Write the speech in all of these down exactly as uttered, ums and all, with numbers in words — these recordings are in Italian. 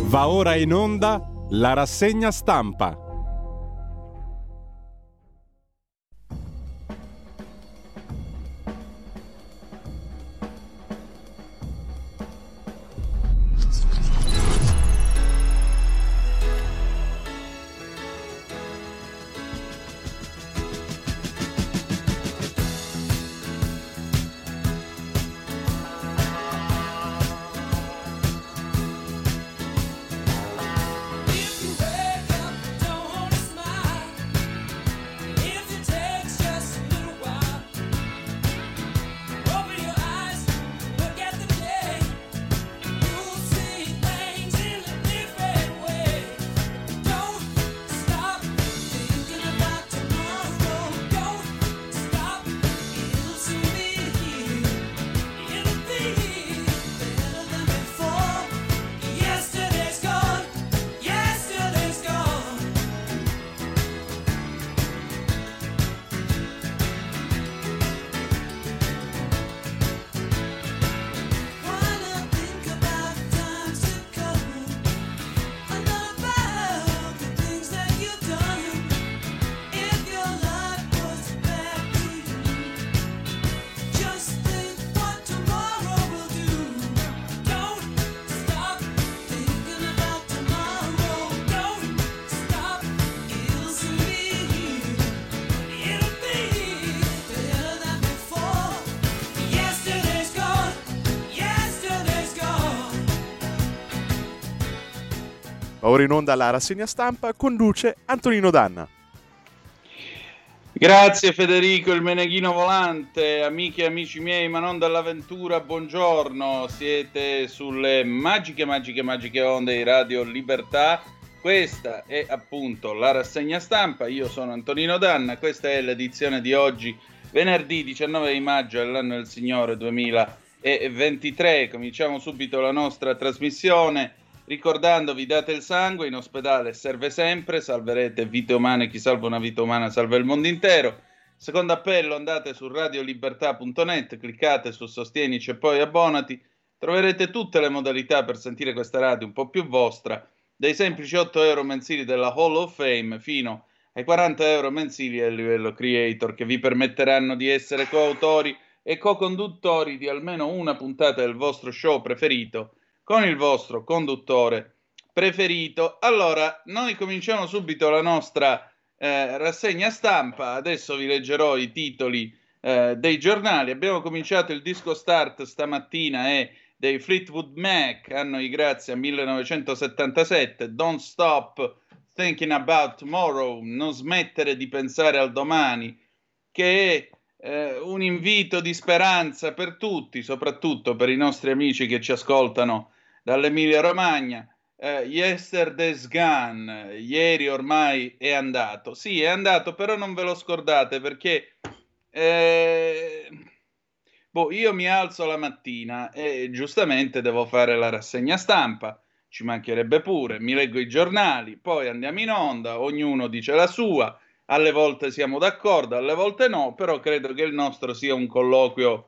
Va ora in onda la rassegna stampa. Ora in onda la rassegna stampa, conduce Antonino Danna. Grazie Federico, il meneghino volante, amiche e amici miei, ma non dall'avventura, buongiorno, siete sulle magiche, magiche, magiche onde di Radio Libertà. Questa è appunto la rassegna stampa, io sono Antonino Danna, questa è l'edizione di oggi, venerdì diciannove di maggio dell'anno del Signore duemilaventitré. Cominciamo subito la nostra trasmissione ricordandovi: date il sangue, in ospedale serve sempre, salverete vite umane, chi salva una vita umana salva il mondo intero. Secondo appello, andate su radiolibertà punto net, cliccate su Sostienici e poi abbonati, troverete tutte le modalità per sentire questa radio un po' più vostra, dai semplici otto euro mensili della Hall of Fame fino ai quaranta euro mensili a livello creator, che vi permetteranno di essere coautori e co-conduttori di almeno una puntata del vostro show preferito con il vostro conduttore preferito. Allora, noi cominciamo subito la nostra eh, rassegna stampa. Adesso vi leggerò i titoli eh, dei giornali. Abbiamo cominciato il disco start stamattina è dei Fleetwood Mac, anno di grazia millenovecentosettantasette, Don't Stop Thinking About Tomorrow, non smettere di pensare al domani, che è eh, un invito di speranza per tutti, soprattutto per i nostri amici che ci ascoltano dall'Emilia Romagna. eh, Yesterday's gone, ieri ormai è andato. Sì, è andato, però non ve lo scordate, perché eh, boh, io mi alzo la mattina e giustamente devo fare la rassegna stampa, ci mancherebbe pure, mi leggo i giornali, poi andiamo in onda, ognuno dice la sua, alle volte siamo d'accordo, alle volte no, però credo che il nostro sia un colloquio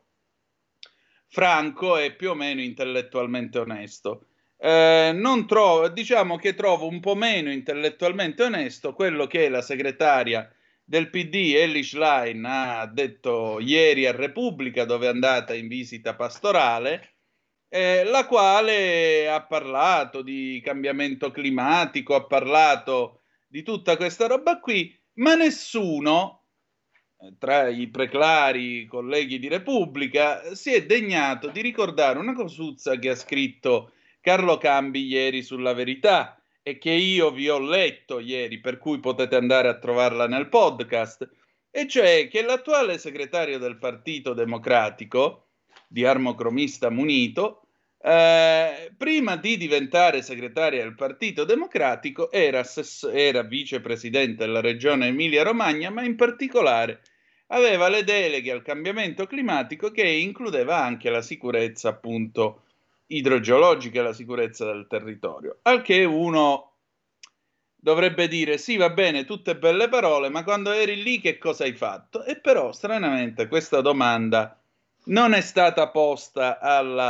franco e più o meno intellettualmente onesto. Eh, non trovo, diciamo che trovo un po' meno intellettualmente onesto quello che la segretaria del P D, Elly Schlein, ha detto ieri a Repubblica, dove è andata in visita pastorale, eh, la quale ha parlato di cambiamento climatico, ha parlato di tutta questa roba qui, ma nessuno tra i preclari colleghi di Repubblica si è degnato di ricordare una cosuzza che ha scritto Carlo Cambi ieri sulla Verità e che io vi ho letto ieri, per cui potete andare a trovarla nel podcast, e cioè che l'attuale segretario del Partito Democratico, di armocromista munito, eh, prima di diventare segretaria del Partito Democratico era, era vicepresidente della regione Emilia-Romagna, ma in particolare aveva le deleghe al cambiamento climatico, che includeva anche la sicurezza appunto idrogeologica e la sicurezza del territorio. Al che uno dovrebbe dire: sì, va bene, tutte belle parole, ma quando eri lì che cosa hai fatto? E però stranamente questa domanda non è stata posta alla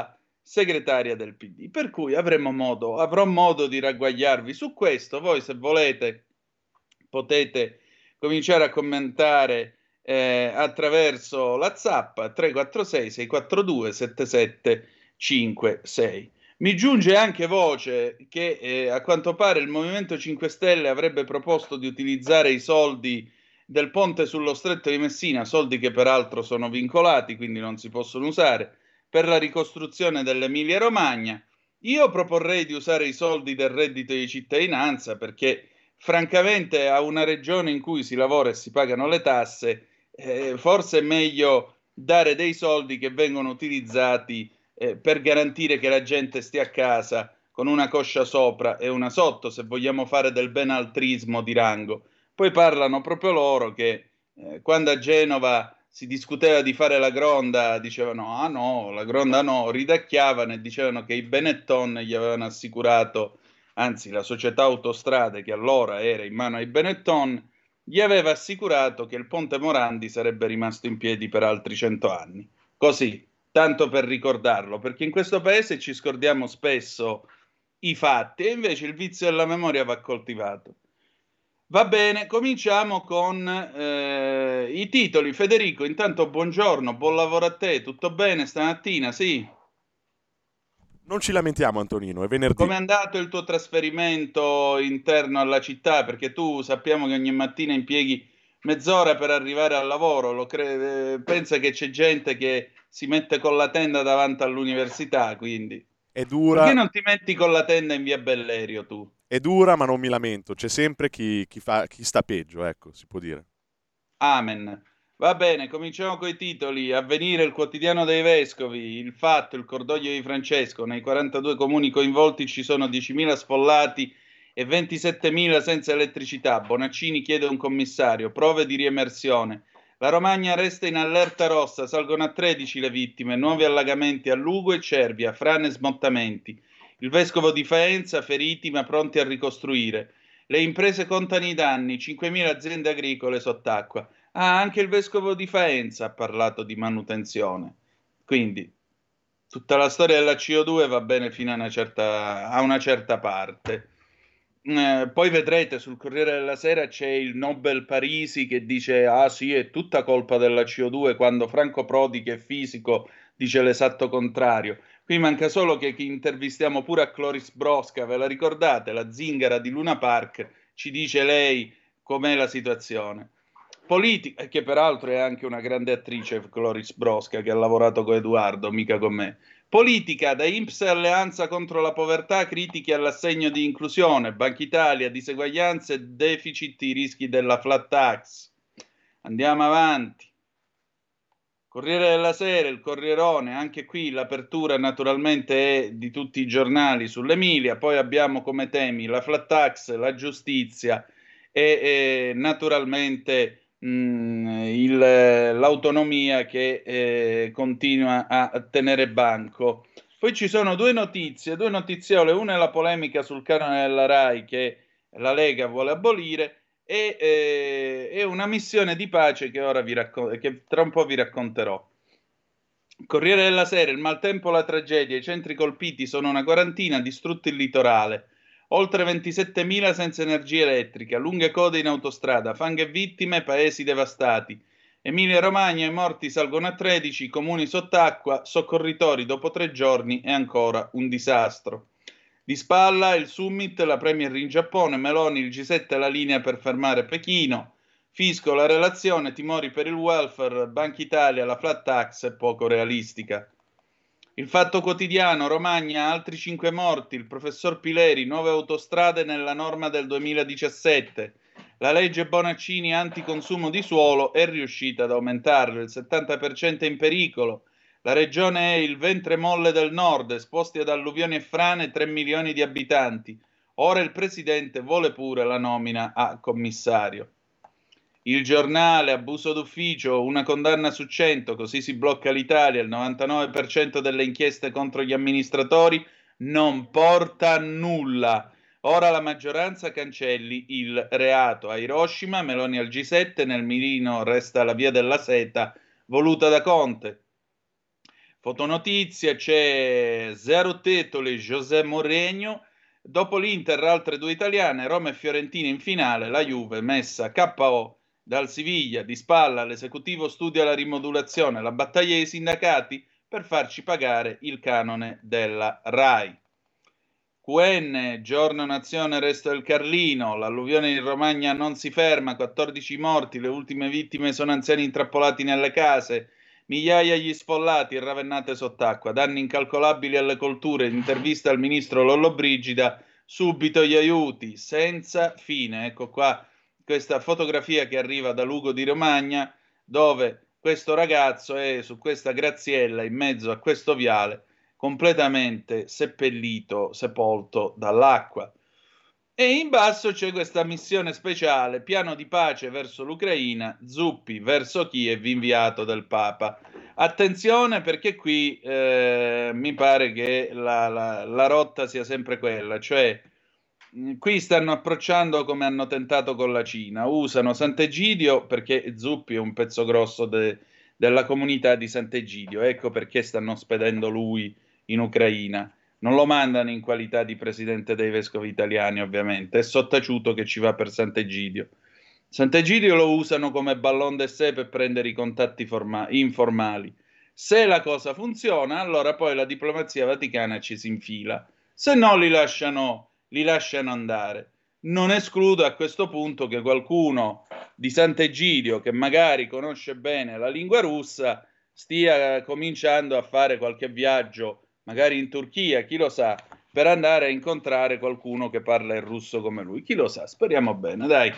segretaria del P D. Per cui avremo modo, avrò modo di ragguagliarvi su questo. Voi, se volete, potete cominciare a commentare eh, attraverso la zappa tre quattro sei sei quattro due sette sette cinque sei. Mi giunge anche voce che eh, a quanto pare il Movimento cinque Stelle avrebbe proposto di utilizzare i soldi del ponte sullo Stretto di Messina, soldi che peraltro sono vincolati, quindi non si possono usare, per la ricostruzione dell'Emilia Romagna. Io proporrei di usare i soldi del reddito di cittadinanza, perché francamente a una regione in cui si lavora e si pagano le tasse, eh, forse è meglio dare dei soldi che vengono utilizzati eh, per garantire che la gente stia a casa con una coscia sopra e una sotto, se vogliamo fare del benaltrismo di rango. Poi parlano proprio loro che eh, quando a Genova si discuteva di fare la Gronda, dicevano ah no, la Gronda no, ridacchiavano e dicevano che i Benetton gli avevano assicurato, anzi la società Autostrade, che allora era in mano ai Benetton, gli aveva assicurato che il ponte Morandi sarebbe rimasto in piedi per altri cento anni. Così, tanto per ricordarlo, perché in questo paese ci scordiamo spesso i fatti e invece il vizio della memoria va coltivato. Va bene, cominciamo con eh, i titoli. Federico, intanto buongiorno, buon lavoro a te, tutto bene stamattina? Sì. Non ci lamentiamo, Antonino, è venerdì. Com'è andato il tuo trasferimento interno alla città? Perché tu sappiamo che ogni mattina impieghi mezz'ora per arrivare al lavoro, lo cre- pensa che c'è gente che si mette con la tenda davanti all'università, quindi... È dura. Perché non ti metti con la tenda in via Bellerio tu? È dura, ma non mi lamento. C'è sempre chi, chi, fa, chi sta peggio, ecco, si può dire. Amen. Va bene, cominciamo con i titoli. Avvenire, il quotidiano dei vescovi, il fatto, il cordoglio di Francesco. Nei quarantadue comuni coinvolti ci sono diecimila sfollati e ventisettemila senza elettricità. Bonaccini chiede un commissario, prove di riemersione. La Romagna resta in allerta rossa, salgono a tredici le vittime, nuovi allagamenti a Lugo e Cervia, frane e smottamenti. Il vescovo di Faenza, feriti ma pronti a ricostruire. Le imprese contano i danni, cinquemila aziende agricole sott'acqua. Ah, anche il vescovo di Faenza ha parlato di manutenzione. Quindi tutta la storia della C O due va bene fino a una certa, a una certa parte. Eh, poi vedrete sul Corriere della Sera c'è il Nobel Parisi che dice ah sì, è tutta colpa della C O due, quando Franco Prodi, che è fisico, dice l'esatto contrario. Qui manca solo che, che intervistiamo pure a Cloris Brosca, ve la ricordate? La zingara di Luna Park, ci dice lei com'è la situazione. Politica, che peraltro è anche una grande attrice, Cloris Brosca, che ha lavorato con Edoardo, mica con me. Politica, da I N P S e Alleanza contro la povertà, critiche all'assegno di inclusione, Banca Italia, diseguaglianze, deficit, i rischi della flat tax. Andiamo avanti. Corriere della Sera, il Corrierone, anche qui l'apertura naturalmente è di tutti i giornali sull'Emilia, poi abbiamo come temi la flat tax, la giustizia e, e naturalmente mh, il, l'autonomia che eh, continua a tenere banco. Poi ci sono due notizie, due notiziole, una è la polemica sul canone della Rai che la Lega vuole abolire, e eh, è una missione di pace che ora vi raccon- che tra un po' vi racconterò. Corriere della Sera, il maltempo, la tragedia, i centri colpiti sono una quarantina, distrutto il litorale, oltre ventisettemila senza energia elettrica, lunghe code in autostrada, fanghe vittime, paesi devastati. Emilia Romagna, i morti salgono a tredici, comuni sott'acqua, soccorritori dopo tre giorni e ancora un disastro. Di spalla il summit, la premier in Giappone, Meloni, il G sette, la linea per fermare Pechino, fisco, la relazione, timori per il welfare, Banca Italia, la flat tax è poco realistica. Il Fatto Quotidiano, Romagna, altri cinque morti, il professor Pileri, nuove autostrade nella norma del duemiladiciassette, la legge Bonaccini anticonsumo di suolo è riuscita ad aumentarlo, il settanta per cento è in pericolo. La regione è il ventre molle del nord, esposti ad alluvioni e frane tre milioni di abitanti. Ora il presidente vuole pure la nomina a commissario. Il Giornale, abuso d'ufficio, una condanna su cento, così si blocca l'Italia, il novantanove per cento delle inchieste contro gli amministratori non porta a nulla. Ora la maggioranza cancelli il reato. A Hiroshima, Meloni al G sette, nel mirino resta la via della seta voluta da Conte. Fotonotizie, c'è zero titoli José Mourinho, dopo l'Inter altre due italiane, Roma e Fiorentina in finale, la Juve messa K O dal Siviglia, di spalla l'esecutivo studia la rimodulazione, la battaglia dei sindacati per farci pagare il canone della RAI. Q N, giorno nazione resto del Carlino, l'alluvione in Romagna non si ferma, quattordici morti, le ultime vittime sono anziani intrappolati nelle case, migliaia gli sfollati e ravennate sott'acqua, danni incalcolabili alle colture, intervista al ministro Lollobrigida, subito gli aiuti, senza fine. Ecco qua questa fotografia che arriva da Lugo di Romagna, dove questo ragazzo è su questa graziella in mezzo a questo viale, completamente seppellito, sepolto dall'acqua. E in basso c'è questa missione speciale, piano di pace verso l'Ucraina, Zuppi verso Kiev, inviato del Papa. Attenzione, perché qui eh, mi pare che la, la, la rotta sia sempre quella, cioè mh, qui stanno approcciando come hanno tentato con la Cina, usano Sant'Egidio perché Zuppi è un pezzo grosso de, della comunità di Sant'Egidio, ecco perché stanno spedendo lui in Ucraina. Non lo mandano in qualità di presidente dei vescovi italiani, ovviamente, è sottaciuto che ci va per Sant'Egidio. Sant'Egidio lo usano come ballon d'essai per prendere i contatti forma- informali. Se la cosa funziona, allora poi la diplomazia vaticana ci si infila. Se no li lasciano, li lasciano andare. Non escludo a questo punto che qualcuno di Sant'Egidio, che magari conosce bene la lingua russa, stia cominciando a fare qualche viaggio magari in Turchia, chi lo sa, per andare a incontrare qualcuno che parla il russo come lui. Chi lo sa, speriamo bene, dai.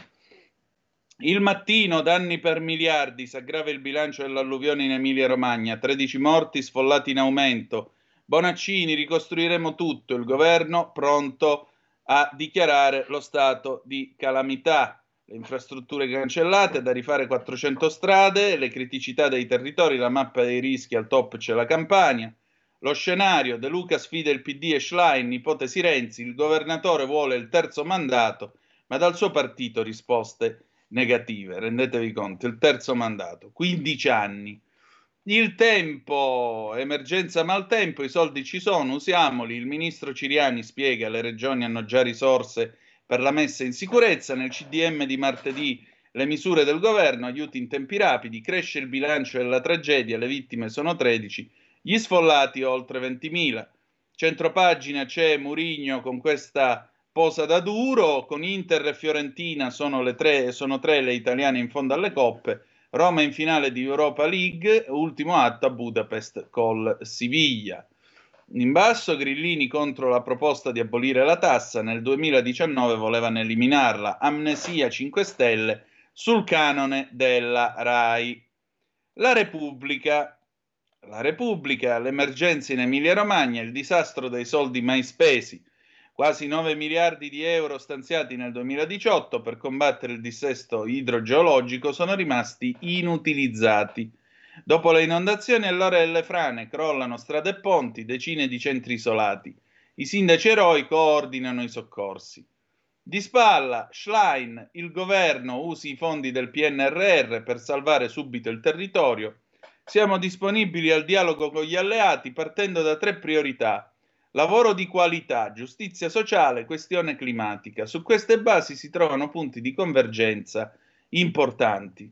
Il Mattino, danni per miliardi, si aggrava il bilancio dell'alluvione in Emilia-Romagna, tredici morti, sfollati in aumento. Bonaccini, ricostruiremo tutto, il governo pronto a dichiarare lo stato di calamità. Le infrastrutture cancellate, da rifare quattrocento strade, le criticità dei territori, la mappa dei rischi, al top c'è la Campania. Lo scenario, De Luca sfida il P D e Schlein, ipotesi Renzi, il governatore vuole il terzo mandato, ma dal suo partito risposte negative, rendetevi conto, il terzo mandato, quindici anni. Il Tempo, emergenza maltempo, i soldi ci sono, usiamoli, il ministro Ciriani spiega, le regioni hanno già risorse per la messa in sicurezza, nel C D M di martedì le misure del governo, aiuti in tempi rapidi, cresce il bilancio della tragedia, le vittime sono tredici, gli sfollati oltre ventimila. Centropagina c'è Mourinho con questa posa da duro, con Inter e Fiorentina sono, le tre, sono tre le italiane in fondo alle coppe, Roma in finale di Europa League, ultimo atto a Budapest col Siviglia. In basso Grillini contro la proposta di abolire la tassa, nel duemiladiciannove volevano eliminarla, amnesia cinque Stelle sul canone della RAI. La Repubblica, la Repubblica, l'emergenza in Emilia-Romagna, il disastro dei soldi mai spesi, quasi nove miliardi di euro stanziati nel duemiladiciotto per combattere il dissesto idrogeologico sono rimasti inutilizzati. Dopo le inondazioni all'ora delle frane crollano strade e ponti, decine di centri isolati. I sindaci eroi coordinano i soccorsi. Di spalla, Schlein, il governo usi i fondi del P N R R per salvare subito il territorio. Siamo disponibili al dialogo con gli alleati partendo da tre priorità. Lavoro di qualità, giustizia sociale, questione climatica. Su queste basi si trovano punti di convergenza importanti.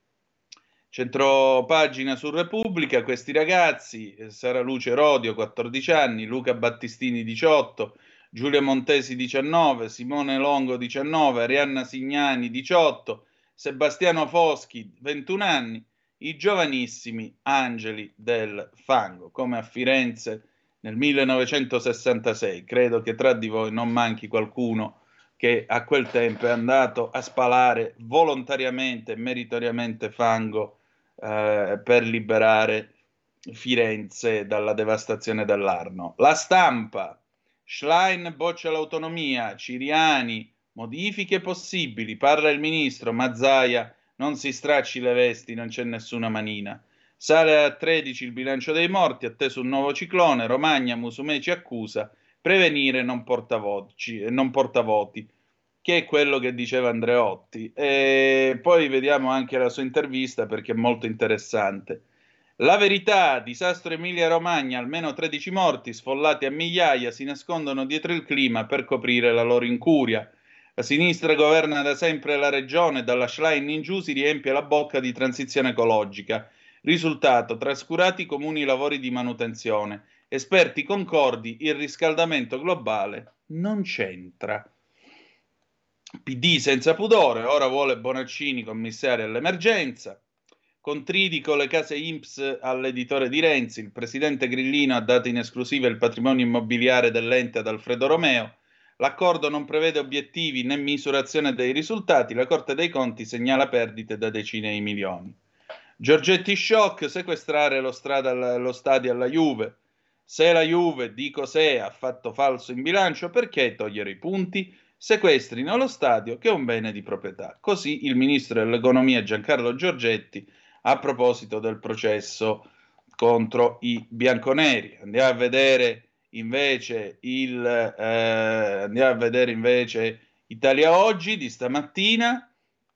Centropagina su Repubblica, questi ragazzi, Sara Luce Rodio, quattordici anni, Luca Battistini, diciotto, Giulia Montesi, diciannove, Simone Longo, diciannove, Arianna Signani, diciotto, Sebastiano Foschi, ventuno anni, i giovanissimi angeli del fango, come a Firenze nel millenovecentosessantasei. Credo che tra di voi non manchi qualcuno che a quel tempo è andato a spalare volontariamente e meritoriamente fango eh, per liberare Firenze dalla devastazione dell'Arno. La Stampa, Schlein boccia l'autonomia, Ciriani, modifiche possibili, parla il ministro, Mazzaia, non si stracci le vesti, non c'è nessuna manina. Sale a tredici il bilancio dei morti, atteso un nuovo ciclone, Romagna, Musumeci accusa, prevenire non porta voti, non porta voti, che è quello che diceva Andreotti. E poi vediamo anche la sua intervista perché è molto interessante. La Verità, disastro Emilia-Romagna, almeno tredici morti, sfollati a migliaia, si nascondono dietro il clima per coprire la loro incuria. La sinistra governa da sempre la regione, dalla Schlein in giù si riempie la bocca di transizione ecologica. Risultato, trascurati comuni lavori di manutenzione. Esperti concordi, il riscaldamento globale non c'entra. P D senza pudore, ora vuole Bonaccini commissario all'emergenza. Contridi con le case I N P S all'editore di Renzi, il presidente Grillino ha dato in esclusiva il patrimonio immobiliare dell'ente ad Alfredo Romeo, l'accordo non prevede obiettivi né misurazione dei risultati, la Corte dei Conti segnala perdite da decine di milioni. Giorgetti shock, sequestrare lo, strada, lo stadio alla Juve. Se la Juve, dico se, ha fatto falso in bilancio, perché togliere i punti? Sequestrino lo stadio che è un bene di proprietà. Così il ministro dell'economia Giancarlo Giorgetti a proposito del processo contro i bianconeri. Andiamo a vedere invece il eh, andiamo a vedere invece Italia Oggi di stamattina.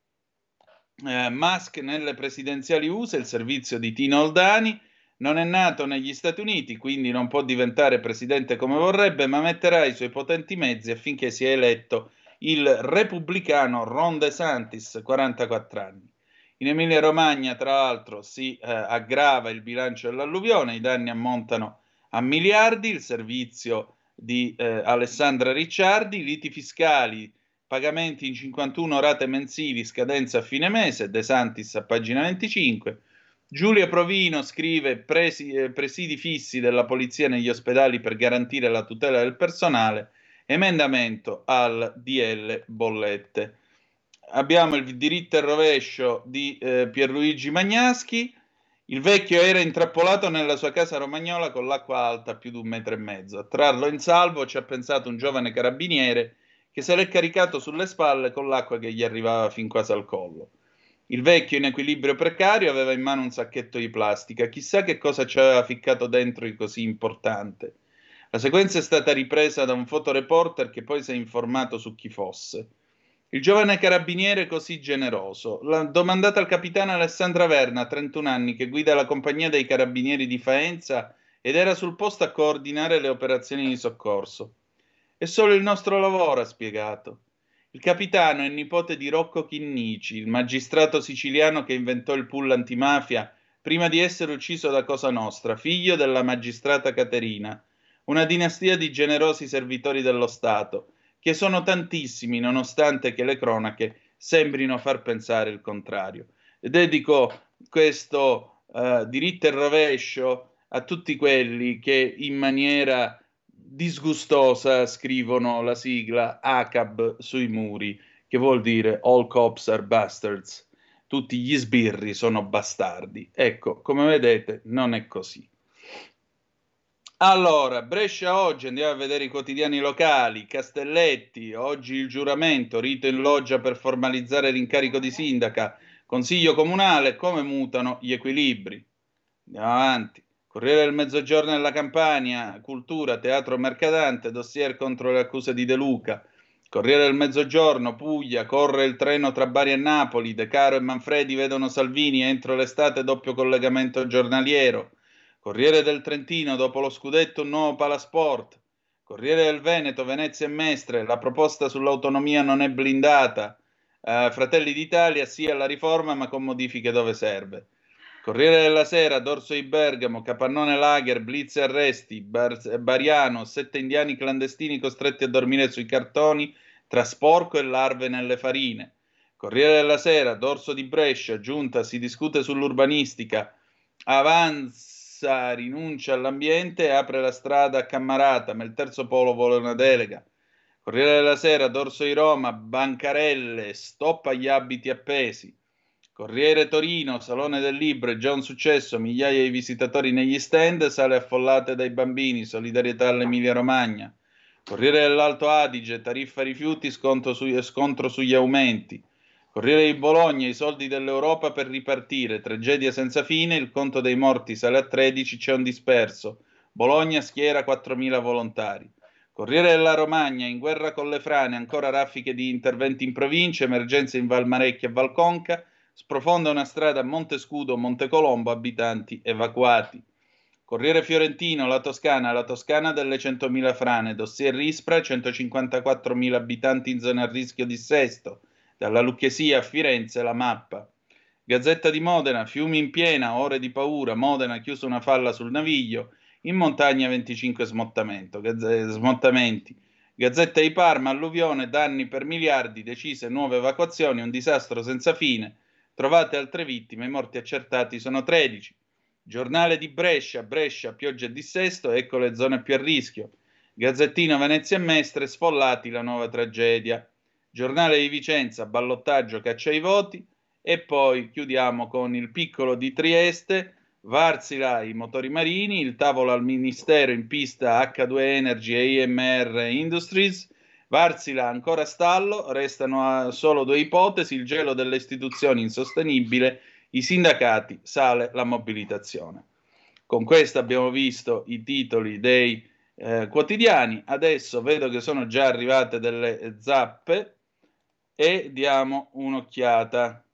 Eh, Musk nelle presidenziali U S A, il servizio di Tino Oldani, non è nato negli Stati Uniti, quindi non può diventare presidente come vorrebbe, ma metterà i suoi potenti mezzi affinché sia eletto il repubblicano Ron DeSantis, quarantaquattro anni. In Emilia-Romagna, tra l'altro, si eh, aggrava il bilancio dell'alluvione, i danni ammontano a miliardi, il servizio di eh, Alessandra Ricciardi, liti fiscali, pagamenti in cinquantuno rate mensili, scadenza a fine mese, De Santis a pagina venticinque. Giulia Provino scrive presi, eh, presidi fissi della polizia negli ospedali per garantire la tutela del personale, emendamento al D L bollette. Abbiamo il diritto e rovescio di eh, Pierluigi Magnaschi. Il vecchio era intrappolato nella sua casa romagnola con l'acqua alta più di un metro e mezzo. A trarlo in salvo ci ha pensato un giovane carabiniere che se l'è caricato sulle spalle con l'acqua che gli arrivava fin quasi al collo. Il vecchio, in equilibrio precario, aveva in mano un sacchetto di plastica. Chissà che cosa ci aveva ficcato dentro di così importante. La sequenza è stata ripresa da un fotoreporter che poi si è informato su chi fosse. Il giovane carabiniere così generoso. L'ha domandata al capitano Alessandra Verna, trentuno anni, che guida la compagnia dei carabinieri di Faenza ed era sul posto a coordinare le operazioni di soccorso. È solo il nostro lavoro, ha spiegato. Il capitano è nipote di Rocco Chinnici, il magistrato siciliano che inventò il pool antimafia prima di essere ucciso da Cosa Nostra, figlio della magistrata Caterina, una dinastia di generosi servitori dello Stato, che sono tantissimi nonostante che le cronache sembrino far pensare il contrario. E dedico questo uh, diritto e rovescio a tutti quelli che in maniera disgustosa scrivono la sigla A C A B sui muri, che vuol dire All Cops are Bastards. Tutti gli sbirri sono bastardi. Ecco, come vedete, non è così. Allora, Brescia oggi, andiamo a vedere i quotidiani locali. Castelletti, oggi il giuramento, rito in loggia per formalizzare l'incarico di sindaca. Consiglio comunale, come mutano gli equilibri. Andiamo avanti. Corriere del Mezzogiorno nella Campania, cultura, teatro mercadante, dossier contro le accuse di De Luca. Corriere del Mezzogiorno, Puglia, corre il treno tra Bari e Napoli, De Caro e Manfredi vedono Salvini entro l'estate doppio collegamento giornaliero. Corriere del Trentino, dopo lo scudetto un nuovo Palasport. Corriere del Veneto, Venezia e Mestre, la proposta sull'autonomia non è blindata. Uh, Fratelli d'Italia sì alla riforma ma con modifiche dove serve. Corriere della Sera, Dorso di Bergamo, Capannone Lager, blitz e arresti, Bar- Bariano, sette indiani clandestini costretti a dormire sui cartoni tra sporco e larve nelle farine. Corriere della Sera, Dorso di Brescia, Giunta, si discute sull'urbanistica, avanza, rinuncia all'ambiente e apre la strada a Cammarata, ma il terzo polo vuole una delega. Corriere della Sera, Dorso di Roma, bancarelle, stop agli abiti appesi. Corriere Torino, Salone del Libro, è già un successo, migliaia di visitatori negli stand, sale affollate dai bambini, solidarietà all'Emilia Romagna. Corriere dell'Alto Adige, tariffa rifiuti, scontro, su, scontro sugli aumenti. Corriere di Bologna, i soldi dell'Europa per ripartire, tragedia senza fine, il conto dei morti sale a tredici, c'è un disperso. Bologna schiera quattromila volontari. Corriere della Romagna, in guerra con le frane, ancora raffiche di interventi in provincia, emergenze in Valmarecchia e Valconca, Sprofonda una strada a Montescudo, Montecolombo, abitanti evacuati. Corriere Fiorentino, la Toscana, la Toscana delle centomila frane, dossier Rispra, centocinquantaquattromila abitanti in zona a rischio dissesto, dalla Lucchesia a Firenze la mappa. Gazzetta di Modena, fiumi in piena, ore di paura, Modena chiusa una falla sul Naviglio, in montagna venticinque smottamento, gazz- smottamenti. Gazzetta di Parma, alluvione, danni per miliardi, decise nuove evacuazioni, un disastro senza fine, trovate altre vittime, i morti accertati sono tredici. Giornale di Brescia, Brescia, pioggia e dissesto, ecco le zone più a rischio. Gazzettino Venezia e Mestre, sfollati la nuova tragedia. Giornale di Vicenza, ballottaggio, caccia ai voti. E poi chiudiamo con il Piccolo di Trieste, Varsila, i motori marini, il tavolo al Ministero in pista acca due Energy e I M R Industries. Varsila ancora a stallo, restano solo due ipotesi, il gelo delle istituzioni insostenibile, i sindacati, sale la mobilitazione. Con questo abbiamo visto i titoli dei eh, quotidiani, adesso vedo che sono già arrivate delle zappe e diamo un'occhiata.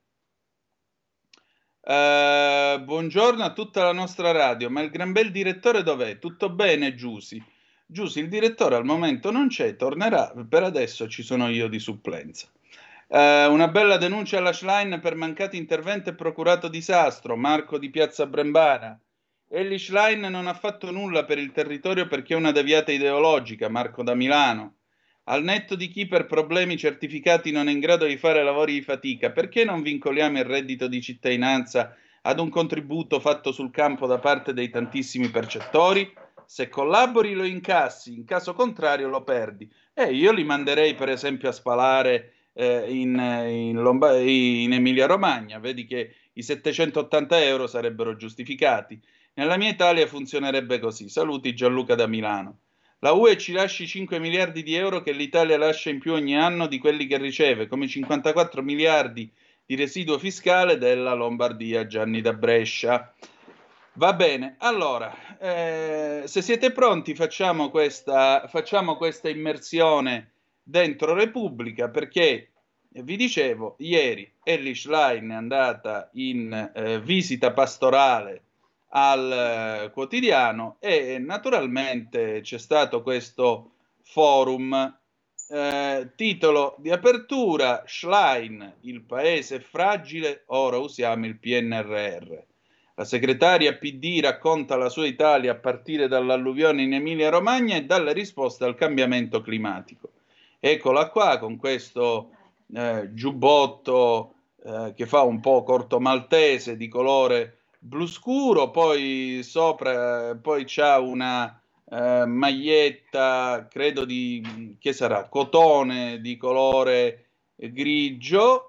Uh, buongiorno a tutta la nostra radio, ma il gran bel direttore dov'è? Tutto bene, Giusy? Giusy, il direttore al momento non c'è, tornerà, per adesso ci sono io di supplenza. Uh, una bella denuncia alla Schlein per mancati interventi e procurato disastro, Marco di Piazza Brembana. Elly Schlein non ha fatto nulla per il territorio perché è una deviata ideologica, Marco da Milano. Al netto di chi per problemi certificati non è in grado di fare lavori di fatica, perché non vincoliamo il reddito di cittadinanza ad un contributo fatto sul campo da parte dei tantissimi percettori? Se collabori lo incassi, in caso contrario lo perdi. E eh, io li manderei per esempio a spalare eh, in, in, Lomba- in Emilia Romagna, vedi che i settecentottanta euro sarebbero giustificati. Nella mia Italia funzionerebbe così. Saluti Gianluca da Milano. La U E ci lasci cinque miliardi di euro che l'Italia lascia in più ogni anno di quelli che riceve, come cinquantaquattro miliardi di residuo fiscale della Lombardia, Gianni da Brescia. Va bene, allora, eh, se siete pronti facciamo questa, facciamo questa immersione dentro Repubblica, perché vi dicevo, ieri Elly Schlein è andata in eh, visita pastorale al eh, quotidiano e naturalmente c'è stato questo forum, eh, titolo di apertura: Schlein, il paese è fragile, ora usiamo il P N R R. La segretaria P D racconta la sua Italia a partire dall'alluvione in Emilia Romagna e dalle risposte al cambiamento climatico. Eccola qua con questo eh, giubbotto eh, che fa un po' corto maltese di colore blu scuro, poi sopra poi c'ha una eh, maglietta, credo di, che sarà, cotone di colore grigio.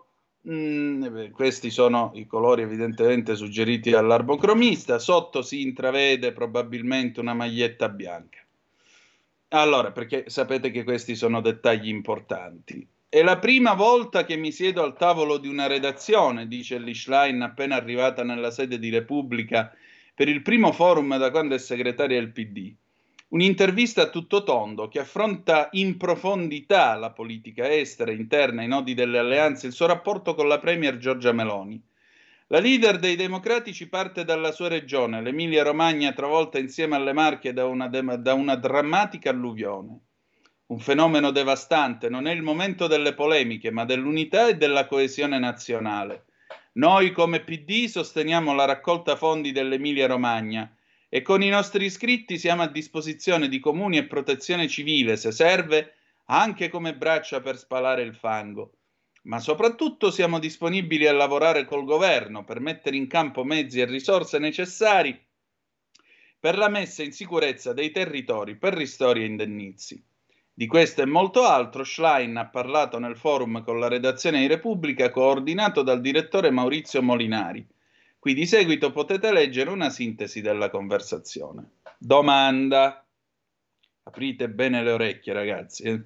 Mm, questi sono i colori evidentemente suggeriti dall'arbocromista. Sotto si intravede probabilmente una maglietta bianca. Allora, perché sapete che questi sono dettagli importanti. È la prima volta che mi siedo al tavolo di una redazione, dice Elly Schlein appena arrivata nella sede di Repubblica per il primo forum da quando è segretaria del P D. Un'intervista a tutto tondo che affronta in profondità la politica estera, interna, i nodi delle alleanze, il suo rapporto con la premier Giorgia Meloni. La leader dei democratici parte dalla sua regione, l'Emilia Romagna, travolta insieme alle Marche da una, de- da una drammatica alluvione. Un fenomeno devastante, non è il momento delle polemiche, ma dell'unità e della coesione nazionale. Noi come P D sosteniamo la raccolta fondi dell'Emilia Romagna e con i nostri iscritti siamo a disposizione di comuni e protezione civile, se serve, anche come braccia per spalare il fango. Ma soprattutto siamo disponibili a lavorare col governo per mettere in campo mezzi e risorse necessari per la messa in sicurezza dei territori, per ristori e indennizi. Di questo e molto altro Schlein ha parlato nel forum con la redazione di Repubblica coordinato dal direttore Maurizio Molinari. Qui di seguito potete leggere una sintesi della conversazione. Domanda. Aprite bene le orecchie, ragazzi. Eh?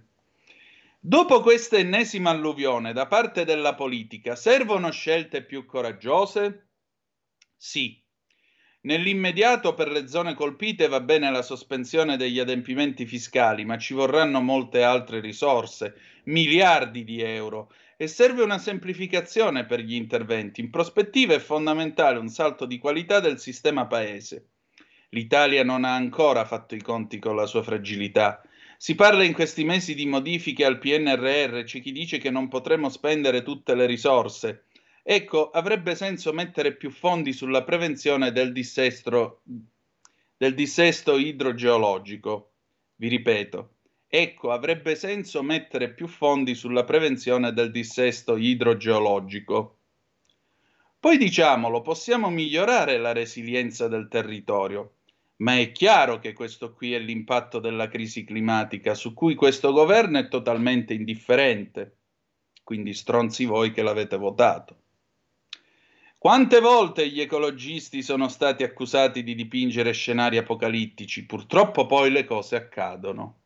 Dopo questa ennesima alluvione da parte della politica, servono scelte più coraggiose? Sì. Nell'immediato per le zone colpite va bene la sospensione degli adempimenti fiscali, ma ci vorranno molte altre risorse, miliardi di euro, e serve una semplificazione per gli interventi. In prospettiva è fondamentale un salto di qualità del sistema paese. L'Italia non ha ancora fatto i conti con la sua fragilità. Si parla in questi mesi di modifiche al P N R R, c'è chi dice che non potremo spendere tutte le risorse. Ecco, avrebbe senso mettere più fondi sulla prevenzione del dissesto, del dissesto idrogeologico. Vi ripeto, ecco, avrebbe senso mettere più fondi sulla prevenzione del dissesto idrogeologico. Poi diciamolo, possiamo migliorare la resilienza del territorio, ma è chiaro che questo qui è l'impatto della crisi climatica su cui questo governo è totalmente indifferente. Quindi stronzi voi che l'avete votato. Quante volte gli ecologisti sono stati accusati di dipingere scenari apocalittici? Purtroppo poi le cose accadono.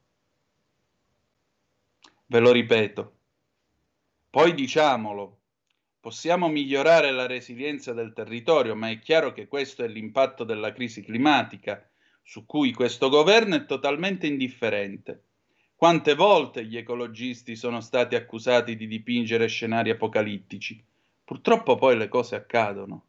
Ve lo ripeto. Poi diciamolo, possiamo migliorare la resilienza del territorio, ma è chiaro che questo è l'impatto della crisi climatica, su cui questo governo è totalmente indifferente. Quante volte gli ecologisti sono stati accusati di dipingere scenari apocalittici? Purtroppo poi le cose accadono.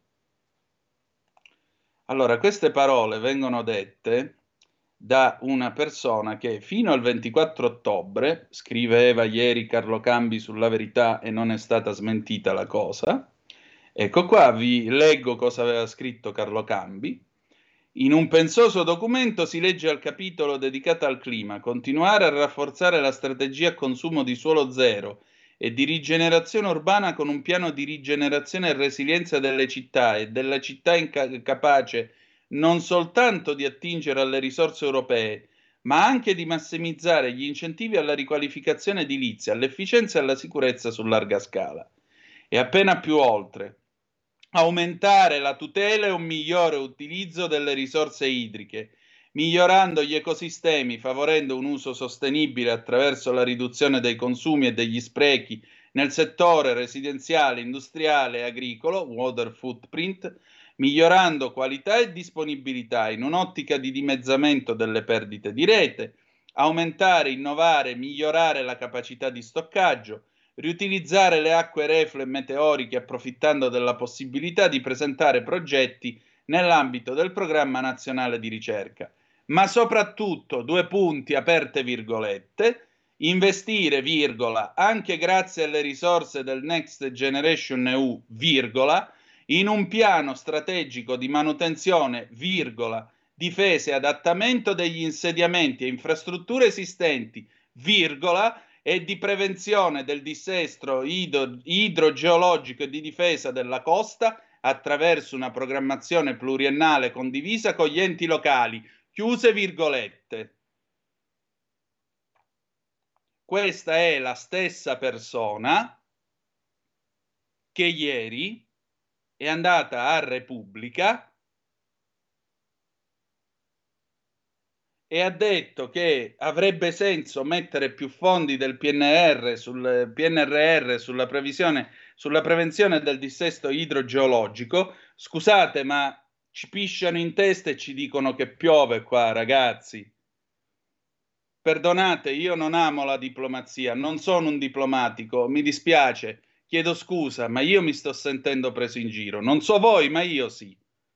Allora, queste parole vengono dette da una persona che fino al ventiquattro ottobre, scriveva ieri Carlo Cambi sulla Verità e non è stata smentita la cosa, ecco qua vi leggo cosa aveva scritto Carlo Cambi. In un pensoso documento si legge al capitolo dedicato al clima: continuare a rafforzare la strategia a consumo di suolo zero e di rigenerazione urbana con un piano di rigenerazione e resilienza delle città e della città inca- capace non soltanto di attingere alle risorse europee, ma anche di massimizzare gli incentivi alla riqualificazione edilizia, all'efficienza e alla sicurezza su larga scala. E appena più oltre. Aumentare la tutela e un migliore utilizzo delle risorse idriche, migliorando gli ecosistemi, favorendo un uso sostenibile attraverso la riduzione dei consumi e degli sprechi nel settore residenziale, industriale e agricolo, water footprint, migliorando qualità e disponibilità in un'ottica di dimezzamento delle perdite di rete, aumentare, innovare, migliorare la capacità di stoccaggio, riutilizzare le acque reflue meteoriche approfittando della possibilità di presentare progetti nell'ambito del programma nazionale di ricerca, ma soprattutto, due punti aperte virgolette, investire, virgola, anche grazie alle risorse del Next Generation E U, virgola, in un piano strategico di manutenzione, virgola, difesa e adattamento degli insediamenti e infrastrutture esistenti, virgola, e di prevenzione del dissesto idro- idrogeologico e di difesa della costa attraverso una programmazione pluriennale condivisa con gli enti locali, chiuse virgolette. Questa è la stessa persona che ieri è andata a Repubblica e ha detto che avrebbe senso mettere più fondi del P N R sul P N R R sulla previsione, sulla prevenzione del dissesto idrogeologico. Scusate, ma ci pisciano in testa e ci dicono che piove qua, ragazzi. Perdonate, io non amo la diplomazia, non sono un diplomatico, mi dispiace, chiedo scusa, ma io mi sto sentendo preso in giro. Non so voi, ma io sì.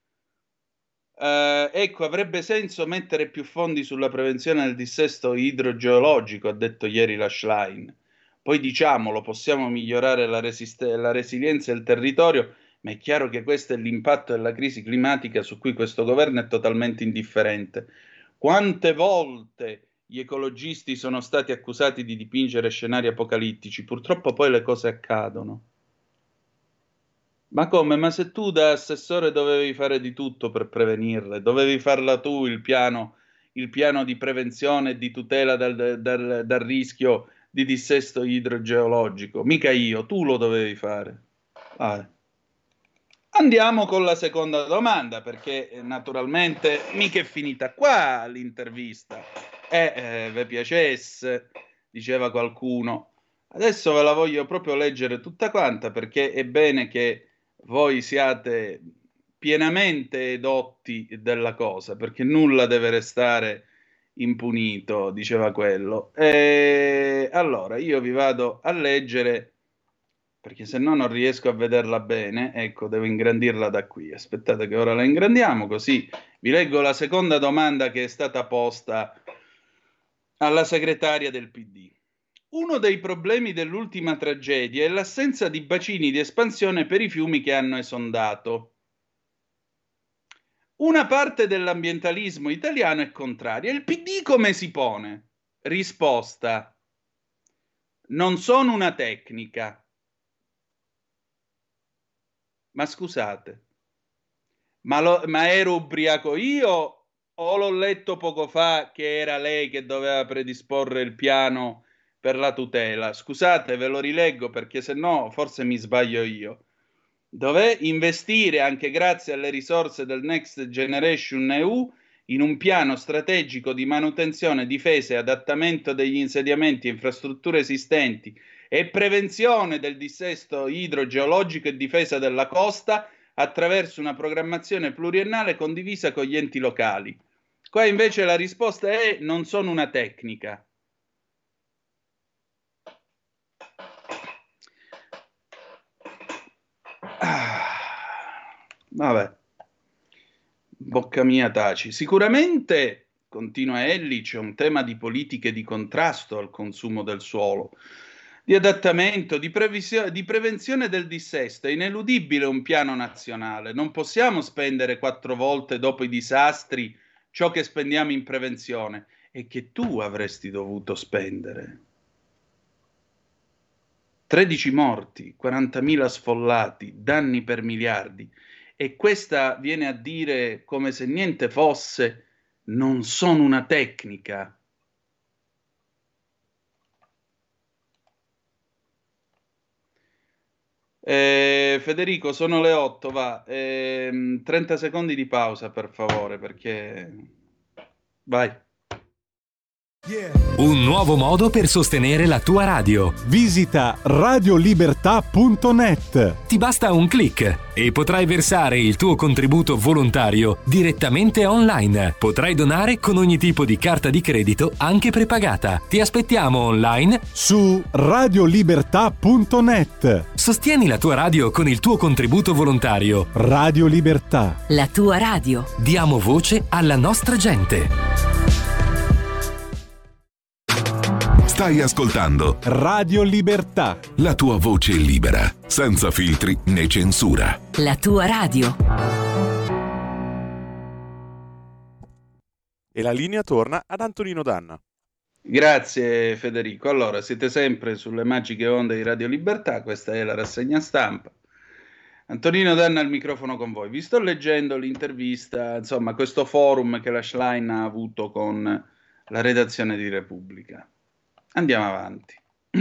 Uh, ecco, avrebbe senso mettere più fondi sulla prevenzione del dissesto idrogeologico, ha detto ieri la Schlein. Poi diciamolo, possiamo migliorare la, resist- la resilienza del territorio, ma è chiaro che questo è l'impatto della crisi climatica su cui questo governo è totalmente indifferente. Quante volte gli ecologisti sono stati accusati di dipingere scenari apocalittici? Purtroppo poi le cose accadono. Ma come? Ma se tu da assessore dovevi fare di tutto per prevenirle, dovevi farla tu il piano, il piano di prevenzione e di tutela dal, dal, dal rischio di dissesto idrogeologico, mica io, tu lo dovevi fare. Ah. Andiamo con la seconda domanda, perché eh, naturalmente mica è finita qua l'intervista. Eh, eh, vi piacesse, diceva qualcuno. Adesso ve la voglio proprio leggere tutta quanta, perché è bene che voi siate pienamente edotti della cosa, perché nulla deve restare impunito, diceva quello. E allora io vi vado a leggere, perché se no non riesco a vederla bene. Ecco, devo ingrandirla da qui. Aspettate che ora la ingrandiamo, così vi leggo la seconda domanda che è stata posta alla segretaria del P D. Uno dei problemi dell'ultima tragedia è l'assenza di bacini di espansione per i fiumi che hanno esondato. Una parte dell'ambientalismo italiano è contraria. Il P D come si pone? Risposta: non sono una tecnica. Ma scusate, ma, lo, ma ero ubriaco io o l'ho letto poco fa che era lei che doveva predisporre il piano per la tutela? Scusate, ve lo rileggo perché se no forse mi sbaglio io. Dov'è investire anche grazie alle risorse del Next Generation E U in un piano strategico di manutenzione, difesa e adattamento degli insediamenti e infrastrutture esistenti e prevenzione del dissesto idrogeologico e difesa della costa attraverso una programmazione pluriennale condivisa con gli enti locali. Qua invece la risposta è: non sono una tecnica. Ah, vabbè, bocca mia taci. Sicuramente, continua Elli, c'è un tema di politiche di contrasto al consumo del suolo, di adattamento, di, previsio- di prevenzione del dissesto. È ineludibile un piano nazionale. Non possiamo spendere quattro volte dopo i disastri ciò che spendiamo in prevenzione e che tu avresti dovuto spendere. tredici morti, quarantamila sfollati, danni per miliardi. E questa viene a dire, come se niente fosse: non sono una tecnica. Eh, Federico, sono le otto, va. Eh, trenta secondi di pausa, per favore, perché... Vai. Un nuovo modo per sostenere la tua radio. Visita radiolibertà punto net. Ti basta un click e potrai versare il tuo contributo volontario direttamente online. Potrai donare con ogni tipo di carta di credito, anche prepagata. Ti aspettiamo online su radiolibertà punto net. Sostieni la tua radio con il tuo contributo volontario. Radio Libertà. La tua radio. Diamo voce alla nostra gente. Stai ascoltando Radio Libertà. La tua voce libera, senza filtri né censura. La tua radio. E la linea torna ad Antonino Danna. Grazie Federico. Allora, siete sempre sulle magiche onde di Radio Libertà, questa è la rassegna stampa. Antonino Danna al microfono con voi. Vi sto leggendo l'intervista, insomma, questo forum che la Schlein ha avuto con la redazione di Repubblica. Andiamo avanti.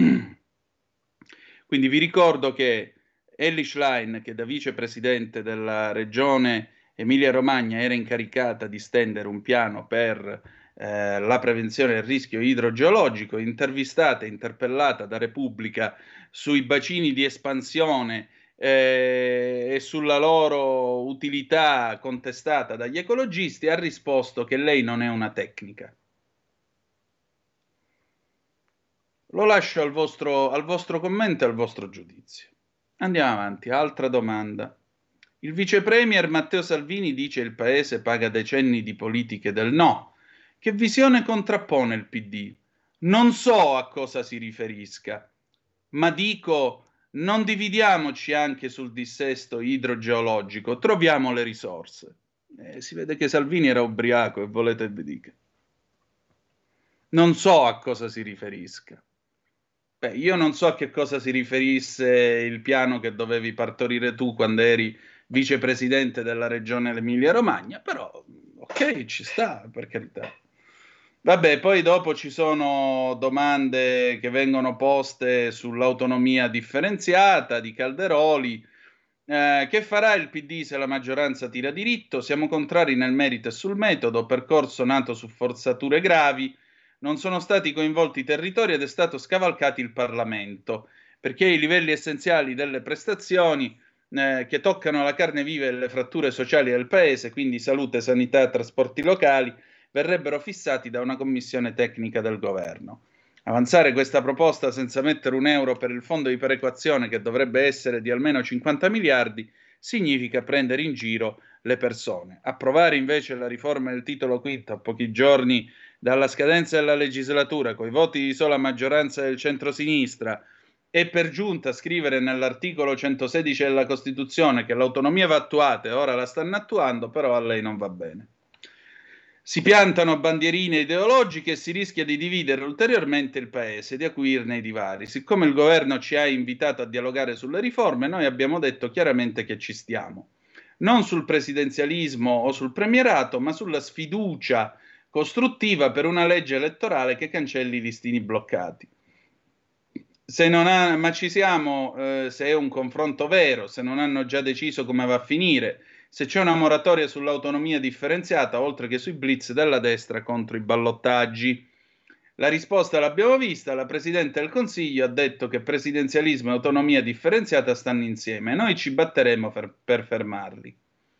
Quindi vi ricordo che Elly Schlein, che da vicepresidente della regione Emilia-Romagna era incaricata di stendere un piano per eh, la prevenzione del rischio idrogeologico, intervistata e interpellata da Repubblica sui bacini di espansione eh, e sulla loro utilità contestata dagli ecologisti, ha risposto che lei non è una tecnica. Lo lascio al vostro, al vostro commento e al vostro giudizio. Andiamo avanti. Altra domanda. Il vice premier Matteo Salvini dice il paese paga decenni di politiche del no. Che visione contrappone il P D? Non so a cosa si riferisca, ma dico: non dividiamoci anche sul dissesto idrogeologico, troviamo le risorse. Eh, si vede che Salvini era ubriaco e volete vi dica. Non so a cosa si riferisca. Beh, io non so a che cosa si riferisse il piano che dovevi partorire tu quando eri vicepresidente della regione Emilia-Romagna, però ok, ci sta, per carità. Vabbè, poi dopo ci sono domande che vengono poste sull'autonomia differenziata di Calderoli. Eh, che farà il P D se la maggioranza tira diritto? Siamo contrari nel merito e sul metodo, percorso nato su forzature gravi. Non sono stati coinvolti i territori ed è stato scavalcato il Parlamento, perché i livelli essenziali delle prestazioni eh, che toccano la carne viva e le fratture sociali del paese, quindi salute, sanità, trasporti locali, verrebbero fissati da una commissione tecnica del governo. Avanzare questa proposta senza mettere un euro per il fondo di perequazione, che dovrebbe essere di almeno cinquanta miliardi, significa prendere in giro le persone. Approvare invece la riforma del titolo quinto a pochi giorni dalla scadenza della legislatura, coi voti di sola maggioranza del centrosinistra, e per giunta scrivere nell'articolo centosedici della Costituzione che l'autonomia va attuata e ora la stanno attuando, però a lei non va bene. Si piantano bandierine ideologiche e si rischia di dividere ulteriormente il paese, di acuirne i divari. Siccome il governo ci ha invitato a dialogare sulle riforme, noi abbiamo detto chiaramente che ci stiamo. Non sul presidenzialismo o sul premierato, ma sulla sfiducia costruttiva per una legge elettorale che cancelli i listini bloccati. Se non ha, ma ci siamo, eh, se è un confronto vero, se non hanno già deciso come va a finire, se c'è una moratoria sull'autonomia differenziata, oltre che sui blitz della destra contro i ballottaggi. La risposta l'abbiamo vista, la Presidente del Consiglio ha detto che presidenzialismo e autonomia differenziata stanno insieme e noi ci batteremo per, per fermarli.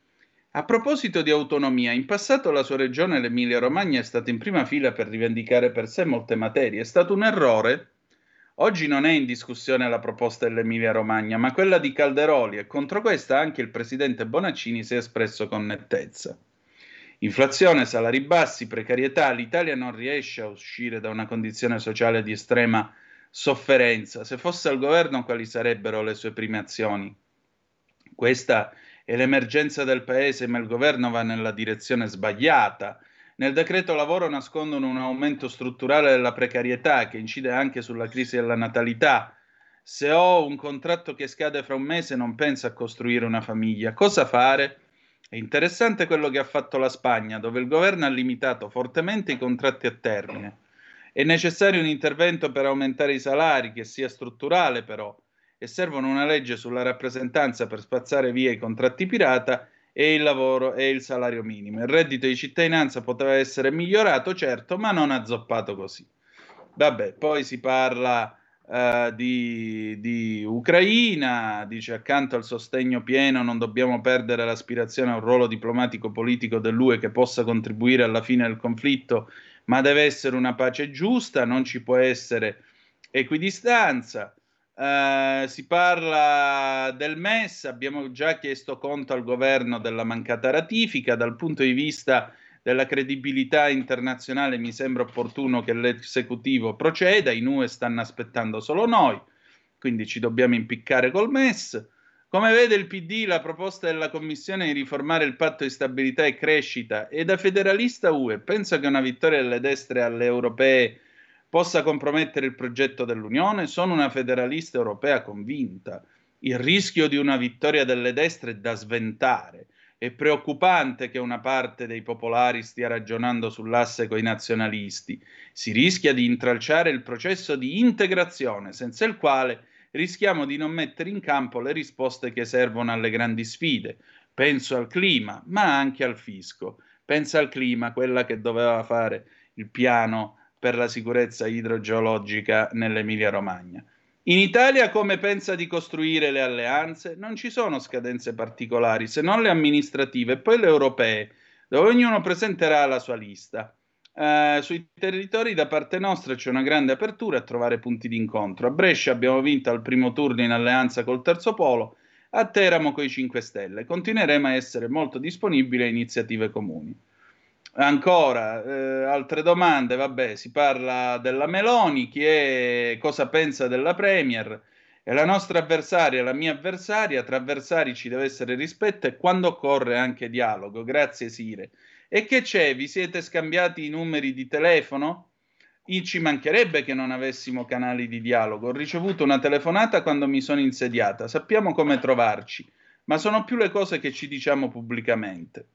A proposito di autonomia, in passato la sua regione, l'Emilia-Romagna, è stata in prima fila per rivendicare per sé molte materie. È stato un errore? Oggi non è in discussione la proposta dell'Emilia-Romagna, ma quella di Calderoli, e contro questa anche il presidente Bonaccini si è espresso con nettezza. Inflazione, salari bassi, precarietà, l'Italia non riesce a uscire da una condizione sociale di estrema sofferenza. Se fosse al governo, quali sarebbero le sue prime azioni? Questa è l'emergenza del paese, ma il governo va nella direzione sbagliata. Nel decreto lavoro nascondono un aumento strutturale della precarietà che incide anche sulla crisi della natalità. Se ho un contratto che scade fra un mese non penso a costruire una famiglia. Cosa fare? È interessante quello che ha fatto la Spagna, dove il governo ha limitato fortemente i contratti a termine. È necessario un intervento per aumentare i salari, che sia strutturale però, e servono una legge sulla rappresentanza per spazzare via i contratti pirata e il lavoro e il salario minimo. Il reddito di cittadinanza poteva essere migliorato, certo, ma non azzoppato così. Vabbè, poi si parla uh, di, di Ucraina, dice accanto al sostegno pieno non dobbiamo perdere l'aspirazione a un ruolo diplomatico-politico dell'U E che possa contribuire alla fine del conflitto, ma deve essere una pace giusta, non ci può essere equidistanza. Uh, si parla del M E S, abbiamo già chiesto conto al governo della mancata ratifica. Dal punto di vista della credibilità internazionale mi sembra opportuno che l'esecutivo proceda, i N U E stanno aspettando solo noi, quindi ci dobbiamo impiccare col M E S. Come vede il P D la proposta della Commissione di riformare il patto di stabilità e crescita, e da federalista U E penso che una vittoria delle destre alle europee possa compromettere il progetto dell'Unione. Sono una federalista europea convinta. Il rischio di una vittoria delle destre è da sventare. È preoccupante che una parte dei popolari stia ragionando sull'asse coi nazionalisti. Si rischia di intralciare il processo di integrazione, senza il quale rischiamo di non mettere in campo le risposte che servono alle grandi sfide. Penso al clima, ma anche al fisco. Pensa al clima, quella che doveva fare il piano per la sicurezza idrogeologica nell'Emilia-Romagna. In Italia come pensa di costruire le alleanze? Non ci sono scadenze particolari, se non le amministrative e poi le europee, dove ognuno presenterà la sua lista. Uh, sui territori da parte nostra c'è una grande apertura a trovare punti di incontro. A Brescia abbiamo vinto al primo turno in alleanza col Terzo Polo, a Teramo coi cinque Stelle. Continueremo a essere molto disponibili a iniziative comuni. Ancora, eh, altre domande, vabbè, si parla della Meloni, chi è, cosa pensa della Premier, è la nostra avversaria, la mia avversaria, tra avversari ci deve essere rispetto e quando occorre anche dialogo, grazie Sire. E che c'è, vi siete scambiati i numeri di telefono? I, ci mancherebbe che non avessimo canali di dialogo, ho ricevuto una telefonata quando mi sono insediata, sappiamo come trovarci, ma sono più le cose che ci diciamo pubblicamente.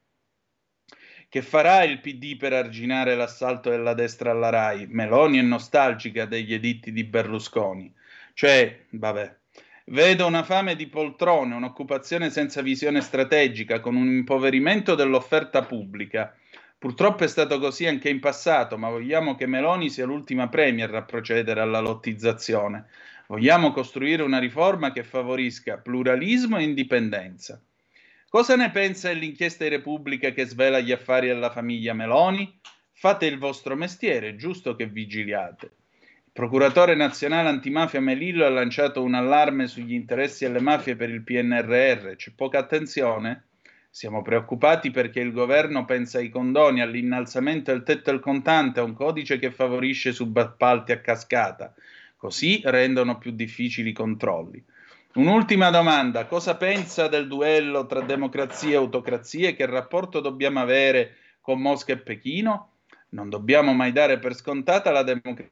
Che farà il P D per arginare l'assalto della destra alla Rai? Meloni è nostalgica degli editti di Berlusconi. Cioè, vabbè, vedo una fame di poltrone, un'occupazione senza visione strategica, con un impoverimento dell'offerta pubblica. Purtroppo è stato così anche in passato, ma vogliamo che Meloni sia l'ultima premier a procedere alla lottizzazione. Vogliamo costruire una riforma che favorisca pluralismo e indipendenza. Cosa ne pensa dell'inchiesta di Repubblica che svela gli affari della famiglia Meloni? Fate il vostro mestiere, è giusto che vigiliate. Il procuratore nazionale antimafia Melillo ha lanciato un allarme sugli interessi delle mafie per il P N R R. C'è poca attenzione? Siamo preoccupati perché il governo pensa ai condoni, all'innalzamento del tetto del contante, a un codice che favorisce subappalti a cascata. Così rendono più difficili i controlli. Un'ultima domanda: cosa pensa del duello tra democrazia e autocrazie? Che rapporto dobbiamo avere con Mosca e Pechino? Non dobbiamo mai dare per scontata la democrazia.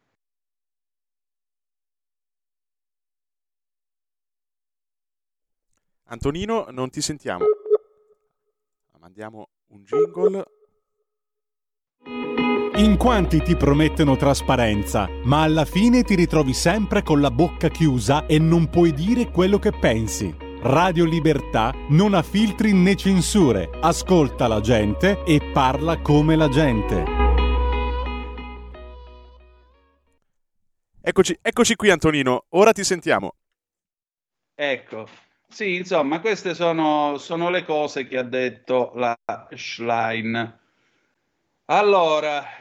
Antonino, non ti sentiamo. Mandiamo un jingle. In quanti ti promettono trasparenza, ma alla fine ti ritrovi sempre con la bocca chiusa e non puoi dire quello che pensi. Radio Libertà non ha filtri né censure, ascolta la gente e parla come la gente. Eccoci, eccoci qui Antonino, ora ti sentiamo. Ecco, sì, insomma, queste sono, sono le cose che ha detto la Schlein. Allora,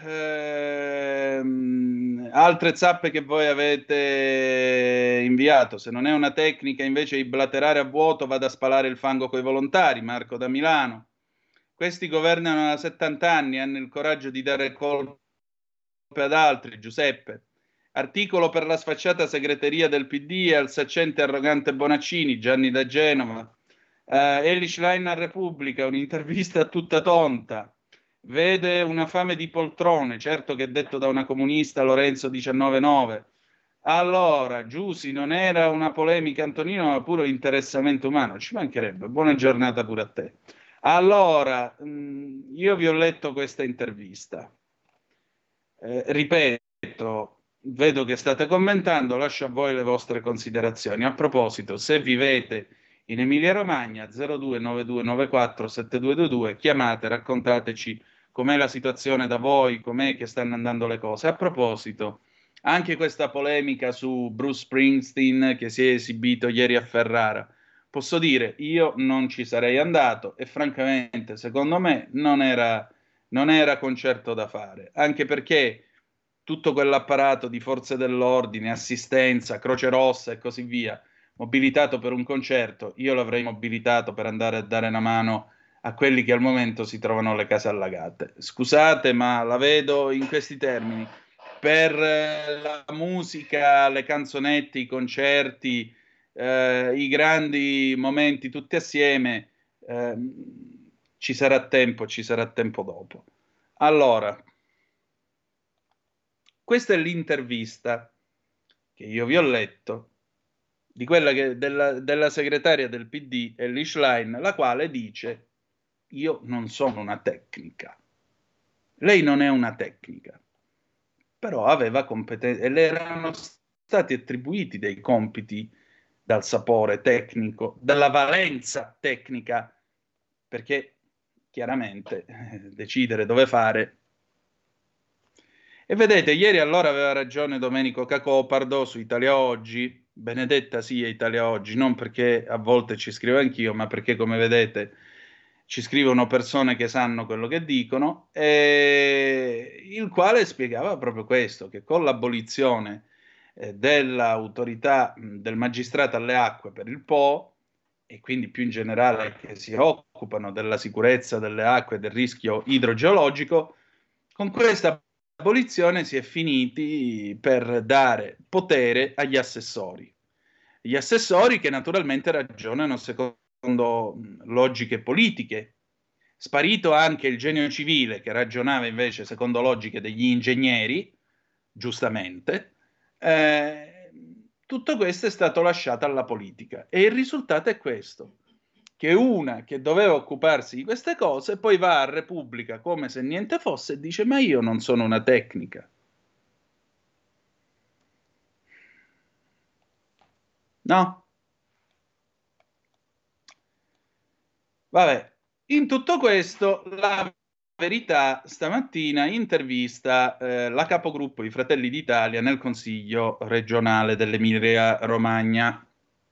ehm, altre zappe che voi avete inviato. Se non è una tecnica invece di blaterare a vuoto, vado a spalare il fango coi volontari. Marco da Milano. Questi governano da settanta anni, hanno il coraggio di dare colpe ad altri. Giuseppe. Articolo per la sfacciata segreteria del P D e al saccente arrogante Bonaccini. Gianni da Genova. Uh, Eli Schlein a Repubblica, un'intervista tutta tonta. Vede una fame di poltrone, certo che è detto da una comunista, Lorenzo diciannove nove. Allora, Giussi, non era una polemica Antonino, ma pure interessamento umano. Ci mancherebbe. Buona giornata pure a te. Allora, mh, io vi ho letto questa intervista. Eh, ripeto, vedo che state commentando, lascio a voi le vostre considerazioni. A proposito, se vivete in Emilia Romagna, zero due nove due nove quattro sette due due due, chiamate, raccontateci com'è la situazione da voi, com'è che stanno andando le cose. A proposito, anche questa polemica su Bruce Springsteen che si è esibito ieri a Ferrara, posso dire, io non ci sarei andato e francamente, secondo me, non era, non era concerto da fare, anche perché tutto quell'apparato di forze dell'ordine, assistenza, Croce Rossa e così via, mobilitato per un concerto, io l'avrei mobilitato per andare a dare una mano a quelli che al momento si trovano le case allagate. Scusate, ma la vedo in questi termini. Per eh, la musica, le canzonette, i concerti, eh, i grandi momenti tutti assieme, eh, ci sarà tempo, ci sarà tempo dopo. Allora, questa è l'intervista che io vi ho letto di quella che, della, della segretaria del P D, Elly Schlein, la quale dice: io non sono una tecnica. Lei non è una tecnica, però aveva competenze e le erano stati attribuiti dei compiti dal sapore tecnico, dalla valenza tecnica, perché chiaramente eh, decidere dove fare. E vedete, ieri allora aveva ragione Domenico Cacopardo su Italia Oggi, benedetta sia Italia Oggi, non perché a volte ci scrivo anch'io, ma perché, come vedete, ci scrivono persone che sanno quello che dicono, e il quale spiegava proprio questo, che con l'abolizione eh, dell'autorità mh, del magistrato alle acque per il Po, e quindi più in generale che si occupano della sicurezza delle acque e del rischio idrogeologico, con questa abolizione si è finiti per dare potere agli assessori. Gli assessori che naturalmente ragionano secondo logiche politiche. Sparito anche il genio civile che ragionava invece secondo logiche degli ingegneri, giustamente, eh, tutto questo è stato lasciato alla politica. E il risultato è questo, che una che doveva occuparsi di queste cose poi va a Repubblica come se niente fosse e dice: ma io non sono una tecnica. No? Vabbè, in tutto questo la Verità stamattina intervista eh, la capogruppo di Fratelli d'Italia nel Consiglio regionale dell'Emilia Romagna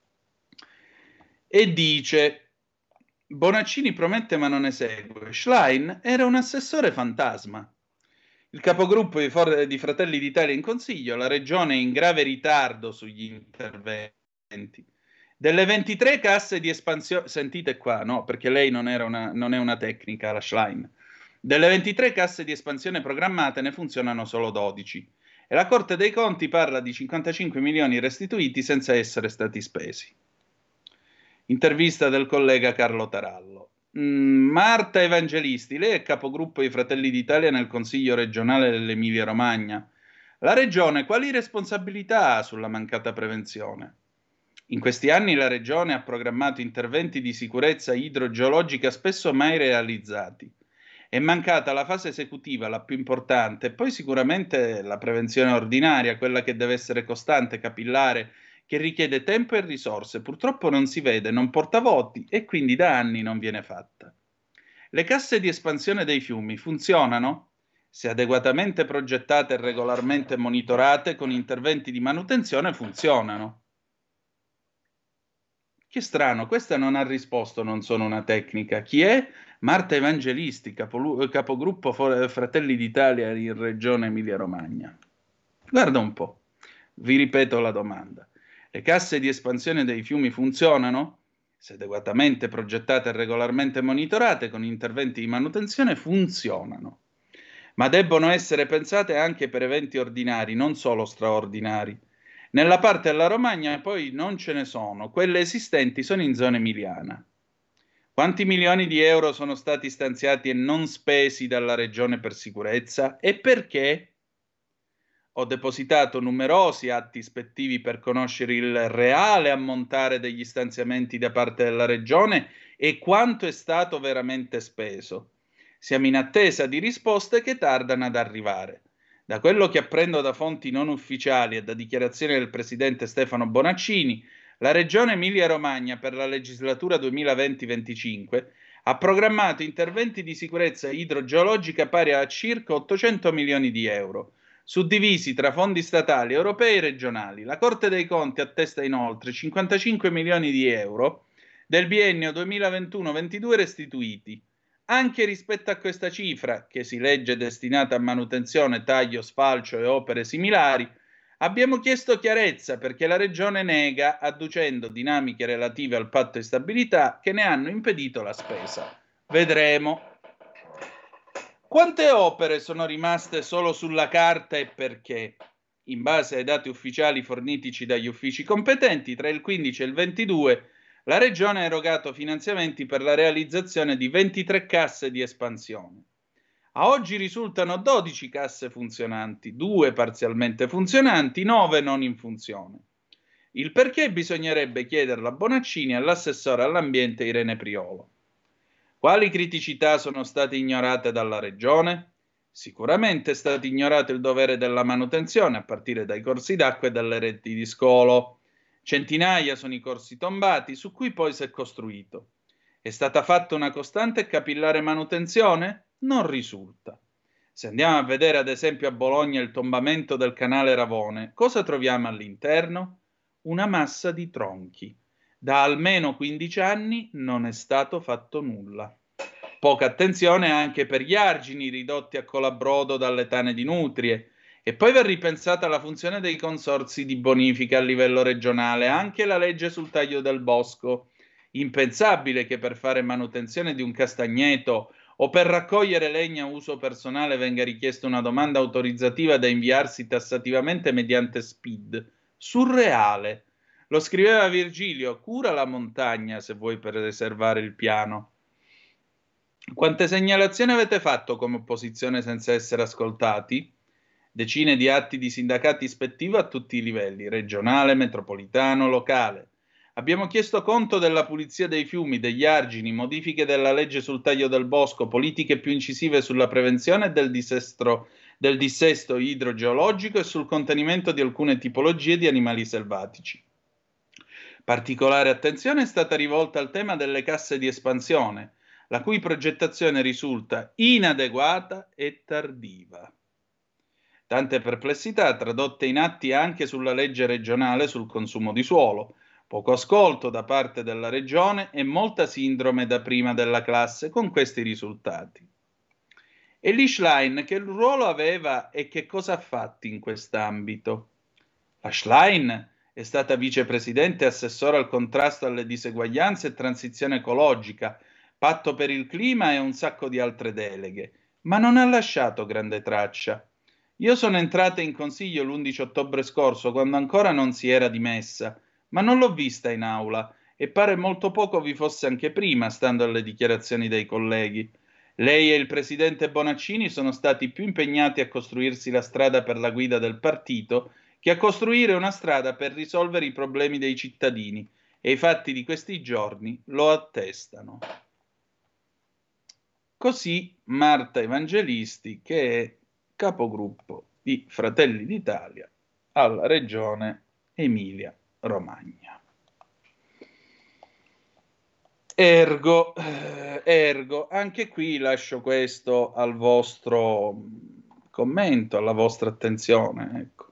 e dice: Bonaccini promette ma non esegue, Schlein era un assessore fantasma. Il capogruppo di, For- di Fratelli d'Italia in Consiglio, la regione è in grave ritardo sugli interventi. Delle ventitré casse di espansione, sentite qua, no, perché lei non, era una, non è una tecnica, la Schlein. Delle ventitré casse di espansione programmate ne funzionano solo dodici e la Corte dei Conti parla di cinquantacinque milioni restituiti senza essere stati spesi. Intervista del collega Carlo Tarallo. Mm, Marta Evangelisti, lei è capogruppo di Fratelli d'Italia nel Consiglio regionale dell'Emilia Romagna. La regione quali responsabilità ha sulla mancata prevenzione? In questi anni la regione ha programmato interventi di sicurezza idrogeologica spesso mai realizzati. È mancata la fase esecutiva, la più importante, e poi sicuramente la prevenzione ordinaria, quella che deve essere costante, capillare, che richiede tempo e risorse. Purtroppo non si vede, non porta voti e quindi da anni non viene fatta. Le casse di espansione dei fiumi funzionano? Se adeguatamente progettate e regolarmente monitorate con interventi di manutenzione funzionano. Che strano, questa non ha risposto, non sono una tecnica. Chi è? Marta Evangelisti, capolu- capogruppo For- Fratelli d'Italia in Regione Emilia-Romagna. Guarda un po', vi ripeto la domanda. Le casse di espansione dei fiumi funzionano? Se adeguatamente progettate e regolarmente monitorate con interventi di manutenzione funzionano. Ma debbono essere pensate anche per eventi ordinari, non solo straordinari. Nella parte della Romagna poi non ce ne sono, quelle esistenti sono in zona emiliana. Quanti milioni di euro sono stati stanziati e non spesi dalla Regione per sicurezza? E perché? Ho depositato numerosi atti ispettivi per conoscere il reale ammontare degli stanziamenti da parte della Regione e quanto è stato veramente speso. Siamo in attesa di risposte che tardano ad arrivare. Da quello che apprendo da fonti non ufficiali e da dichiarazioni del presidente Stefano Bonaccini, la Regione Emilia-Romagna per la legislatura duemilaventi venticinque ha programmato interventi di sicurezza idrogeologica pari a circa ottocento milioni di euro, suddivisi tra fondi statali, europei e regionali. La Corte dei Conti attesta inoltre cinquantacinque milioni di euro del biennio duemilaventuno ventidue restituiti. Anche rispetto a questa cifra, che si legge destinata a manutenzione, taglio, sfalcio e opere similari, abbiamo chiesto chiarezza perché la Regione nega, adducendo dinamiche relative al patto di stabilità che ne hanno impedito la spesa. Vedremo. Quante opere sono rimaste solo sulla carta e perché? In base ai dati ufficiali fornitici dagli uffici competenti, tra il quindici e il ventidue la Regione ha erogato finanziamenti per la realizzazione di ventitré casse di espansione. A oggi risultano dodici casse funzionanti, due parzialmente funzionanti, nove non in funzione. Il perché bisognerebbe chiederlo a Bonaccini e all'assessore all'ambiente Irene Priolo. Quali criticità sono state ignorate dalla Regione? Sicuramente è stato ignorato il dovere della manutenzione, a partire dai corsi d'acqua e dalle reti di scolo. Centinaia sono i corsi tombati su cui poi si è costruito. È stata fatta una costante e capillare manutenzione? Non risulta. Se andiamo a vedere ad esempio a Bologna il tombamento del canale Ravone, cosa troviamo all'interno? Una massa di tronchi. Da almeno quindici anni non è stato fatto nulla. Poca attenzione anche per gli argini ridotti a colabrodo dalle tane di nutrie. E poi va ripensata la funzione dei consorzi di bonifica a livello regionale, anche la legge sul taglio del bosco. Impensabile che per fare manutenzione di un castagneto o per raccogliere legna a uso personale venga richiesta una domanda autorizzativa da inviarsi tassativamente mediante S P I D. Surreale. Lo scriveva Virgilio, cura la montagna se vuoi preservare il piano. Quante segnalazioni avete fatto come opposizione senza essere ascoltati? Decine di atti di sindacati ispettivo a tutti i livelli, regionale, metropolitano, locale. Abbiamo chiesto conto della pulizia dei fiumi, degli argini, modifiche della legge sul taglio del bosco, politiche più incisive sulla prevenzione del dissesto, del dissesto idrogeologico e sul contenimento di alcune tipologie di animali selvatici. Particolare attenzione è stata rivolta al tema delle casse di espansione. la cui progettazione risulta inadeguata e tardiva. Tante perplessità tradotte in atti anche sulla legge regionale sul consumo di suolo, poco ascolto da parte della regione e molta sindrome da prima della classe con questi risultati. E Lee Schlein che ruolo aveva e che cosa ha fatto in quest'ambito? La Schlein è stata vicepresidente e assessore al contrasto alle diseguaglianze e transizione ecologica, patto per il clima e un sacco di altre deleghe, ma non ha lasciato grande traccia. Io sono entrata in consiglio l'undici ottobre scorso, quando ancora non si era dimessa, ma non l'ho vista in aula e pare molto poco vi fosse anche prima, stando alle dichiarazioni dei colleghi. Lei e il presidente Bonaccini sono stati più impegnati a costruirsi la strada per la guida del partito che a costruire una strada per risolvere i problemi dei cittadini, e i fatti di questi giorni lo attestano. Così Marta Evangelisti, che è capogruppo di Fratelli d'Italia alla regione Emilia-Romagna. Ergo, eh, ergo, anche qui lascio questo al vostro commento, alla vostra attenzione, ecco.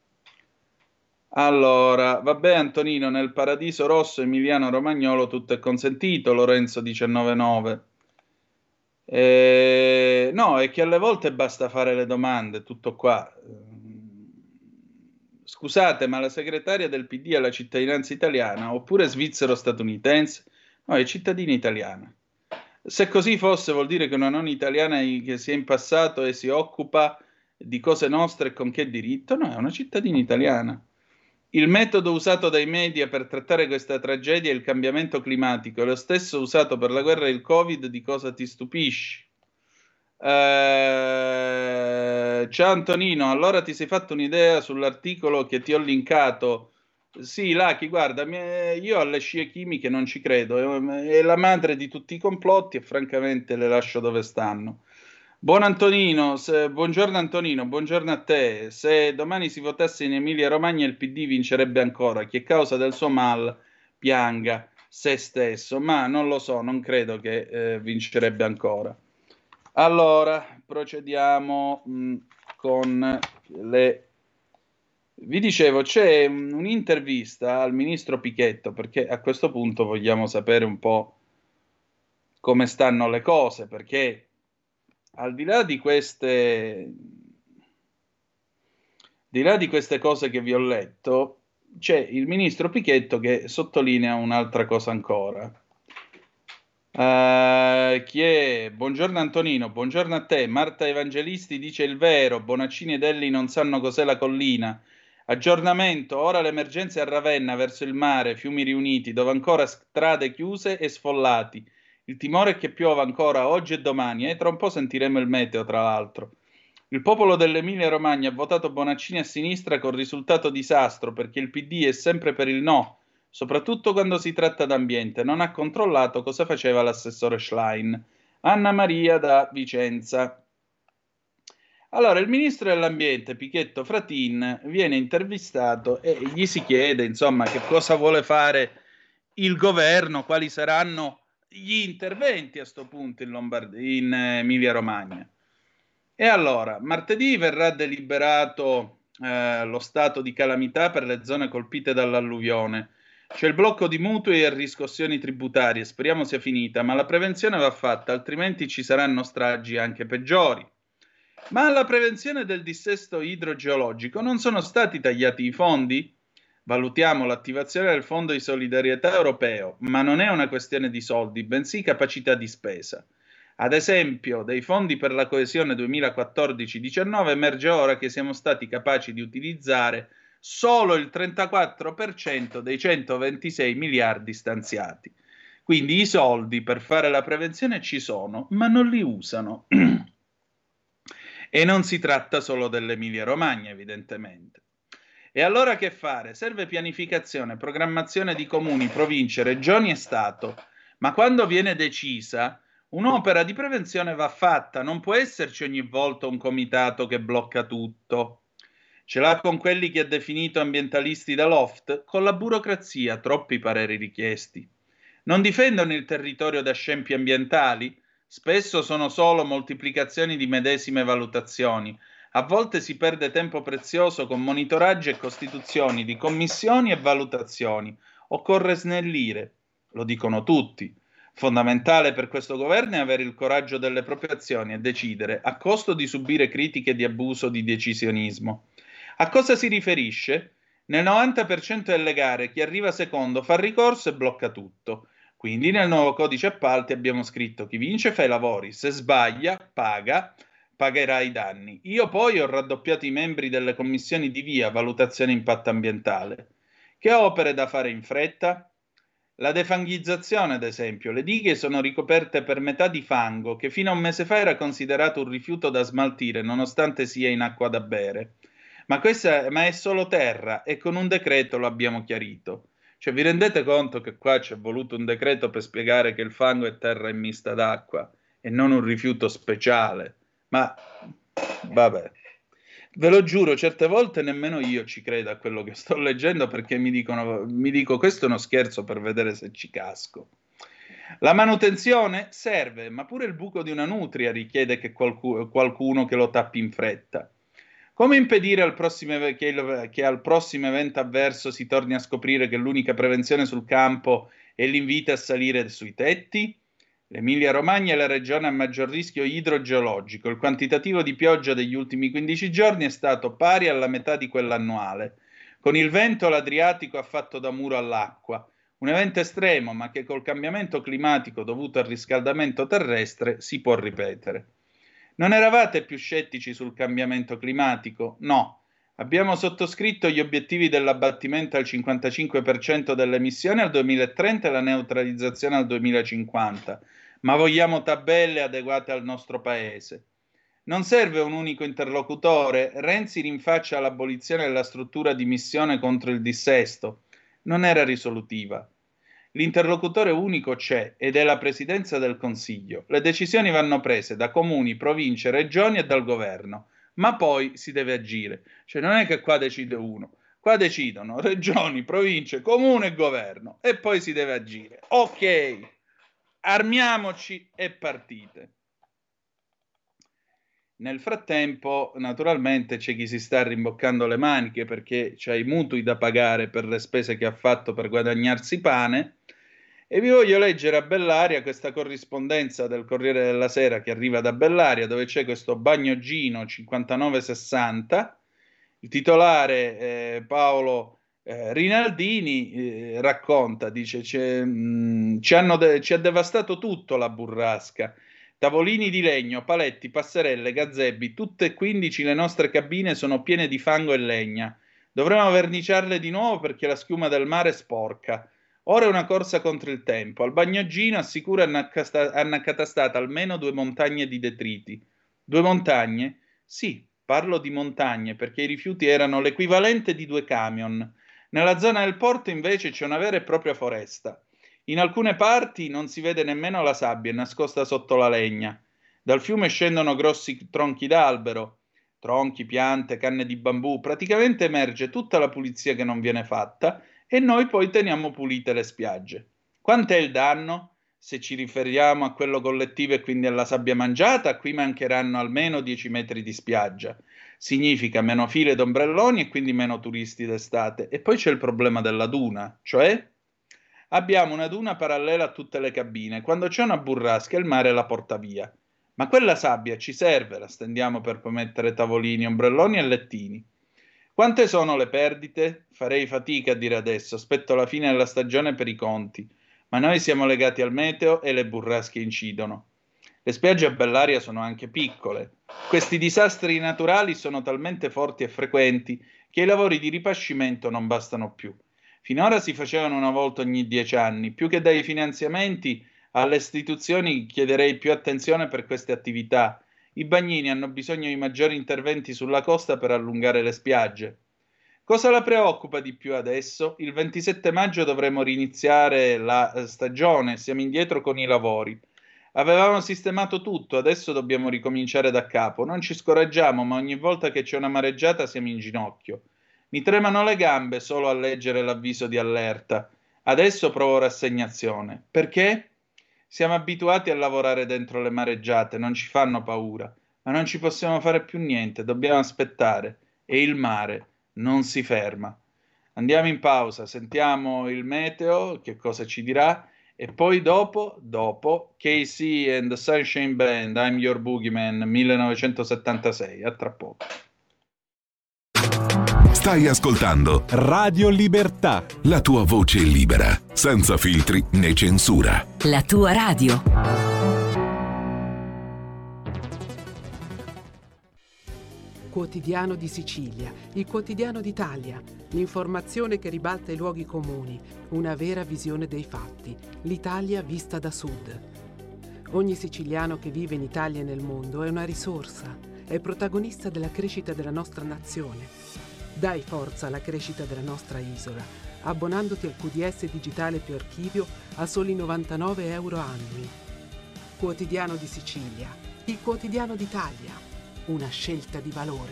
Allora, vabbè Antonino, nel Paradiso Rosso Emiliano Romagnolo tutto è consentito, Lorenzo diciannove nove. Eh, no, è che alle volte basta fare le domande, tutto qua. Scusate, ma la segretaria del P D ha la cittadinanza italiana oppure svizzero-statunitense? No, è cittadina italiana. Se così fosse, vuol dire che una non italiana che sia in passato e si occupa di cose nostre con che diritto? No, è una cittadina italiana. Il metodo usato dai media per trattare questa tragedia è il cambiamento climatico, è lo stesso usato per la guerra e il Covid, di cosa ti stupisci? Eh, ciao Antonino, allora ti sei fatto un'idea sull'articolo che ti ho linkato? Sì, Lucky, guarda, io alle scie chimiche non ci credo, è la madre di tutti i complotti e francamente le lascio dove stanno. Buon Antonino, se, buongiorno Antonino, buongiorno a te. Se domani si votasse in Emilia-Romagna il P D vincerebbe ancora, chi a causa del suo mal pianga se stesso, ma non lo so, non credo che eh, vincerebbe ancora. Allora, procediamo mh, con le... Vi dicevo, c'è un'intervista al ministro Pichetto, perché a questo punto vogliamo sapere un po' come stanno le cose, perché al di là di queste, di là di queste cose che vi ho letto, c'è il ministro Pichetto che sottolinea un'altra cosa ancora. Uh, chi è? Buongiorno Antonino, buongiorno a te. Marta Evangelisti dice il vero, Bonaccini e Delli non sanno cos'è la collina. Aggiornamento, ora l'emergenza è a Ravenna, verso il mare, fiumi riuniti, dove ancora strade chiuse e sfollati. Il timore è che piova ancora oggi e domani, e eh? Tra un po' sentiremo il meteo, tra l'altro. Il popolo dell'Emilia-Romagna ha votato Bonaccini a sinistra con risultato disastro, perché il P D è sempre per il no, soprattutto quando si tratta d'ambiente. Non ha controllato cosa faceva l'assessore Schlein. Anna Maria da Vicenza. Allora, il ministro dell'ambiente, Pichetto Fratin, viene intervistato e gli si chiede, insomma, che cosa vuole fare il governo, quali saranno gli interventi a sto punto in, Lombard- in Emilia-Romagna. E allora, martedì verrà deliberato eh, lo stato di calamità per le zone colpite dall'alluvione. C'è il blocco di mutui e riscossioni tributarie, speriamo sia finita, ma la prevenzione va fatta, altrimenti ci saranno stragi anche peggiori. Ma alla prevenzione del dissesto idrogeologico non sono stati tagliati i fondi? Valutiamo l'attivazione del Fondo di solidarietà europeo, ma non è una questione di soldi, bensì capacità di spesa. Ad esempio, dei fondi per la coesione duemilaquattordici diciannove emerge ora che siamo stati capaci di utilizzare solo il trentaquattro per cento dei centoventisei miliardi stanziati. Quindi i soldi per fare la prevenzione ci sono, ma non li usano. E non si tratta solo dell'Emilia-Romagna, evidentemente. E allora che fare? Serve pianificazione, programmazione di comuni, province, regioni e Stato. Ma quando viene decisa, un'opera di prevenzione va fatta, non può esserci ogni volta un comitato che blocca tutto. Ce l'ha con quelli che ha definito ambientalisti da loft? Con la burocrazia, troppi pareri richiesti. Non difendono il territorio da scempi ambientali? Spesso sono solo moltiplicazioni di medesime valutazioni. A volte si perde tempo prezioso con monitoraggi e costituzioni di commissioni e valutazioni. Occorre snellire, lo dicono tutti. Fondamentale per questo governo è avere il coraggio delle proprie azioni e decidere, a costo di subire critiche di abuso di decisionismo. A cosa si riferisce? Nel novanta per cento delle gare chi arriva secondo fa ricorso e blocca tutto. Quindi nel nuovo codice appalti abbiamo scritto: chi vince fa i lavori, se sbaglia paga, pagherà i danni. Io poi ho raddoppiato i membri delle commissioni di via, valutazione impatto ambientale. Che opere da fare in fretta? La defanghizzazione, ad esempio. Le dighe sono ricoperte per metà di fango, che fino a un mese fa era considerato un rifiuto da smaltire, nonostante sia in acqua da bere. Ma questa ma è solo terra, e con un decreto lo abbiamo chiarito. Cioè, vi rendete conto che qua c'è voluto un decreto per spiegare che il fango è terra immista d'acqua e non un rifiuto speciale? Ma vabbè, ve lo giuro, certe volte nemmeno io ci credo a quello che sto leggendo, perché mi dicono, mi dico, questo è uno scherzo per vedere se ci casco. La manutenzione serve, ma pure il buco di una nutria richiede che qualcuno, qualcuno che lo tappi in fretta. Come impedire al prossimo, che, il, che al prossimo evento avverso si torni a scoprire che l'unica prevenzione sul campo è l'invito a salire sui tetti? L'Emilia-Romagna è la regione a maggior rischio idrogeologico. Il quantitativo di pioggia degli ultimi quindici giorni è stato pari alla metà di quell'annuale. Con il vento l'Adriatico ha fatto da muro all'acqua. Un evento estremo, ma che col cambiamento climatico dovuto al riscaldamento terrestre si può ripetere. Non eravate più scettici sul cambiamento climatico? No. Abbiamo sottoscritto gli obiettivi dell'abbattimento al cinquantacinque per cento delle emissioni al duemilatrenta e la neutralizzazione al duemilacinquanta, ma vogliamo tabelle adeguate al nostro paese. Non serve un unico interlocutore. Renzi rinfaccia l'abolizione della struttura di missione contro il dissesto. Non era risolutiva. L'interlocutore unico c'è ed è la Presidenza del Consiglio. Le decisioni vanno prese da comuni, province, regioni e dal governo, ma poi si deve agire. Cioè non è che qua decide uno, qua decidono regioni, province, comune e governo, e poi si deve agire. Ok, armiamoci e partite. Nel frattempo, naturalmente, c'è chi si sta rimboccando le maniche perché c'ha i mutui da pagare per le spese che ha fatto per guadagnarsi pane. E vi voglio leggere a Bellaria questa corrispondenza del Corriere della Sera che arriva da Bellaria, dove c'è questo Bagnogino cinquantanove sessanta. Il titolare eh, Paolo eh, Rinaldini eh, racconta, dice: c'è, mh, ci, hanno de- ci ha devastato tutto la burrasca. Tavolini di legno, paletti, passerelle, gazzebi, tutte e quindici le nostre cabine sono piene di fango e legna. Dovremo verniciarle di nuovo perché la schiuma del mare è sporca. Ora è una corsa contro il tempo. Al Bagnogino assicura hanno accatastato almeno due montagne di detriti. Due montagne? Sì, parlo di montagne perché i rifiuti erano l'equivalente di due camion. Nella zona del porto invece c'è una vera e propria foresta. In alcune parti non si vede nemmeno la sabbia, è nascosta sotto la legna. Dal fiume scendono grossi tronchi d'albero, tronchi, piante, canne di bambù. Praticamente emerge tutta la pulizia che non viene fatta e noi poi teniamo pulite le spiagge. Quant'è il danno? Se ci riferiamo a quello collettivo e quindi alla sabbia mangiata, qui mancheranno almeno dieci metri di spiaggia. Significa meno file d'ombrelloni e quindi meno turisti d'estate. E poi c'è il problema della duna, cioè abbiamo una duna parallela a tutte le cabine. Quando c'è una burrasca il mare la porta via. Ma quella sabbia ci serve, la stendiamo per poi mettere tavolini, ombrelloni e lettini. Quante sono le perdite? Farei fatica a dire adesso, aspetto la fine della stagione per i conti. Ma noi siamo legati al meteo e le burrasche incidono. Le spiagge a Bellaria sono anche piccole. Questi disastri naturali sono talmente forti e frequenti che i lavori di ripascimento non bastano più. Finora si facevano una volta ogni dieci anni. Più che dai finanziamenti, alle istituzioni chiederei più attenzione per queste attività. I bagnini hanno bisogno di maggiori interventi sulla costa per allungare le spiagge. Cosa la preoccupa di più adesso? Il ventisette maggio dovremo riniziare la stagione, siamo indietro con i lavori. Avevamo sistemato tutto, adesso dobbiamo ricominciare da capo. Non ci scoraggiamo, ma ogni volta che c'è una mareggiata siamo in ginocchio. Mi tremano le gambe solo a leggere l'avviso di allerta. Adesso provo rassegnazione. Perché? Siamo abituati a lavorare dentro le mareggiate, non ci fanno paura, ma non ci possiamo fare più niente, dobbiamo aspettare e il mare non si ferma. Andiamo in pausa, sentiamo il meteo, che cosa ci dirà, e poi dopo, dopo, K C and the Sunshine Band, I'm Your Boogeyman, millenovecentosettantasei. A tra poco. Stai ascoltando Radio Libertà, la tua voce libera, senza filtri né censura. La tua radio. Quotidiano di Sicilia, il quotidiano d'Italia, l'informazione che ribalta i luoghi comuni, una vera visione dei fatti, l'Italia vista da sud. Ogni siciliano che vive in Italia e nel mondo è una risorsa, è protagonista della crescita della nostra nazione. Dai forza alla crescita della nostra isola, abbonandoti al Q D S digitale più archivio a soli novantanove euro annui. Quotidiano di Sicilia, il quotidiano d'Italia. Una scelta di valore.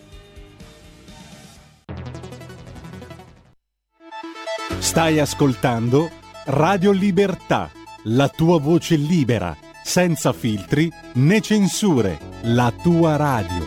Stai ascoltando Radio Libertà, la tua voce libera, senza filtri né censure, la tua radio.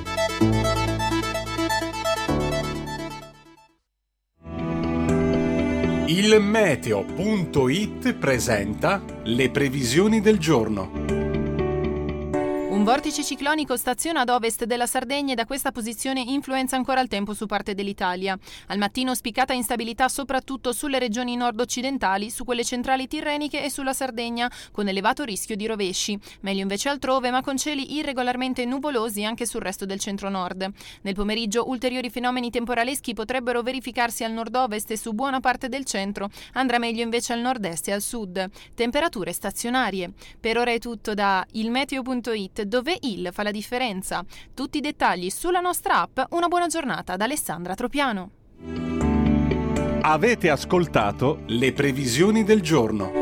Il meteo punto it presenta le previsioni del giorno. Un vortice ciclonico staziona ad ovest della Sardegna e da questa posizione influenza ancora il tempo su parte dell'Italia. Al mattino spiccata instabilità soprattutto sulle regioni nord-occidentali, su quelle centrali tirreniche e sulla Sardegna, con elevato rischio di rovesci. Meglio invece altrove, ma con cieli irregolarmente nuvolosi anche sul resto del centro-nord. Nel pomeriggio ulteriori fenomeni temporaleschi potrebbero verificarsi al nord-ovest e su buona parte del centro. Andrà meglio invece al nord-est e al sud. Temperature stazionarie. Per ora è tutto da il meteo punto it, dove il fa la differenza. Tutti i dettagli sulla nostra app. Una buona giornata da Alessandra Tropiano. Avete ascoltato le previsioni del giorno.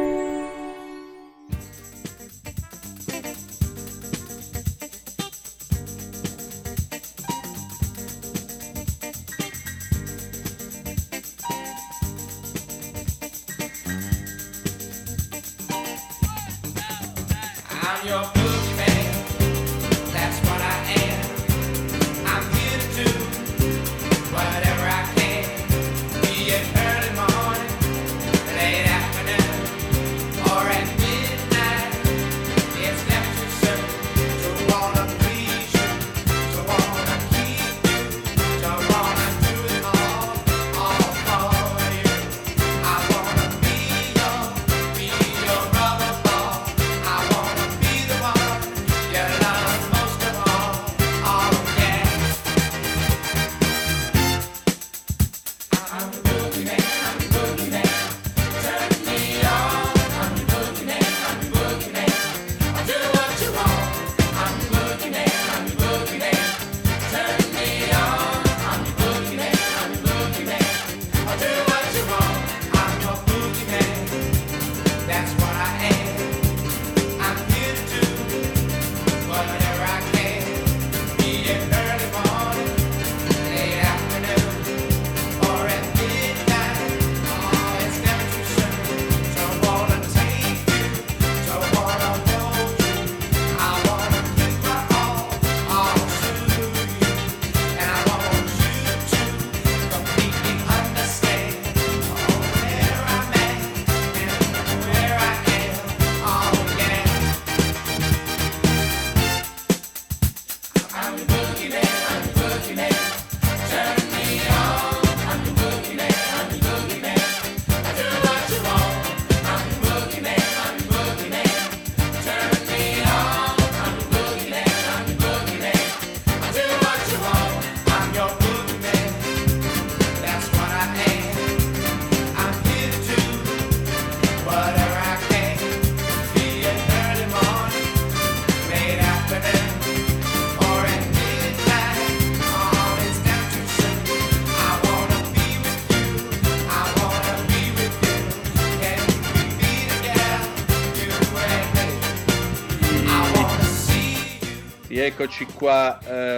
Eccoci qua,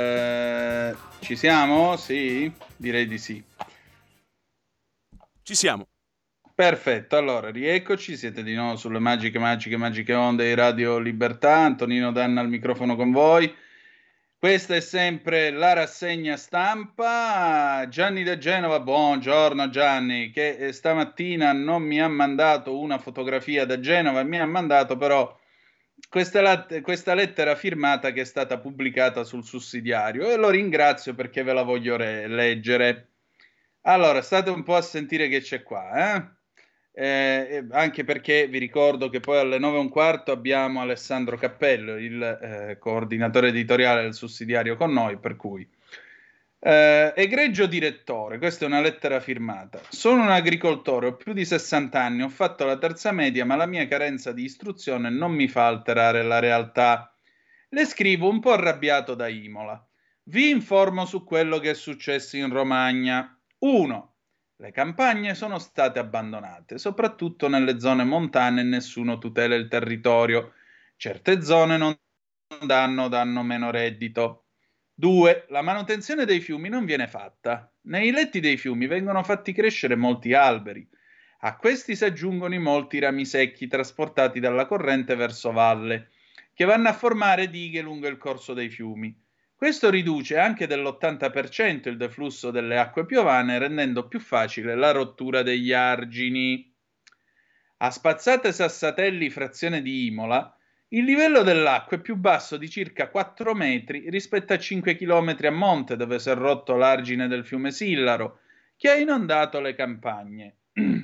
eh, ci siamo? Sì? Direi di sì. Ci siamo. Perfetto, allora rieccoci, siete di nuovo sulle magiche, magiche, magiche onde di Radio Libertà. Antonino Danna al microfono con voi. Questa è sempre la rassegna stampa. Gianni da Genova, buongiorno Gianni, che stamattina non mi ha mandato una fotografia da Genova, mi ha mandato però questa, lat- questa lettera firmata che è stata pubblicata sul sussidiario e lo ringrazio perché ve la voglio re- leggere. Allora, state un po' a sentire che c'è qua, eh? Eh, anche perché vi ricordo che poi alle nove e un quarto abbiamo Alessandro Cappello, il eh, coordinatore editoriale del sussidiario con noi, per cui eh, egregio direttore, questa è una lettera firmata. Sono un agricoltore, ho più di sessanta anni, ho fatto la terza media, ma la mia carenza di istruzione non mi fa alterare la realtà. Le scrivo un po' arrabbiato da Imola. Vi informo su quello che è successo in Romagna. uno. Le campagne sono state abbandonate, soprattutto nelle zone montane e nessuno tutela il territorio. Certe zone non danno, danno meno reddito. due. La manutenzione dei fiumi non viene fatta. Nei letti dei fiumi vengono fatti crescere molti alberi. A questi si aggiungono i molti rami secchi trasportati dalla corrente verso valle, che vanno a formare dighe lungo il corso dei fiumi. Questo riduce anche dell'ottanta per cento il deflusso delle acque piovane, rendendo più facile la rottura degli argini. A Spazzate Sassatelli, frazione di Imola, il livello dell'acqua è più basso di circa quattro metri rispetto a cinque chilometri a monte, dove si è rotto l'argine del fiume Sillaro, che ha inondato le campagne.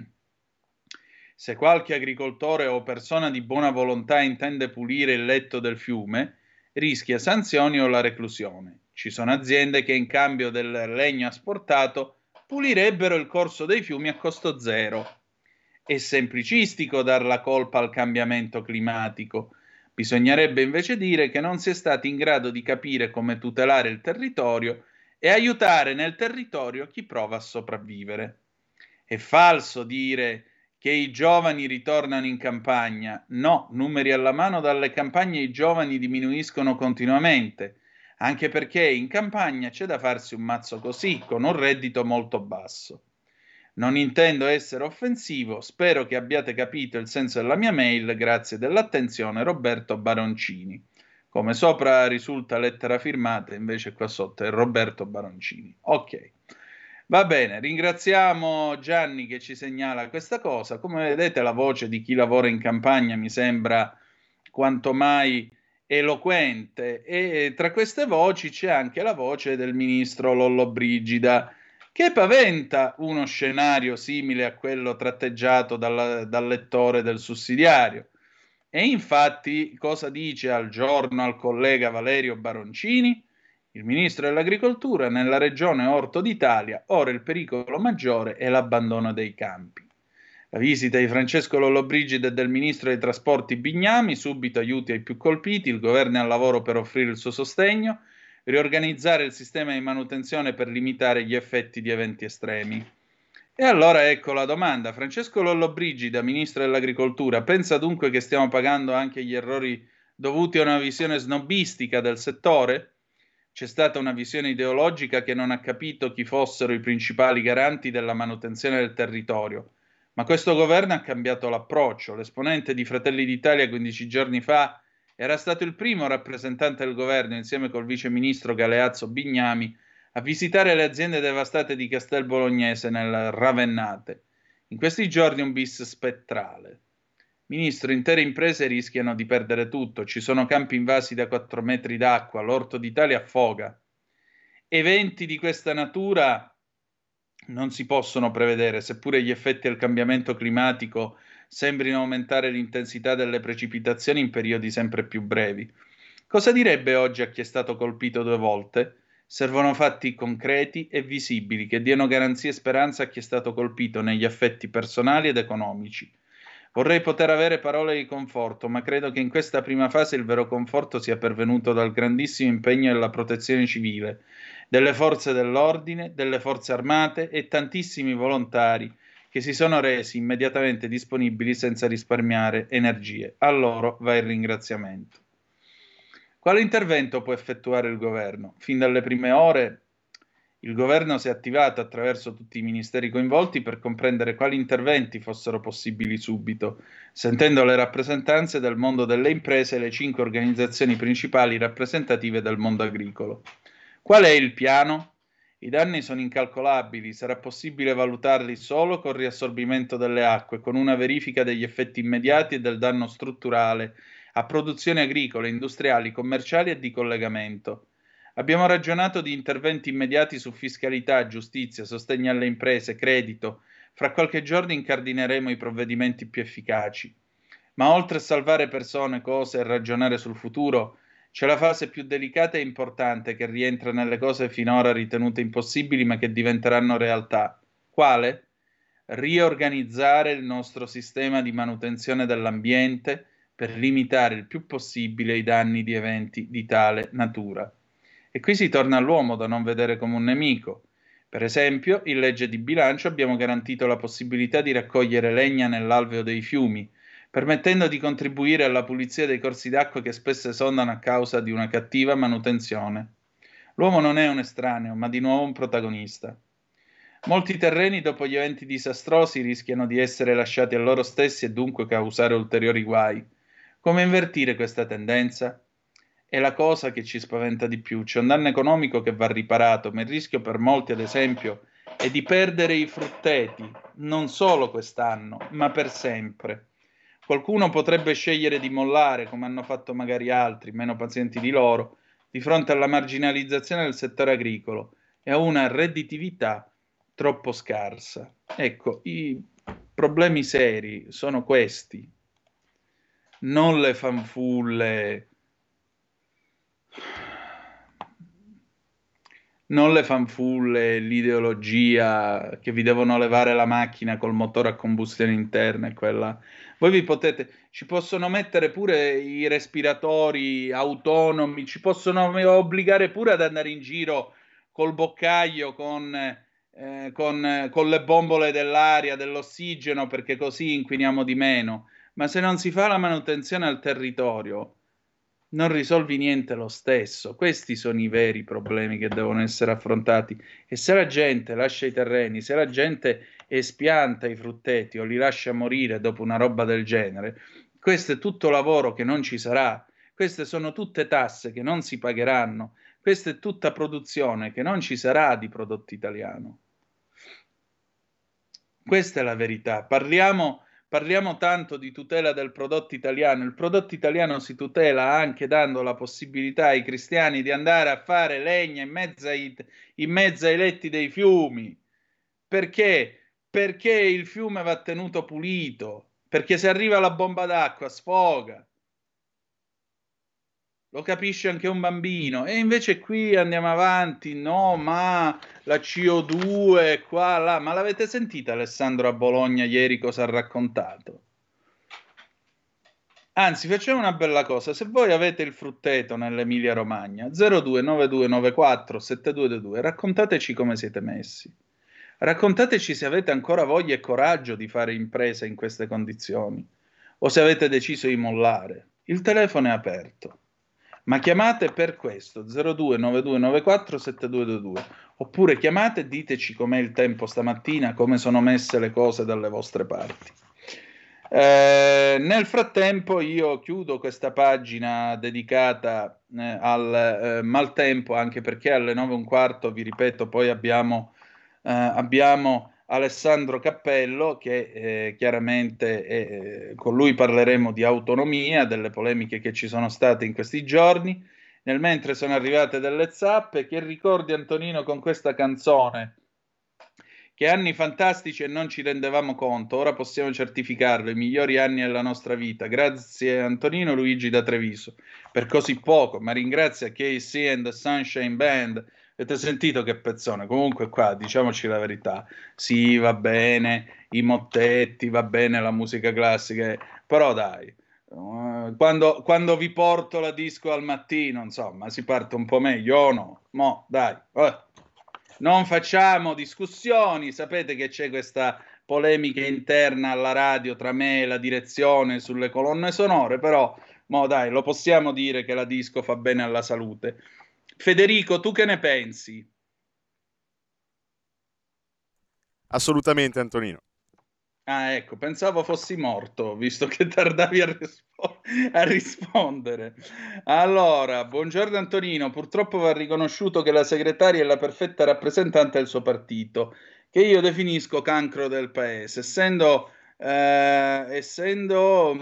Se qualche agricoltore o persona di buona volontà intende pulire il letto del fiume, rischia sanzioni o la reclusione. Ci sono aziende che in cambio del legno asportato pulirebbero il corso dei fiumi a costo zero. È semplicistico dar la colpa al cambiamento climatico. Bisognerebbe invece dire che non si è stati in grado di capire come tutelare il territorio e aiutare nel territorio chi prova a sopravvivere. È falso dire che i giovani ritornano in campagna. No, numeri alla mano, dalle campagne i giovani diminuiscono continuamente, anche perché in campagna c'è da farsi un mazzo così, con un reddito molto basso. Non intendo essere offensivo, spero che abbiate capito il senso della mia mail, grazie dell'attenzione, Roberto Baroncini. Come sopra risulta lettera firmata, invece qua sotto è Roberto Baroncini. Ok. Va bene, ringraziamo Gianni che ci segnala questa cosa. Come vedete, la voce di chi lavora in campagna mi sembra quanto mai eloquente e tra queste voci c'è anche la voce del ministro Lollobrigida, che paventa uno scenario simile a quello tratteggiato dal, dal lettore del sussidiario. E infatti cosa dice al giorno al collega Valerio Baroncini? Il ministro dell'Agricoltura: nella regione Orto d'Italia ora il pericolo maggiore è l'abbandono dei campi. La visita di Francesco Lollobrigida e del ministro dei trasporti Bignami, subito aiuti ai più colpiti, il governo è al lavoro per offrire il suo sostegno, riorganizzare il sistema di manutenzione per limitare gli effetti di eventi estremi. E allora ecco la domanda: Francesco Lollobrigida, ministro dell'Agricoltura, pensa dunque che stiamo pagando anche gli errori dovuti a una visione snobistica del settore? C'è stata una visione ideologica che non ha capito chi fossero i principali garanti della manutenzione del territorio. Ma questo governo ha cambiato l'approccio. L'esponente di Fratelli d'Italia quindici giorni fa era stato il primo rappresentante del governo, insieme col vice ministro Galeazzo Bignami, a visitare le aziende devastate di Castel Bolognese nel Ravennate. In questi giorni un bis spettrale. Ministro, intere imprese rischiano di perdere tutto, ci sono campi invasi da quattro metri d'acqua, l'Orto d'Italia affoga. Eventi di questa natura non si possono prevedere, seppure gli effetti del cambiamento climatico sembrino aumentare l'intensità delle precipitazioni in periodi sempre più brevi. Cosa direbbe oggi a chi è stato colpito due volte? Servono fatti concreti e visibili che diano garanzie e speranza a chi è stato colpito negli affetti personali ed economici. Vorrei poter avere parole di conforto, ma credo che in questa prima fase il vero conforto sia pervenuto dal grandissimo impegno della protezione civile, delle forze dell'ordine, delle forze armate e tantissimi volontari che si sono resi immediatamente disponibili senza risparmiare energie. A loro va il ringraziamento. Quale intervento può effettuare il governo? Fin dalle prime ore Il governo si è attivato attraverso tutti i ministeri coinvolti per comprendere quali interventi fossero possibili subito, sentendo le rappresentanze del mondo delle imprese e le cinque organizzazioni principali rappresentative del mondo agricolo. Qual è il piano? I danni sono incalcolabili, sarà possibile valutarli solo con riassorbimento delle acque, con una verifica degli effetti immediati e del danno strutturale a produzioni agricole, industriali, commerciali e di collegamento. Abbiamo ragionato di interventi immediati su fiscalità, giustizia, sostegno alle imprese, credito. Fra qualche giorno incardineremo i provvedimenti più efficaci. Ma oltre a salvare persone, cose e ragionare sul futuro, c'è la fase più delicata e importante che rientra nelle cose finora ritenute impossibili ma che diventeranno realtà. Quale? Riorganizzare il nostro sistema di manutenzione dell'ambiente per limitare il più possibile i danni di eventi di tale natura. E qui si torna all'uomo da non vedere come un nemico. Per esempio, in legge di bilancio abbiamo garantito la possibilità di raccogliere legna nell'alveo dei fiumi, permettendo di contribuire alla pulizia dei corsi d'acqua che spesso esondano a causa di una cattiva manutenzione. L'uomo non è un estraneo, ma di nuovo un protagonista. Molti terreni, dopo gli eventi disastrosi, rischiano di essere lasciati a loro stessi e dunque causare ulteriori guai. Come invertire questa tendenza? È la cosa che ci spaventa di più. C'è un danno economico che va riparato, ma il rischio per molti, ad esempio, è di perdere i frutteti, non solo quest'anno, ma per sempre. Qualcuno potrebbe scegliere di mollare, come hanno fatto magari altri, meno pazienti di loro, di fronte alla marginalizzazione del settore agricolo e a una redditività troppo scarsa. Ecco, i problemi seri sono questi, non le fanfulle. Non le fanfulle, l'ideologia che vi devono levare la macchina col motore a combustione interna e quella. Voi vi potete, ci possono mettere pure i respiratori autonomi, ci possono obbligare pure ad andare in giro col boccaglio, con, eh, con, con le bombole dell'aria, dell'ossigeno, perché così inquiniamo di meno. Ma se non si fa la manutenzione al territorio, non risolvi niente lo stesso. Questi sono i veri problemi che devono essere affrontati. E se la gente lascia i terreni, se la gente espianta i frutteti o li lascia morire dopo una roba del genere, questo è tutto lavoro che non ci sarà. Queste sono tutte tasse che non si pagheranno. Questa è tutta produzione che non ci sarà di prodotto italiano. Questa è la verità. Parliamo Parliamo tanto di tutela del prodotto italiano. Il prodotto italiano si tutela anche dando la possibilità ai cristiani di andare a fare legna in mezzo ai, in mezzo ai letti dei fiumi. Perché? Perché il fiume va tenuto pulito. Perché se arriva la bomba d'acqua sfoga. Lo capisce anche un bambino. E invece qui andiamo avanti. No, ma la C O due, qua, là. Ma l'avete sentita Alessandro a Bologna ieri cosa ha raccontato? Anzi, facciamo una bella cosa. Se voi avete il frutteto nell'Emilia Romagna, zero due nove due nove quattro sette due due due, raccontateci come siete messi. Raccontateci se avete ancora voglia e coraggio di fare impresa in queste condizioni o se avete deciso di mollare. Il telefono è aperto. Ma chiamate per questo, zero due nove due nove quattro sette due due due, oppure chiamate e diteci com'è il tempo stamattina, come sono messe le cose dalle vostre parti. Eh, nel frattempo io chiudo questa pagina dedicata eh, al eh, maltempo, anche perché alle nove e un quarto, vi ripeto, poi abbiamo, eh, abbiamo Alessandro Cappello, che eh, chiaramente eh, con lui parleremo di autonomia, delle polemiche che ci sono state in questi giorni. Nel mentre sono arrivate delle zappe. Che ricordi, Antonino, con questa canzone? Che anni fantastici e non ci rendevamo conto, ora possiamo certificarlo, i migliori anni della nostra vita. Grazie Antonino. Luigi da Treviso. Per così poco, ma ringrazia K C and the Sunshine Band. Avete sentito che pezzone? Comunque qua, diciamoci la verità, sì, va bene i mottetti, va bene la musica classica, però dai, uh, quando, quando vi porto la disco al mattino, insomma, si parte un po' meglio o no? Mo, dai, uh. Non facciamo discussioni, sapete che c'è questa polemica interna alla radio tra me e la direzione sulle colonne sonore, però, mo dai, lo possiamo dire che la disco fa bene alla salute. Federico, tu che ne pensi? Assolutamente, Antonino. Ah, ecco, pensavo fossi morto, visto che tardavi a, rispo- a rispondere. Allora, buongiorno Antonino, purtroppo va riconosciuto che la segretaria è la perfetta rappresentante del suo partito, che io definisco cancro del paese, essendo, eh, essendo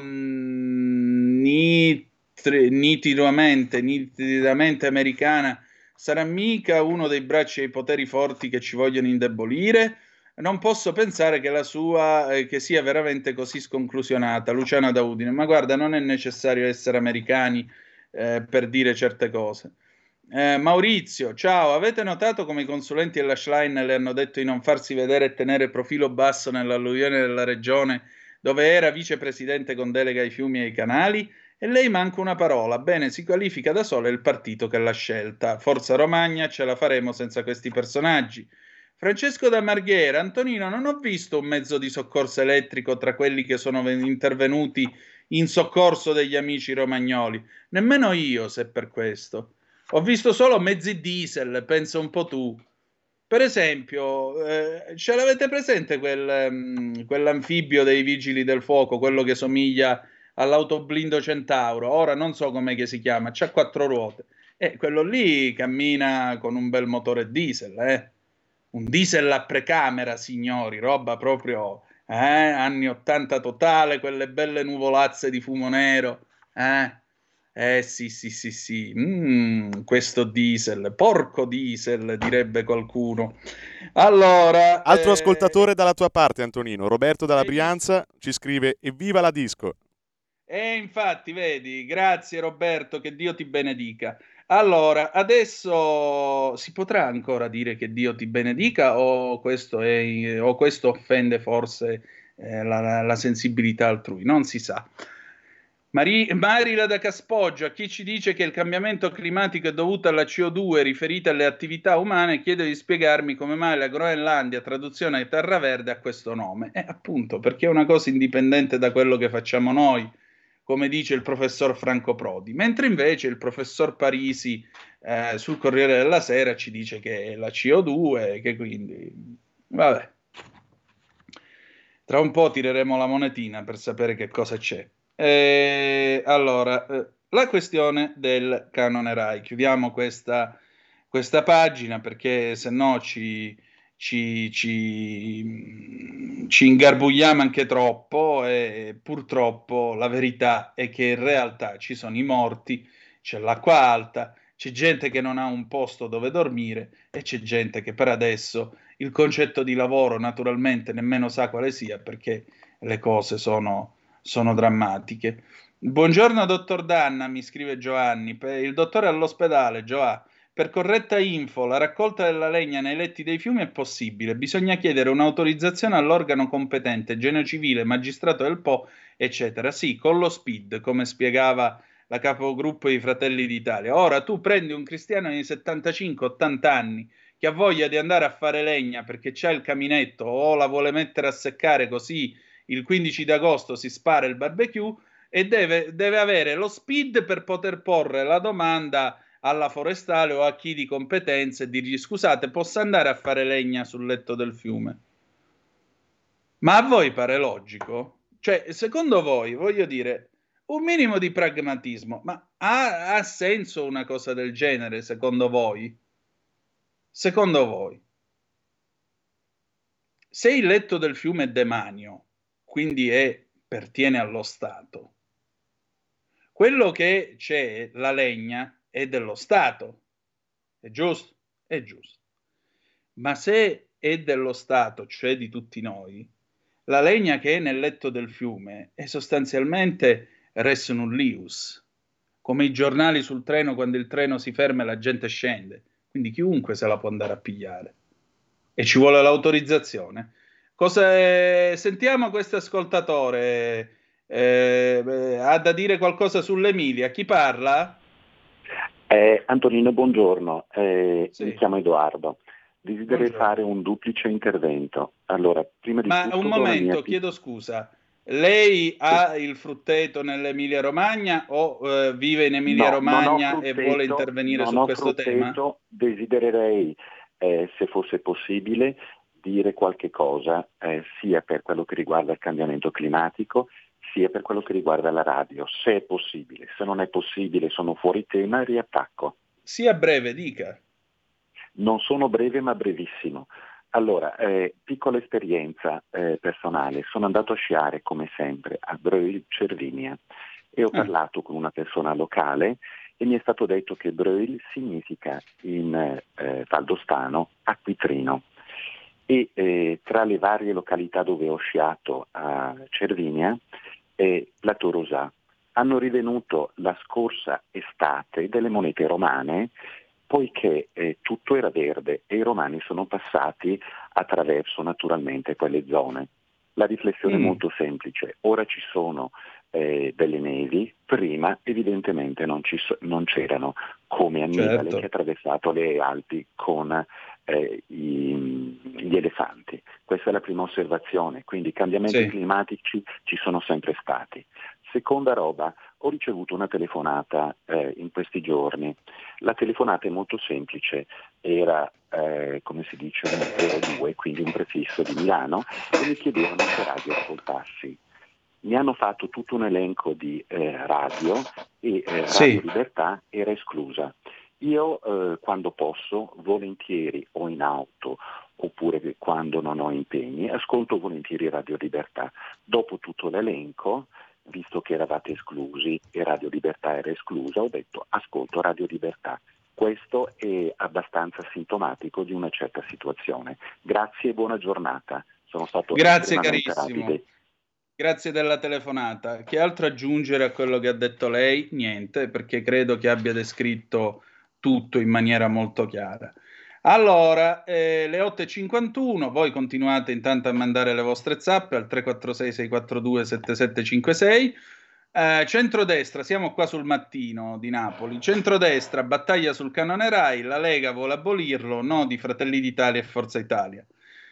mh, nitri- nitidamente, nitidamente americana, sarà mica uno dei bracci ai poteri forti che ci vogliono indebolire? Non posso pensare che la sua eh, che sia veramente così sconclusionata, Luciana da Udine, ma guarda, non è necessario essere americani eh, per dire certe cose. Eh, Maurizio, ciao, avete notato come i consulenti della Schlein le hanno detto di non farsi vedere e tenere profilo basso nell'alluvione della regione dove era vicepresidente con delega ai fiumi e ai canali? E lei manca una parola. Bene, si qualifica da sola il partito che l'ha scelta. Forza Romagna, ce la faremo senza questi personaggi. Francesco da Marghera, Antonino, non ho visto un mezzo di soccorso elettrico tra quelli che sono ven- intervenuti in soccorso degli amici romagnoli, nemmeno io, se per questo. Ho visto solo mezzi diesel, pensa un po' tu. Per esempio, eh, ce l'avete presente quel, mm, quell'anfibio dei vigili del fuoco, quello che somiglia all'autoblindo Centauro? Ora non so com'è che si chiama, c'ha quattro ruote. E quello lì cammina con un bel motore diesel, eh? Un diesel a precamera, signori, roba proprio, eh? Anni ottanta totale, quelle belle nuvolazze di fumo nero, eh? Eh sì, sì, sì, sì, mm, questo diesel, porco diesel, direbbe qualcuno. Allora, Altro eh, ascoltatore dalla tua parte, Antonino, Roberto dalla hai visto? Brianza, ci scrive evviva la disco. E infatti, vedi, grazie Roberto, che Dio ti benedica. Allora, adesso si potrà ancora dire che Dio ti benedica o questo, è, o questo offende forse eh, la, la- la sensibilità altrui? Non si sa. Mari- Marila da Caspoggia, chi ci dice che il cambiamento climatico è dovuto alla C O due riferita alle attività umane, chiedo di spiegarmi come mai la Groenlandia, traduzione terra verde, ha questo nome. E appunto, perché è una cosa indipendente da quello che facciamo noi, come dice il professor Franco Prodi, mentre invece il professor Parisi eh, sul Corriere della Sera ci dice che è la C O due, che quindi, vabbè, tra un po' tireremo la monetina per sapere che cosa c'è. Eh, allora, eh, la questione del canone Rai, chiudiamo questa, questa pagina perché se no ci, ci, ci, ci ingarbugliamo anche troppo e purtroppo la verità è che in realtà ci sono i morti, c'è l'acqua alta, c'è gente che non ha un posto dove dormire e c'è gente che per adesso il concetto di lavoro naturalmente nemmeno sa quale sia perché le cose sono, sono drammatiche. Buongiorno dottor Danna, mi scrive Giovanni, Per- il dottore è all'ospedale, Gioà. Per corretta info, la raccolta della legna nei letti dei fiumi è possibile, bisogna chiedere un'autorizzazione all'organo competente, genio civile, magistrato del Po, eccetera. Sì, con lo SPID, come spiegava la capogruppo di Fratelli d'Italia. Ora tu prendi un cristiano di settantacinque ottanta anni che ha voglia di andare a fare legna perché c'ha il caminetto o la vuole mettere a seccare così il quindici d'agosto si spara il barbecue e deve, deve avere lo SPID per poter porre la domanda alla forestale o a chi di competenze e dirgli scusate, posso andare a fare legna sul letto del fiume? Ma a voi pare logico? Cioè, secondo voi, voglio dire, un minimo di pragmatismo, ma ha, ha senso una cosa del genere, secondo voi? Secondo voi? Se il letto del fiume è demanio, quindi è, pertiene allo Stato, quello che c'è, la legna, è dello Stato. È giusto? È giusto. Ma se è dello Stato, cioè di tutti noi, la legna che è nel letto del fiume è sostanzialmente res nullius, come i giornali sul treno quando il treno si ferma e la gente scende. Quindi chiunque se la può andare a pigliare. E ci vuole l'autorizzazione. Cosa è... Sentiamo questo ascoltatore. Eh, beh, ha da dire qualcosa sull'Emilia. Chi parla? Eh, Antonino, buongiorno. Eh, Sì. Mi chiamo Edoardo. Desiderei Buongiorno. fare un duplice intervento. Allora, prima di Ma tutto un do la momento, mia- chiedo scusa. Lei ha il frutteto nell'Emilia Romagna o eh, vive in Emilia No, non ho Romagna e frutteto, vuole intervenire non su ho questo tema? frutteto, desidererei, eh, se fosse possibile, dire qualche cosa eh, sia per quello che riguarda il cambiamento climatico, sia per quello che riguarda la radio, se è possibile. Se non è possibile, sono fuori tema, riattacco. Sia breve, dica. Non sono breve, ma brevissimo. Allora, eh, piccola esperienza eh, personale. Sono andato a sciare, come sempre, a Breuil Cervinia e ho Ah. parlato con una persona locale e mi è stato detto che Breuil significa in eh, valdostano acquitrino. E eh, tra le varie località dove ho sciato a Cervinia è Plateau Rosat. Hanno rivenuto la scorsa estate delle monete romane, poiché eh, tutto era verde e i romani sono passati attraverso naturalmente quelle zone. La riflessione Mm. è molto semplice: ora ci sono eh, delle nevi, prima evidentemente non, ci so- non c'erano, come Annibale Certo. che ha attraversato le Alpi con eh, i- gli elefanti. Questa è la prima osservazione, quindi i cambiamenti Sì. climatici ci sono sempre stati. Seconda roba, ho ricevuto una telefonata eh, in questi giorni. La telefonata è molto semplice, era eh, come si dice un zero due, quindi un prefisso di Milano, e mi chiedevano che radio ascoltassi. Mi hanno fatto tutto un elenco di eh, radio e eh, Sì. Radio Libertà era esclusa. Io eh, quando posso, volentieri o in auto oppure che quando non ho impegni, ascolto volentieri Radio Libertà. Dopo tutto l'elenco, visto che eravate esclusi e Radio Libertà era esclusa, ho detto ascolto Radio Libertà. Questo è abbastanza sintomatico di una certa situazione. Grazie e buona giornata. Sono stato Grazie estremamente carissimo. rapido. Grazie della telefonata. Che altro aggiungere a quello che ha detto lei? Niente, perché credo che abbia descritto tutto in maniera molto chiara. Allora, eh, le otto e cinquantuno, voi continuate intanto a mandare le vostre zappe al tre quattro sei sei quattro due sette sette cinque sei. Eh, centrodestra, siamo qua sul Mattino di Napoli. Centrodestra, battaglia sul canone Rai, la Lega vuole abolirlo, no di Fratelli d'Italia e Forza Italia.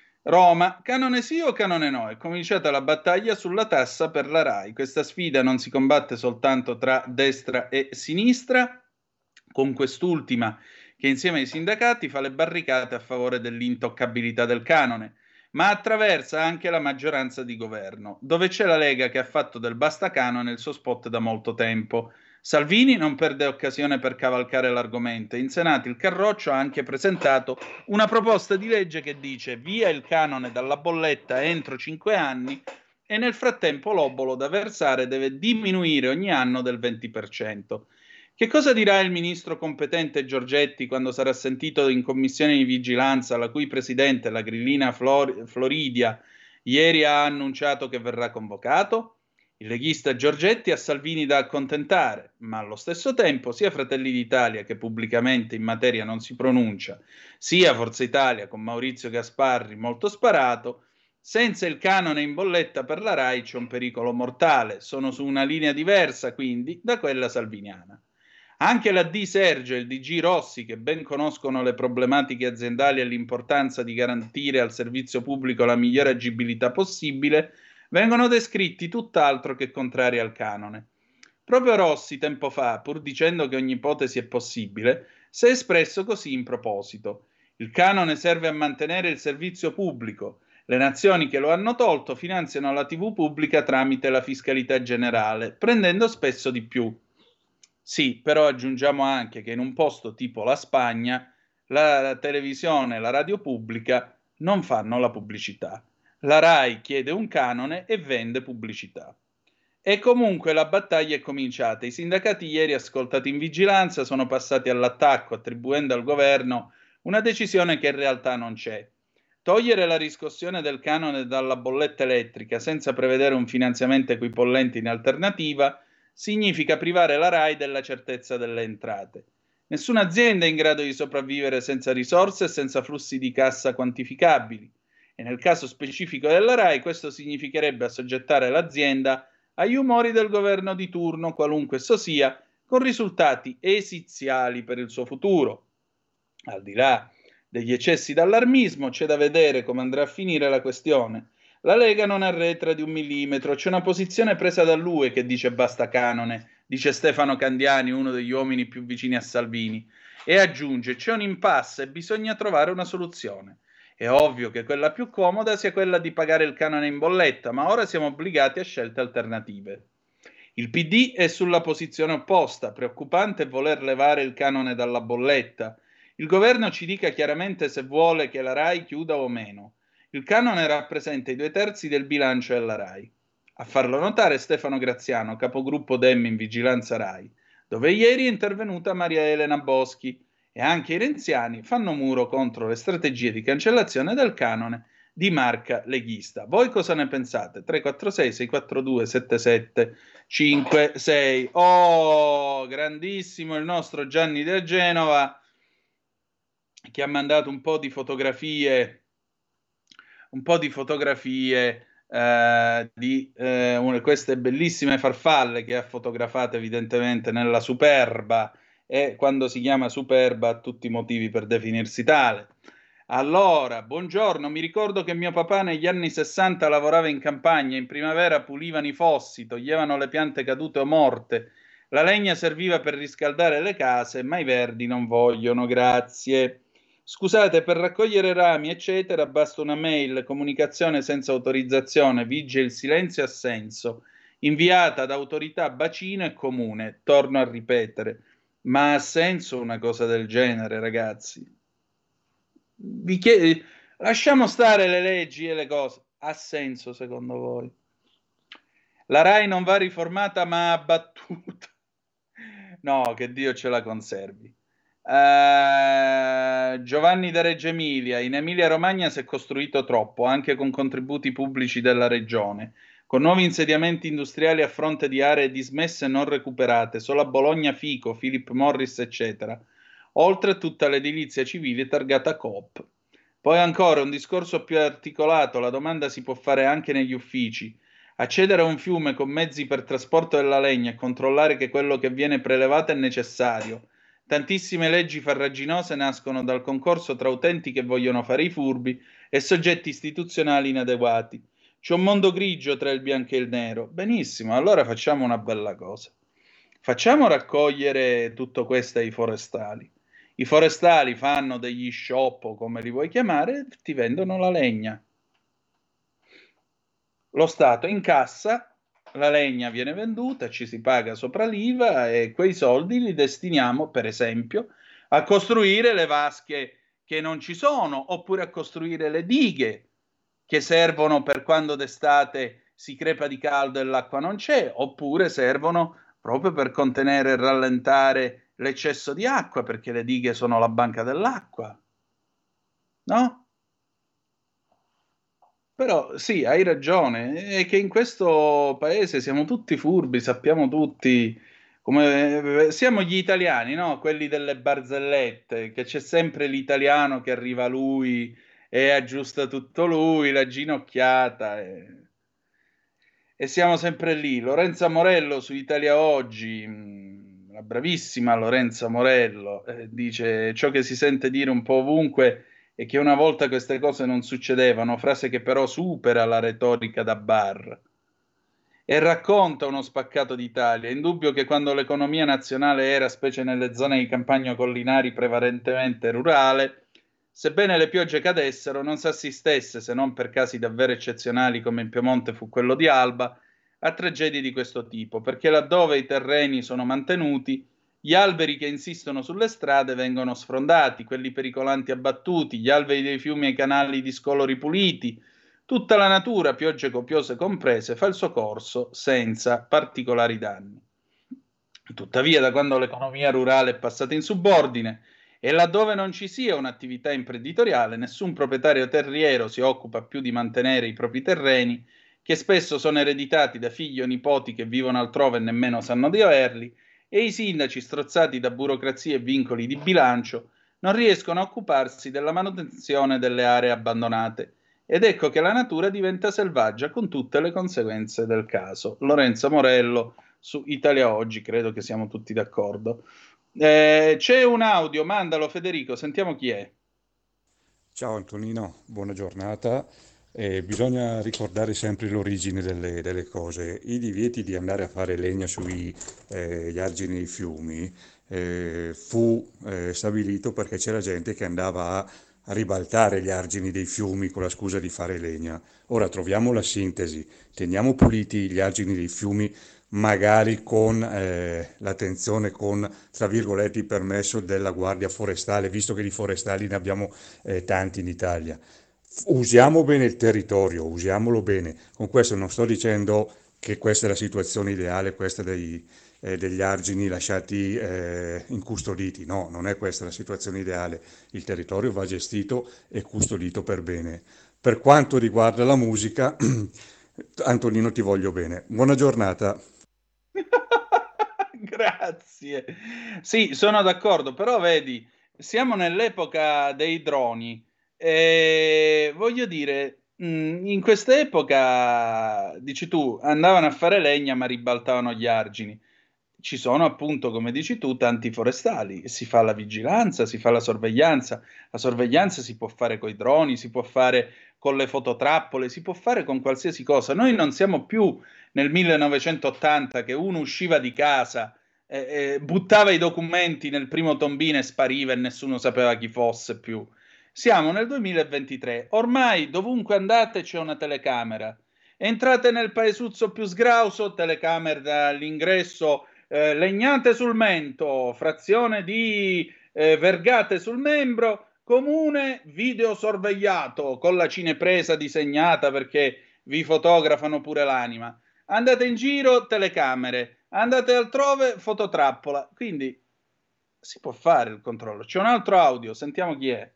Roma, canone sì o canone no? È cominciata la battaglia sulla tassa per la Rai. Questa sfida non si combatte soltanto tra destra e sinistra, con quest'ultima che insieme ai sindacati fa le barricate a favore dell'intoccabilità del canone, ma attraversa anche la maggioranza di governo, dove c'è la Lega che ha fatto del basta canone il suo spot da molto tempo. Salvini non perde occasione per cavalcare l'argomento. In Senato il Carroccio ha anche presentato una proposta di legge che dice via il canone dalla bolletta entro cinque anni e nel frattempo l'obolo da versare deve diminuire ogni anno del venti per cento. Che cosa dirà il ministro competente Giorgetti quando sarà sentito in commissione di vigilanza, la cui presidente, la grillina Flor- Floridia, ieri ha annunciato che verrà convocato? Il leghista Giorgetti ha Salvini da accontentare, ma allo stesso tempo sia Fratelli d'Italia, che pubblicamente in materia non si pronuncia, sia Forza Italia con Maurizio Gasparri molto sparato, senza il canone in bolletta per la Rai c'è un pericolo mortale. Sono su una linea diversa quindi da quella salviniana. Anche la D Sergio e il D G Rossi, che ben conoscono le problematiche aziendali e l'importanza di garantire al servizio pubblico la migliore agibilità possibile, vengono descritti tutt'altro che contrari al canone. Proprio Rossi, tempo fa, pur dicendo che ogni ipotesi è possibile, si è espresso così in proposito. Il canone serve a mantenere il servizio pubblico. Le nazioni che lo hanno tolto finanziano la tivù pubblica tramite la fiscalità generale, prendendo spesso di più. Sì, però aggiungiamo anche che in un posto tipo la Spagna, la, la televisione e la radio pubblica non fanno la pubblicità. La Rai chiede un canone e vende pubblicità. E comunque la battaglia è cominciata. I sindacati ieri ascoltati in vigilanza sono passati all'attacco, attribuendo al governo una decisione che in realtà non c'è. Togliere la riscossione del canone dalla bolletta elettrica senza prevedere un finanziamento equipollente in alternativa significa privare la Rai della certezza delle entrate. Nessuna azienda è in grado di sopravvivere senza risorse e senza flussi di cassa quantificabili. E nel caso specifico della Rai questo significherebbe assoggettare l'azienda agli umori del governo di turno, qualunque esso sia, con risultati esiziali per il suo futuro. Al di là degli eccessi d'allarmismo, c'è da vedere come andrà a finire la questione. La Lega non arretra di un millimetro, c'è una posizione presa dall'U E che dice basta canone, dice Stefano Candiani, uno degli uomini più vicini a Salvini, e aggiunge c'è un impasse e bisogna trovare una soluzione. È ovvio che quella più comoda sia quella di pagare il canone in bolletta, ma ora siamo obbligati a scelte alternative. Il P D è sulla posizione opposta, preoccupante voler levare il canone dalla bolletta. Il governo ci dica chiaramente se vuole che la RAI chiuda o meno. Il canone rappresenta i due terzi del bilancio della RAI. A farlo notare Stefano Graziano, capogruppo Dem in Vigilanza RAI, dove ieri è intervenuta Maria Elena Boschi, e anche i renziani fanno muro contro le strategie di cancellazione del canone di marca leghista. Voi cosa ne pensate? tre quattro sei sei quattro due sette sette cinque sei. Oh, grandissimo il nostro Gianni da Genova, che ha mandato un po' di fotografie, un po' di fotografie eh, di eh, una, queste bellissime farfalle che ha fotografato evidentemente nella Superba, e quando si chiama Superba ha tutti i motivi per definirsi tale. Allora, buongiorno, mi ricordo che mio papà negli anni sessanta lavorava in campagna, in primavera pulivano i fossi, toglievano le piante cadute o morte, la legna serviva per riscaldare le case, ma i verdi non vogliono, grazie. Scusate, per raccogliere rami, eccetera, basta una mail, comunicazione senza autorizzazione, vige il silenzio assenso, inviata da autorità bacino e comune. Torno a ripetere, ma ha senso una cosa del genere, ragazzi? Vi chiedo, lasciamo stare le leggi e le cose. Ha senso secondo voi? La RAI non va riformata ma abbattuta. No, che Dio ce la conservi. Uh, Giovanni da Reggio Emilia, in Emilia Romagna si è costruito troppo, anche con contributi pubblici della regione, con nuovi insediamenti industriali a fronte di aree dismesse e non recuperate, solo a Bologna Fico, Philip Morris eccetera, oltre a tutta l'edilizia civile targata Coop. Poi ancora un discorso più articolato, la domanda si può fare anche negli uffici. Accedere a un fiume con mezzi per trasporto della legna e controllare che quello che viene prelevato è necessario. Tantissime leggi farraginose nascono dal concorso tra utenti che vogliono fare i furbi e soggetti istituzionali inadeguati. C'è un mondo grigio tra il bianco e il nero. Benissimo, allora facciamo una bella cosa. Facciamo raccogliere tutto questo ai forestali. I forestali fanno degli shop, o come li vuoi chiamare, ti vendono la legna. Lo Stato incassa, la legna viene venduta, ci si paga sopra l'I V A e quei soldi li destiniamo, per esempio, a costruire le vasche che non ci sono, oppure a costruire le dighe che servono per quando d'estate si crepa di caldo e l'acqua non c'è, oppure servono proprio per contenere e rallentare l'eccesso di acqua, perché le dighe sono la banca dell'acqua, no? Però sì, hai ragione, è che in questo paese siamo tutti furbi, sappiamo tutti, come siamo gli italiani, no? Quelli delle barzellette, che c'è sempre l'italiano che arriva lui e aggiusta tutto lui, la ginocchiata, e, e siamo sempre lì. Lorenza Morello su Italia Oggi, la bravissima Lorenza Morello, eh, dice ciò che si sente dire un po' ovunque e che una volta queste cose non succedevano, frase che però supera la retorica da bar. E racconta uno spaccato d'Italia. È indubbio che quando l'economia nazionale era, specie nelle zone di campagna collinari prevalentemente rurale, sebbene le piogge cadessero, non si assistesse, se non per casi davvero eccezionali come in Piemonte fu quello di Alba, a tragedie di questo tipo, perché laddove i terreni sono mantenuti, gli alberi che insistono sulle strade vengono sfrondati, quelli pericolanti abbattuti, gli alberi dei fiumi e i canali di scolo ripuliti, tutta la natura, piogge copiose comprese, fa il suo corso senza particolari danni. Tuttavia, da quando l'economia rurale è passata in subordine e laddove non ci sia un'attività imprenditoriale, nessun proprietario terriero si occupa più di mantenere i propri terreni, che spesso sono ereditati da figli o nipoti che vivono altrove e nemmeno sanno di averli, e i sindaci, strozzati da burocrazie e vincoli di bilancio, non riescono a occuparsi della manutenzione delle aree abbandonate. Ed ecco che la natura diventa selvaggia con tutte le conseguenze del caso. Lorenzo Morello su Italia Oggi, credo che siamo tutti d'accordo. Eh, c'è un audio, mandalo Federico, sentiamo chi è. Ciao Antonino, buona giornata. Eh, bisogna ricordare sempre l'origine delle, delle cose. I divieti di andare a fare legna sugli eh, argini dei fiumi eh, fu eh, stabilito perché c'era gente che andava a ribaltare gli argini dei fiumi con la scusa di fare legna. Ora troviamo la sintesi, teniamo puliti gli argini dei fiumi, magari con eh, l'attenzione, con, tra virgolette, il permesso della Guardia Forestale, visto che di forestali ne abbiamo eh, tanti in Italia. Usiamo bene il territorio, usiamolo bene. Con questo non sto dicendo che questa è la situazione ideale, questa dei, eh, degli argini lasciati eh, incustoditi. No, non è questa la situazione ideale. Il territorio va gestito e custodito per bene. Per quanto riguarda la musica, Antonino, ti voglio bene. Buona giornata. Grazie. Sì, sono d'accordo, però vedi, siamo nell'epoca dei droni. E voglio dire, in questa epoca, dici tu, andavano a fare legna ma ribaltavano gli argini. Ci sono appunto, come dici tu, tanti forestali, si fa la vigilanza, si fa la sorveglianza. La sorveglianza si può fare con i droni, si può fare con le fototrappole, si può fare con qualsiasi cosa. Noi non siamo più nel millenovecentottanta che uno usciva di casa, eh, eh, buttava i documenti nel primo tombino e spariva e nessuno sapeva chi fosse più. Siamo nel duemilaventitré, ormai dovunque andate c'è una telecamera. Entrate nel paesuzzo più sgrauso, telecamere dall'ingresso, eh, legnate sul mento, frazione di eh, vergate sul membro, comune videosorvegliato con la cinepresa disegnata perché vi fotografano pure l'anima. Andate in giro, telecamere, andate altrove, fototrappola. Quindi si può fare il controllo. C'è un altro audio, sentiamo chi è.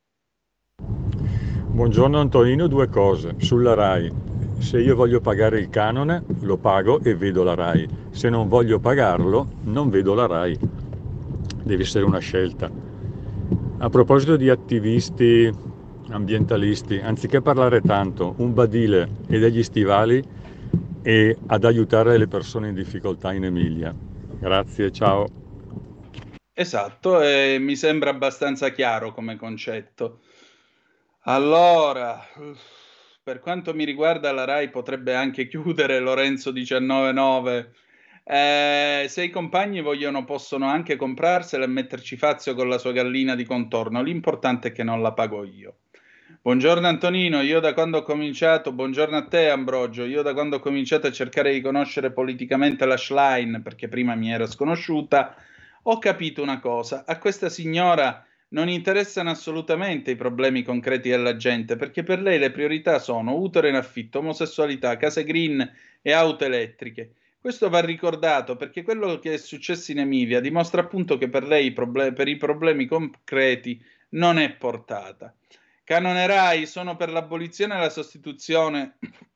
Buongiorno Antonino, due cose. Sulla RAI, se io voglio pagare il canone lo pago e vedo la RAI, se non voglio pagarlo non vedo la RAI, deve essere una scelta. A proposito di attivisti ambientalisti, anziché parlare tanto, un badile e degli stivali e ad aiutare le persone in difficoltà in Emilia. Grazie, ciao. Esatto, e mi sembra abbastanza chiaro come concetto. Allora, per quanto mi riguarda la RAI potrebbe anche chiudere, Lorenzo diciannove nove. Eh, se i compagni vogliono possono anche comprarsela e metterci Fazio con la sua gallina di contorno, l'importante è che non la pago io. Buongiorno Antonino, io da quando ho cominciato, buongiorno a te Ambrogio, io da quando ho cominciato a cercare di conoscere politicamente la Schlein, perché prima mi era sconosciuta, ho capito una cosa, a questa signora non interessano assolutamente i problemi concreti della gente, perché per lei le priorità sono utero in affitto, omosessualità, case green e auto elettriche. Questo va ricordato perché quello che è successo in Emilia dimostra appunto che per lei i problem- per i problemi concreti non è portata. Canone RAI, sono per l'abolizione e la sostituzione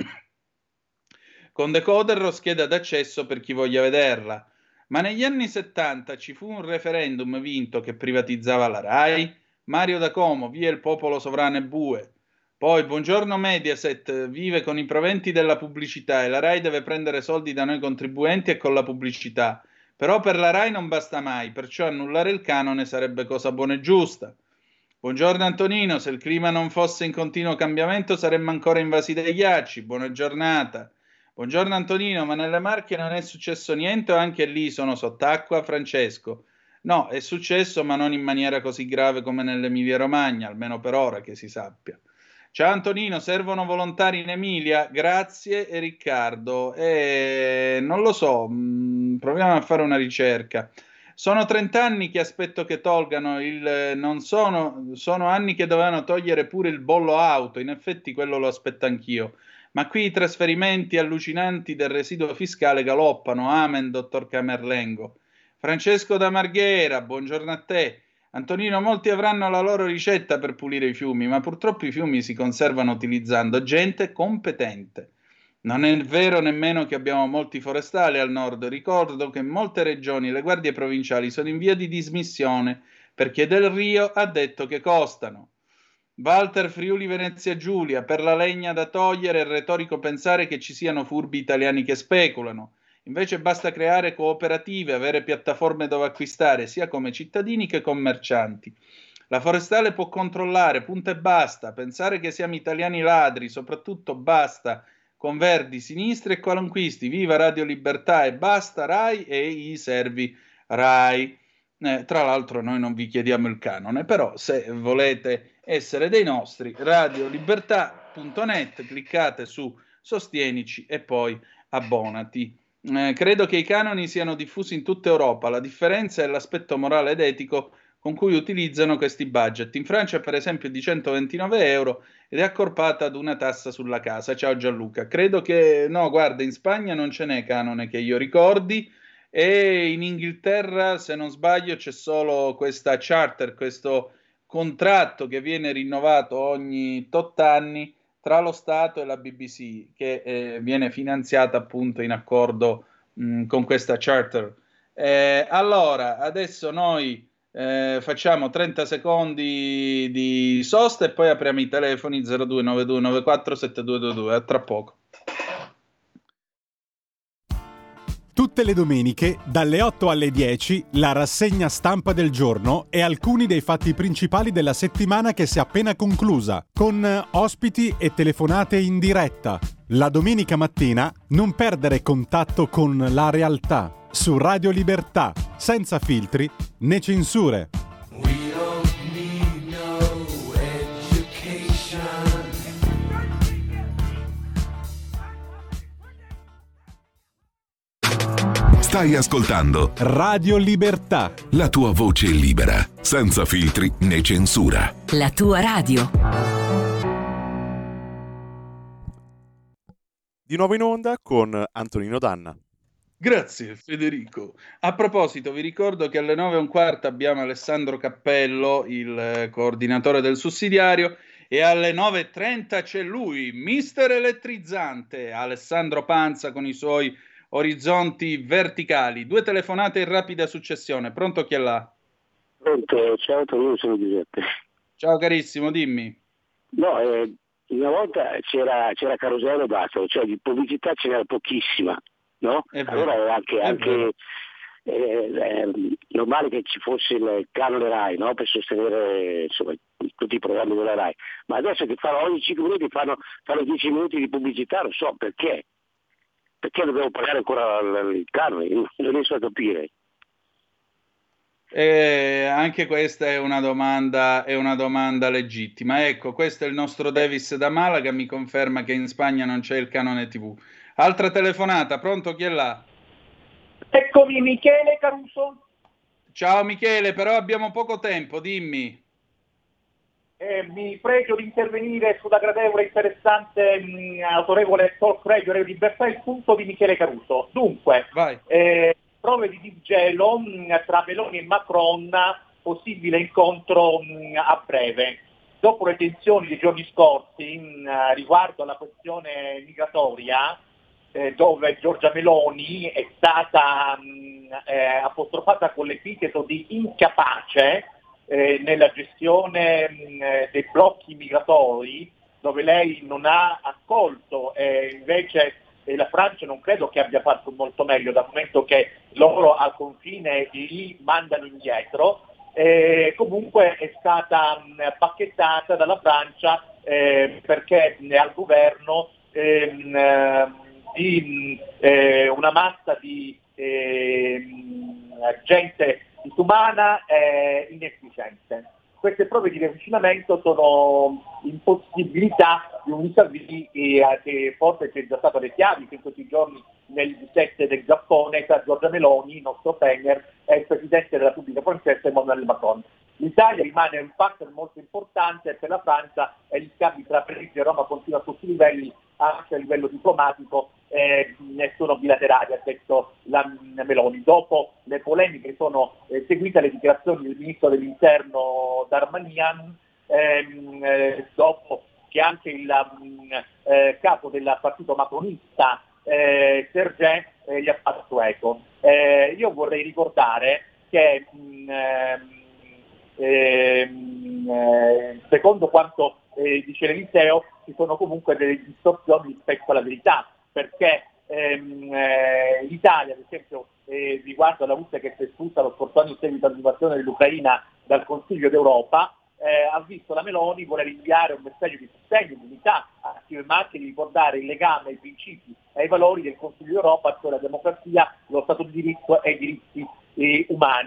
con decoder o scheda d'accesso per chi voglia vederla. Ma negli anni settanta ci fu un referendum vinto che privatizzava la RAI? Mario da Como, via il popolo sovrano e bue. Poi, buongiorno Mediaset, vive con i proventi della pubblicità e la RAI deve prendere soldi da noi contribuenti e con la pubblicità. Però per la RAI non basta mai, perciò annullare il canone sarebbe cosa buona e giusta. Buongiorno Antonino, se il clima non fosse in continuo cambiamento saremmo ancora invasi dai ghiacci. Buona giornata. Buongiorno Antonino, ma nelle Marche non è successo niente o anche lì sono sott'acqua? Francesco. No, è successo ma non in maniera così grave come nell'Emilia Romagna, almeno per ora che si sappia. Ciao Antonino, servono volontari in Emilia? Grazie e Riccardo. Eh, non lo so, mh, proviamo a fare una ricerca. Sono trenta anni che aspetto che tolgano il... non sono... sono anni che dovevano togliere pure il bollo auto, in effetti quello lo aspetto anch'io. Ma qui i trasferimenti allucinanti del residuo fiscale galoppano. Amen, dottor Camerlengo. Francesco da Marghera, buongiorno a te. Antonino, molti avranno la loro ricetta per pulire i fiumi, ma purtroppo i fiumi si conservano utilizzando gente competente. Non è vero nemmeno che abbiamo molti forestali al nord. Ricordo che in molte regioni le guardie provinciali sono in via di dismissione perché Del Rio ha detto che costano. Walter Friuli Venezia Giulia, per la legna da togliere è retorico pensare che ci siano furbi italiani che speculano. Invece basta creare cooperative, avere piattaforme dove acquistare, sia come cittadini che commercianti. La forestale può controllare, punto e basta. Pensare che siamo italiani ladri, soprattutto basta con Verdi, Sinistri e qualunquisti. Viva Radio Libertà e basta RAI e i servi RAI. Eh, tra l'altro noi non vi chiediamo il canone, però se volete essere dei nostri. radiolibertà punto net, cliccate su Sostienici e poi abbonati. Eh, credo che i canoni siano diffusi in tutta Europa, la differenza è l'aspetto morale ed etico con cui utilizzano questi budget. In Francia, per esempio, è di centoventinove euro ed è accorpata ad una tassa sulla casa. Ciao Gianluca. Credo che, no, guarda, in Spagna non ce n'è canone che io ricordi, e in Inghilterra, se non sbaglio, c'è solo questa charter, questo contratto che viene rinnovato ogni tot anni tra lo Stato e la B B C, che eh, viene finanziata appunto in accordo mh, con questa charter. Eh, allora, adesso noi eh, facciamo trenta secondi di sosta e poi apriamo i telefoni zero due nove due nove quattro sette due due due. A tra poco. Tutte le domeniche, dalle otto alle dieci, la rassegna stampa del giorno e alcuni dei fatti principali della settimana che si è appena conclusa, con ospiti e telefonate in diretta. La domenica mattina non perdere contatto con la realtà, su Radio Libertà, senza filtri né censure. Stai ascoltando Radio Libertà, la tua voce libera, senza filtri né censura. La tua radio. Di nuovo in onda con Antonino Danna. Grazie Federico. A proposito, vi ricordo che alle nove e un quarto abbiamo Alessandro Cappello, il coordinatore del sussidiario, e alle nove e trenta c'è lui, mister elettrizzante, Alessandro Panza, con i suoi orizzonti verticali. Due telefonate in rapida successione. Pronto, chi è là? Pronto, ciao Antonino, sono Giuseppe. Ciao carissimo, dimmi. No, eh, una volta c'era, c'era Carosello e basta, cioè di pubblicità ce n'era pochissima, no? Allora era anche, anche eh, eh, normale che ci fosse il canone Rai, no? Per sostenere insomma tutti i programmi della Rai. Ma adesso che fanno ogni cinque minuti fanno, fanno dieci minuti di pubblicità, non so perché. Perché dobbiamo pagare ancora il canone? Non riesco a capire. Eh, anche questa è una domanda, è una domanda legittima. Ecco, questo è il nostro Davis da Malaga, mi conferma che in Spagna non c'è il canone tivù. Altra telefonata, pronto, chi è là? Eccomi, Michele Caruso. Ciao Michele, però abbiamo poco tempo, dimmi. Eh, mi pregio di intervenire sulla gradevole, interessante, mh, autorevole talk radio Radio Libertà, il punto di Michele Caruso. Dunque, eh, prove di disgelo mh, tra Meloni e Macron, possibile incontro mh, a breve. Dopo le tensioni dei giorni scorsi mh, riguardo alla questione migratoria, eh, dove Giorgia Meloni è stata mh, eh, apostrofata con l'epiteto di incapace, Eh, nella gestione mh, dei blocchi migratori, dove lei non ha accolto, e eh, invece eh, la Francia non credo che abbia fatto molto meglio, dal momento che loro al confine li mandano indietro. Eh, comunque è stata mh, pacchettata dalla Francia eh, perché è al governo eh, mh, di mh, eh, una massa di eh, mh, gente disumana e inefficiente. Queste prove di riavvicinamento sono impossibilità di un vis-à-vis eh, che forse c'è già stato alle chiavi che in questi giorni nel G sette del Giappone tra Giorgia Meloni, il nostro premier, e il presidente della Repubblica francese Emmanuel Macron. L'Italia rimane un partner molto importante per la Francia e gli scambi tra Parigi e Roma continuano a tutti i livelli, anche a livello diplomatico, eh, ne sono bilaterali, ha detto la Meloni. Dopo le polemiche che sono eh, seguite alle dichiarazioni del ministro dell'interno Darmanin, ehm, eh, dopo che anche il eh, capo del partito macronista eh, Sergé eh, gli ha fatto eco. Eh, io vorrei ricordare che mh, ehm, eh, secondo quanto eh, dice l'Eliseo ci sono comunque delle distorsioni rispetto alla verità, perché ehm, eh, l'Italia, ad esempio, eh, riguardo alla luce che si è espusta lo scorso anno in seguito all'invasione dell'Ucraina dal Consiglio d'Europa, eh, ha visto la Meloni voler inviare un messaggio di sostegno, di unità, ma anche di ricordare il legame ai principi e ai valori del Consiglio d'Europa, cioè la democrazia, lo Stato di diritto e i diritti eh, umani.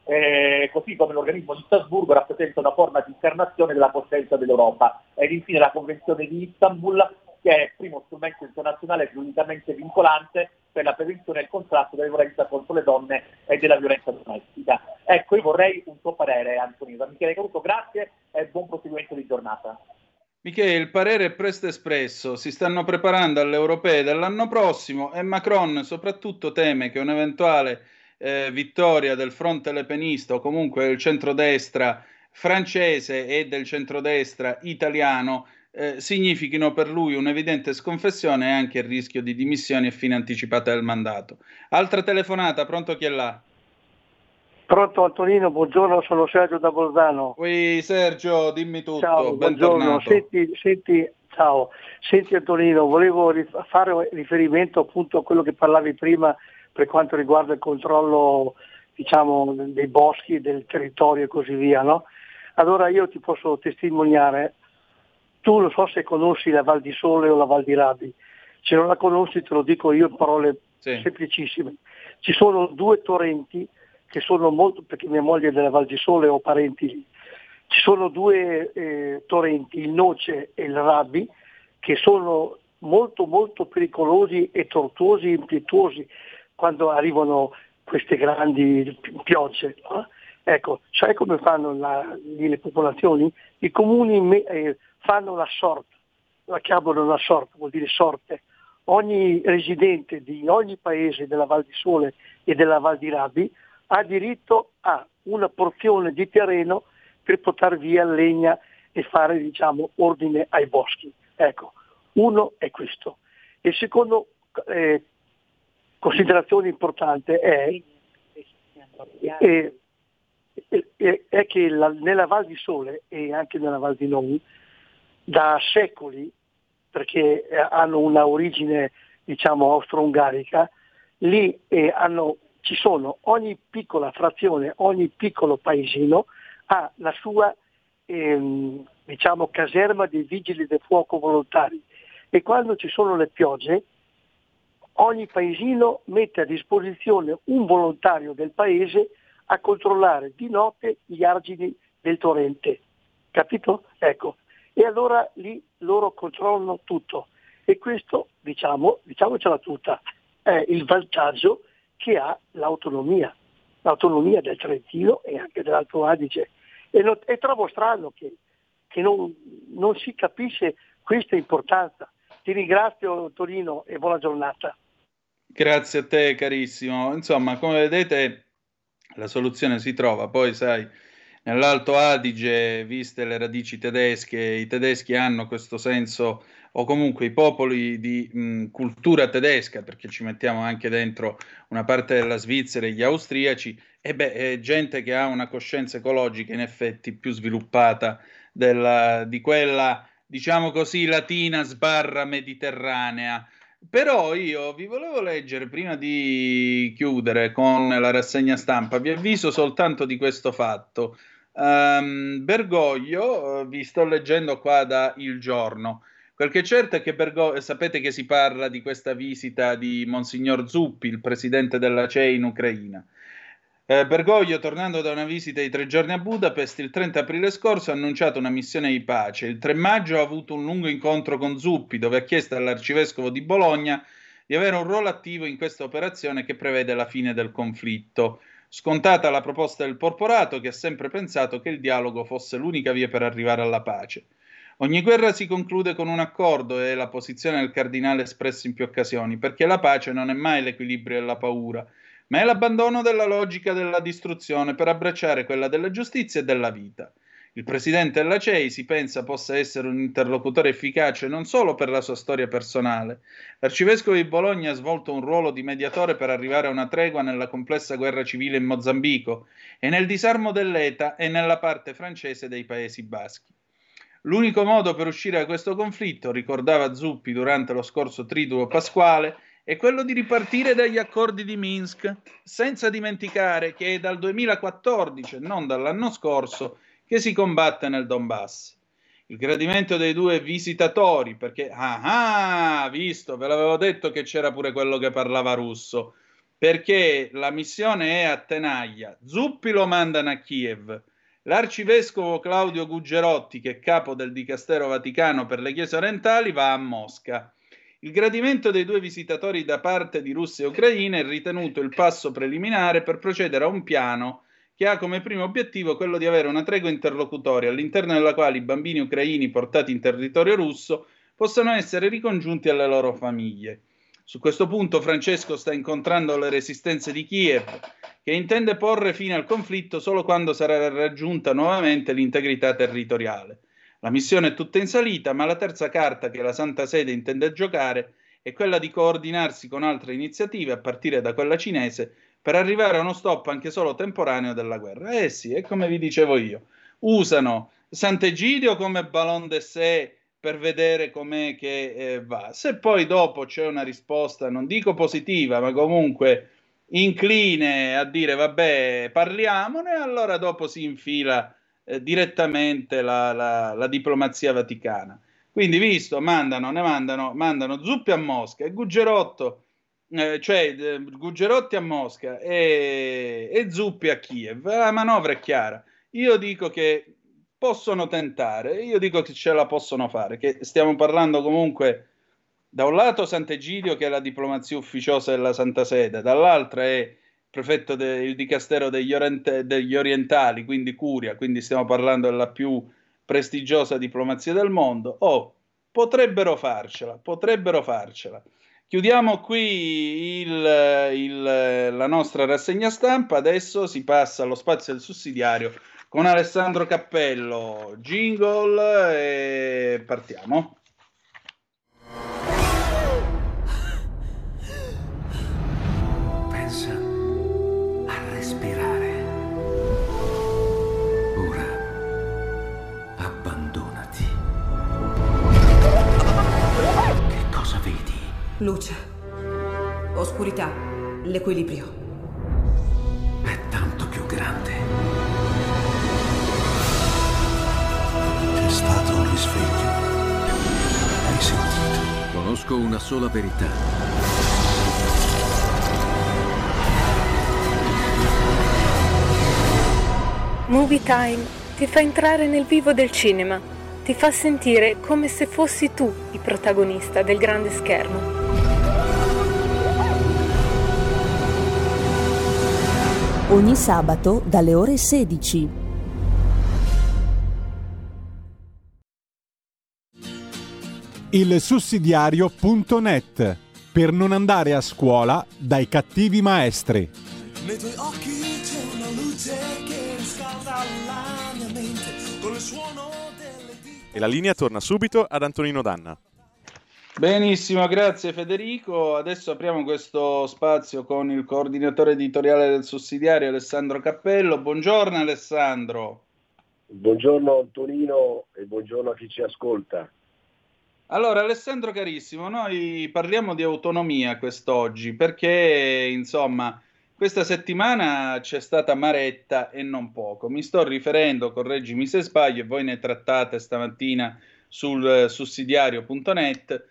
eh, così come l'organismo di Strasburgo rappresenta una forma di incarnazione della potenza dell'Europa. Ed infine la Convenzione di Istanbul, che è il primo strumento internazionale giuridicamente vincolante per la prevenzione e il contrasto della violenza contro le donne e della violenza domestica. Ecco, io vorrei un tuo parere, Antonino. Michele Caruso, grazie e buon proseguimento di giornata. Michele, il parere è presto espresso, si stanno preparando alle europee dell'anno prossimo e Macron soprattutto teme che un'eventuale eh, vittoria del fronte lepenista o comunque del centrodestra francese e del centrodestra italiano eh, significhino per lui un'evidente sconfessione e anche il rischio di dimissioni e fine anticipata del mandato. Altra telefonata, pronto, chi è là? Pronto Antonino, buongiorno, sono Sergio da Bolzano. Ui, Sergio, dimmi tutto, ciao, bentornato. Buongiorno, senti, senti, ciao, senti Antonino, volevo rif- fare riferimento appunto a quello che parlavi prima per quanto riguarda il controllo, diciamo, dei boschi, del territorio e così via, no? Allora io ti posso testimoniare, tu non so se conosci la Val di Sole o la Val di Rabi, se non la conosci te lo dico io in parole sì. semplicissime. Ci sono due torrenti che sono molto, perché mia moglie è della Val di Sole, ho parenti lì, ci sono due eh, torrenti, il Noce e il Rabi, che sono molto molto pericolosi e tortuosi e impetuosi quando arrivano queste grandi piogge. No? Ecco, sai come fanno la, lì le popolazioni? I comuni me, eh, fanno la sorte, la chiamano la sorte, vuol dire sorte. Ogni residente di ogni paese della Val di Sole e della Val di Rabi ha diritto a una porzione di terreno per portare via legna e fare, diciamo, ordine ai boschi. Ecco, uno è questo. Il secondo eh, considerazione importante è, è, è, è che la, nella Val di Sole e anche nella Val di Non, da secoli, perché hanno una origine, diciamo, austro-ungarica, lì eh, hanno ci sono, ogni piccola frazione, ogni piccolo paesino ha la sua ehm, diciamo caserma dei vigili del fuoco volontari e quando ci sono le piogge ogni paesino mette a disposizione un volontario del paese a controllare di notte gli argini del torrente, capito? Ecco, e allora lì loro controllano tutto e questo, diciamo, diciamocela tutta, è il vantaggio che ha l'autonomia, l'autonomia del Trentino e anche dell'Alto Adige. E, lo, e trovo strano che, che non, non si capisce questa importanza. Ti ringrazio Torino e buona giornata. Grazie a te carissimo. Insomma, come vedete la soluzione si trova, poi sai, nell'Alto Adige, viste le radici tedesche, i tedeschi hanno questo senso, o comunque i popoli di mh, cultura tedesca, perché ci mettiamo anche dentro una parte della Svizzera e gli austriaci, e beh, è gente che ha una coscienza ecologica in effetti più sviluppata della, di quella, diciamo così, latina sbarra mediterranea. Però io vi volevo leggere, prima di chiudere con la rassegna stampa, vi avviso soltanto di questo fatto. Um, Bergoglio, vi sto leggendo qua da Il Giorno. Quel che è certo è che Bergoglio, sapete che si parla di questa visita di Monsignor Zuppi, il presidente della C E I in Ucraina. Eh, Bergoglio, tornando da una visita di tre giorni a Budapest, il trenta aprile scorso ha annunciato una missione di pace. Il tre maggio ha avuto un lungo incontro con Zuppi, dove ha chiesto all'arcivescovo di Bologna di avere un ruolo attivo in questa operazione che prevede la fine del conflitto. Scontata la proposta del porporato, che ha sempre pensato che il dialogo fosse l'unica via per arrivare alla pace. Ogni guerra si conclude con un accordo, è la posizione del cardinale espressa in più occasioni, perché la pace non è mai l'equilibrio della paura, ma è l'abbandono della logica della distruzione per abbracciare quella della giustizia e della vita. Il presidente della C E I si pensa possa essere un interlocutore efficace non solo per la sua storia personale. L'arcivescovo di Bologna ha svolto un ruolo di mediatore per arrivare a una tregua nella complessa guerra civile in Mozambico e nel disarmo dell'E T A e nella parte francese dei Paesi Baschi. L'unico modo per uscire da questo conflitto, ricordava Zuppi durante lo scorso triduo pasquale, è quello di ripartire dagli accordi di Minsk, senza dimenticare che è dal duemilaquattordici, e non dall'anno scorso, che si combatte nel Donbass. Il gradimento dei due visitatori, perché, ah, ah, visto, ve l'avevo detto che c'era pure quello che parlava russo. perché la missione è a Tenaglia, Zuppi lo mandano a Kiev, l'arcivescovo Claudio Gugerotti, che è capo del Dicastero Vaticano per le Chiese orientali, va a Mosca. Il gradimento dei due visitatori da parte di Russia e Ucraina è ritenuto il passo preliminare per procedere a un piano che ha come primo obiettivo quello di avere una tregua interlocutoria all'interno della quale i bambini ucraini portati in territorio russo possano essere ricongiunti alle loro famiglie. Su questo punto Francesco sta incontrando le resistenze di Kiev, che intende porre fine al conflitto solo quando sarà raggiunta nuovamente l'integrità territoriale. La missione è tutta in salita, ma la terza carta che la Santa Sede intende giocare è quella di coordinarsi con altre iniziative, a partire da quella cinese, per arrivare a uno stop anche solo temporaneo della guerra. Eh sì, è come vi dicevo io, usano Sant'Egidio come ballon d'essai per vedere com'è che eh, va. Se poi dopo c'è una risposta, non dico positiva, ma comunque incline a dire vabbè, parliamone, allora dopo si infila eh, direttamente la, la, la diplomazia vaticana. Quindi, visto, mandano, ne mandano, mandano Zuppi a Mosca e Gugerotto, eh, cioè eh, Gugerotti a Mosca e, e Zuppi a Kiev. La manovra è chiara. Io dico che possono tentare, io dico che ce la possono fare, che stiamo parlando comunque da un lato Sant'Egidio, che è la diplomazia ufficiosa della Santa Sede, dall'altra è il prefetto del Dicastero degli, Orient- degli Orientali, quindi Curia, quindi stiamo parlando della più prestigiosa diplomazia del mondo. Oh, potrebbero farcela, potrebbero farcela. Chiudiamo qui il, il, la nostra rassegna stampa, adesso si passa allo spazio del sussidiario con Alessandro Cappello, jingle e partiamo. Pensa a respirare. Ora abbandonati. Che cosa vedi? Luce, oscurità, l'equilibrio. È tanto più grande. C'è stato un risveglio. Hai sentito? Conosco una sola verità. Movie Time ti fa entrare nel vivo del cinema, ti fa sentire come se fossi tu il protagonista del grande schermo. Ogni sabato dalle ore sedici. Il sussidiario punto net, per non andare a scuola dai cattivi maestri. Nei tuoi occhi c'è una luce che riscalda la mia mente con il suono delle dita. E la linea torna subito ad Antonino Danna. Benissimo, grazie Federico. Adesso apriamo questo spazio con il coordinatore editoriale del sussidiario Alessandro Cappello. Buongiorno Alessandro. Buongiorno Antonino e buongiorno a chi ci ascolta. Allora Alessandro carissimo, noi parliamo di autonomia quest'oggi perché insomma questa settimana c'è stata maretta e non poco. Mi sto riferendo, correggimi se sbaglio, e voi ne trattate stamattina sul sussidiario punto net.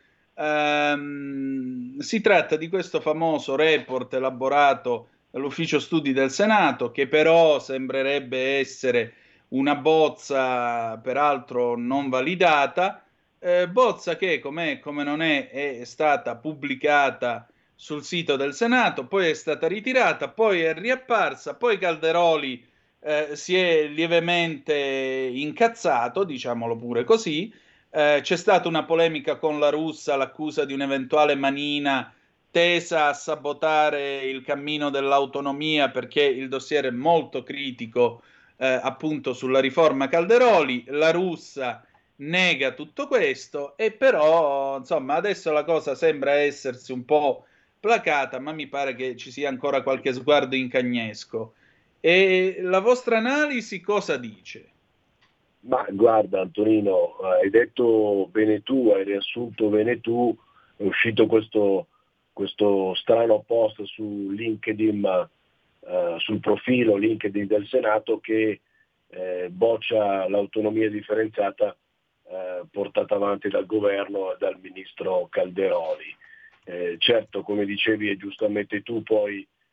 Um, si tratta di questo famoso report elaborato dall'ufficio studi del Senato, che però sembrerebbe essere una bozza peraltro non validata, eh, bozza che com'è come non è è stata pubblicata sul sito del Senato, poi è stata ritirata, poi è riapparsa, poi Calderoli eh, si è lievemente incazzato, diciamolo pure così. Eh, c'è stata una polemica con la Russa, l'accusa di un'eventuale manina tesa a sabotare il cammino dell'autonomia, perché il dossier è molto critico eh, appunto sulla riforma Calderoli. La Russa nega tutto questo e però insomma adesso la cosa sembra essersi un po' placata, ma mi pare che ci sia ancora qualche sguardo in cagnesco. E la vostra analisi cosa dice? Ma guarda Antonino, hai detto bene tu, hai riassunto bene tu, è uscito questo, questo strano post su LinkedIn, eh, sul profilo LinkedIn del Senato che eh, boccia l'autonomia differenziata eh, portata avanti dal governo e dal ministro Calderoli. Eh, certo, come dicevi e giustamente tu, poi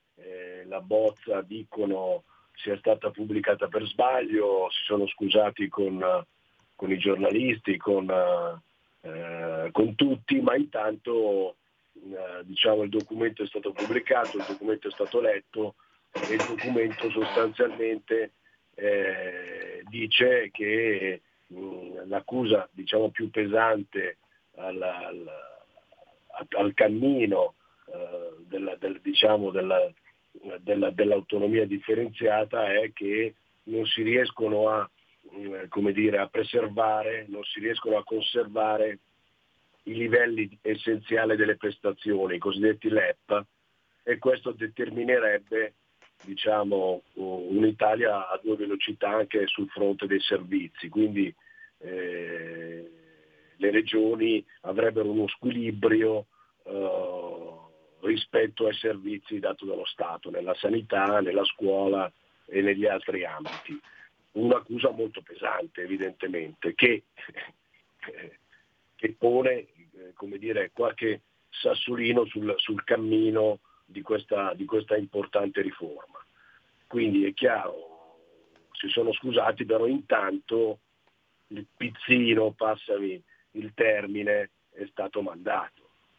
la bozza dicono sia stata pubblicata per sbaglio, si sono scusati con, con i giornalisti, con, eh, con tutti, ma intanto eh, diciamo, il documento è stato pubblicato, il documento è stato letto e il documento sostanzialmente eh, dice che mh, l'accusa diciamo, più pesante al, al, al cammino eh, della, del, diciamo, della, della, dell'autonomia differenziata è che non si riescono a, mh, come dire, a preservare, non si riescono a conservare i livelli essenziali delle prestazioni, i cosiddetti L E P, e questo determinerebbe diciamo, un'Italia a due velocità anche sul fronte dei servizi, quindi eh, le regioni avrebbero uno squilibrio eh, rispetto ai servizi dati dallo Stato, nella sanità, nella scuola e negli altri ambiti. Un'accusa molto pesante evidentemente, che, che pone eh, come dire, qualche sassolino sul, sul cammino di questa, di questa importante riforma. Quindi è chiaro, si sono scusati, però intanto il pizzino, passami il termine, è stato mandato.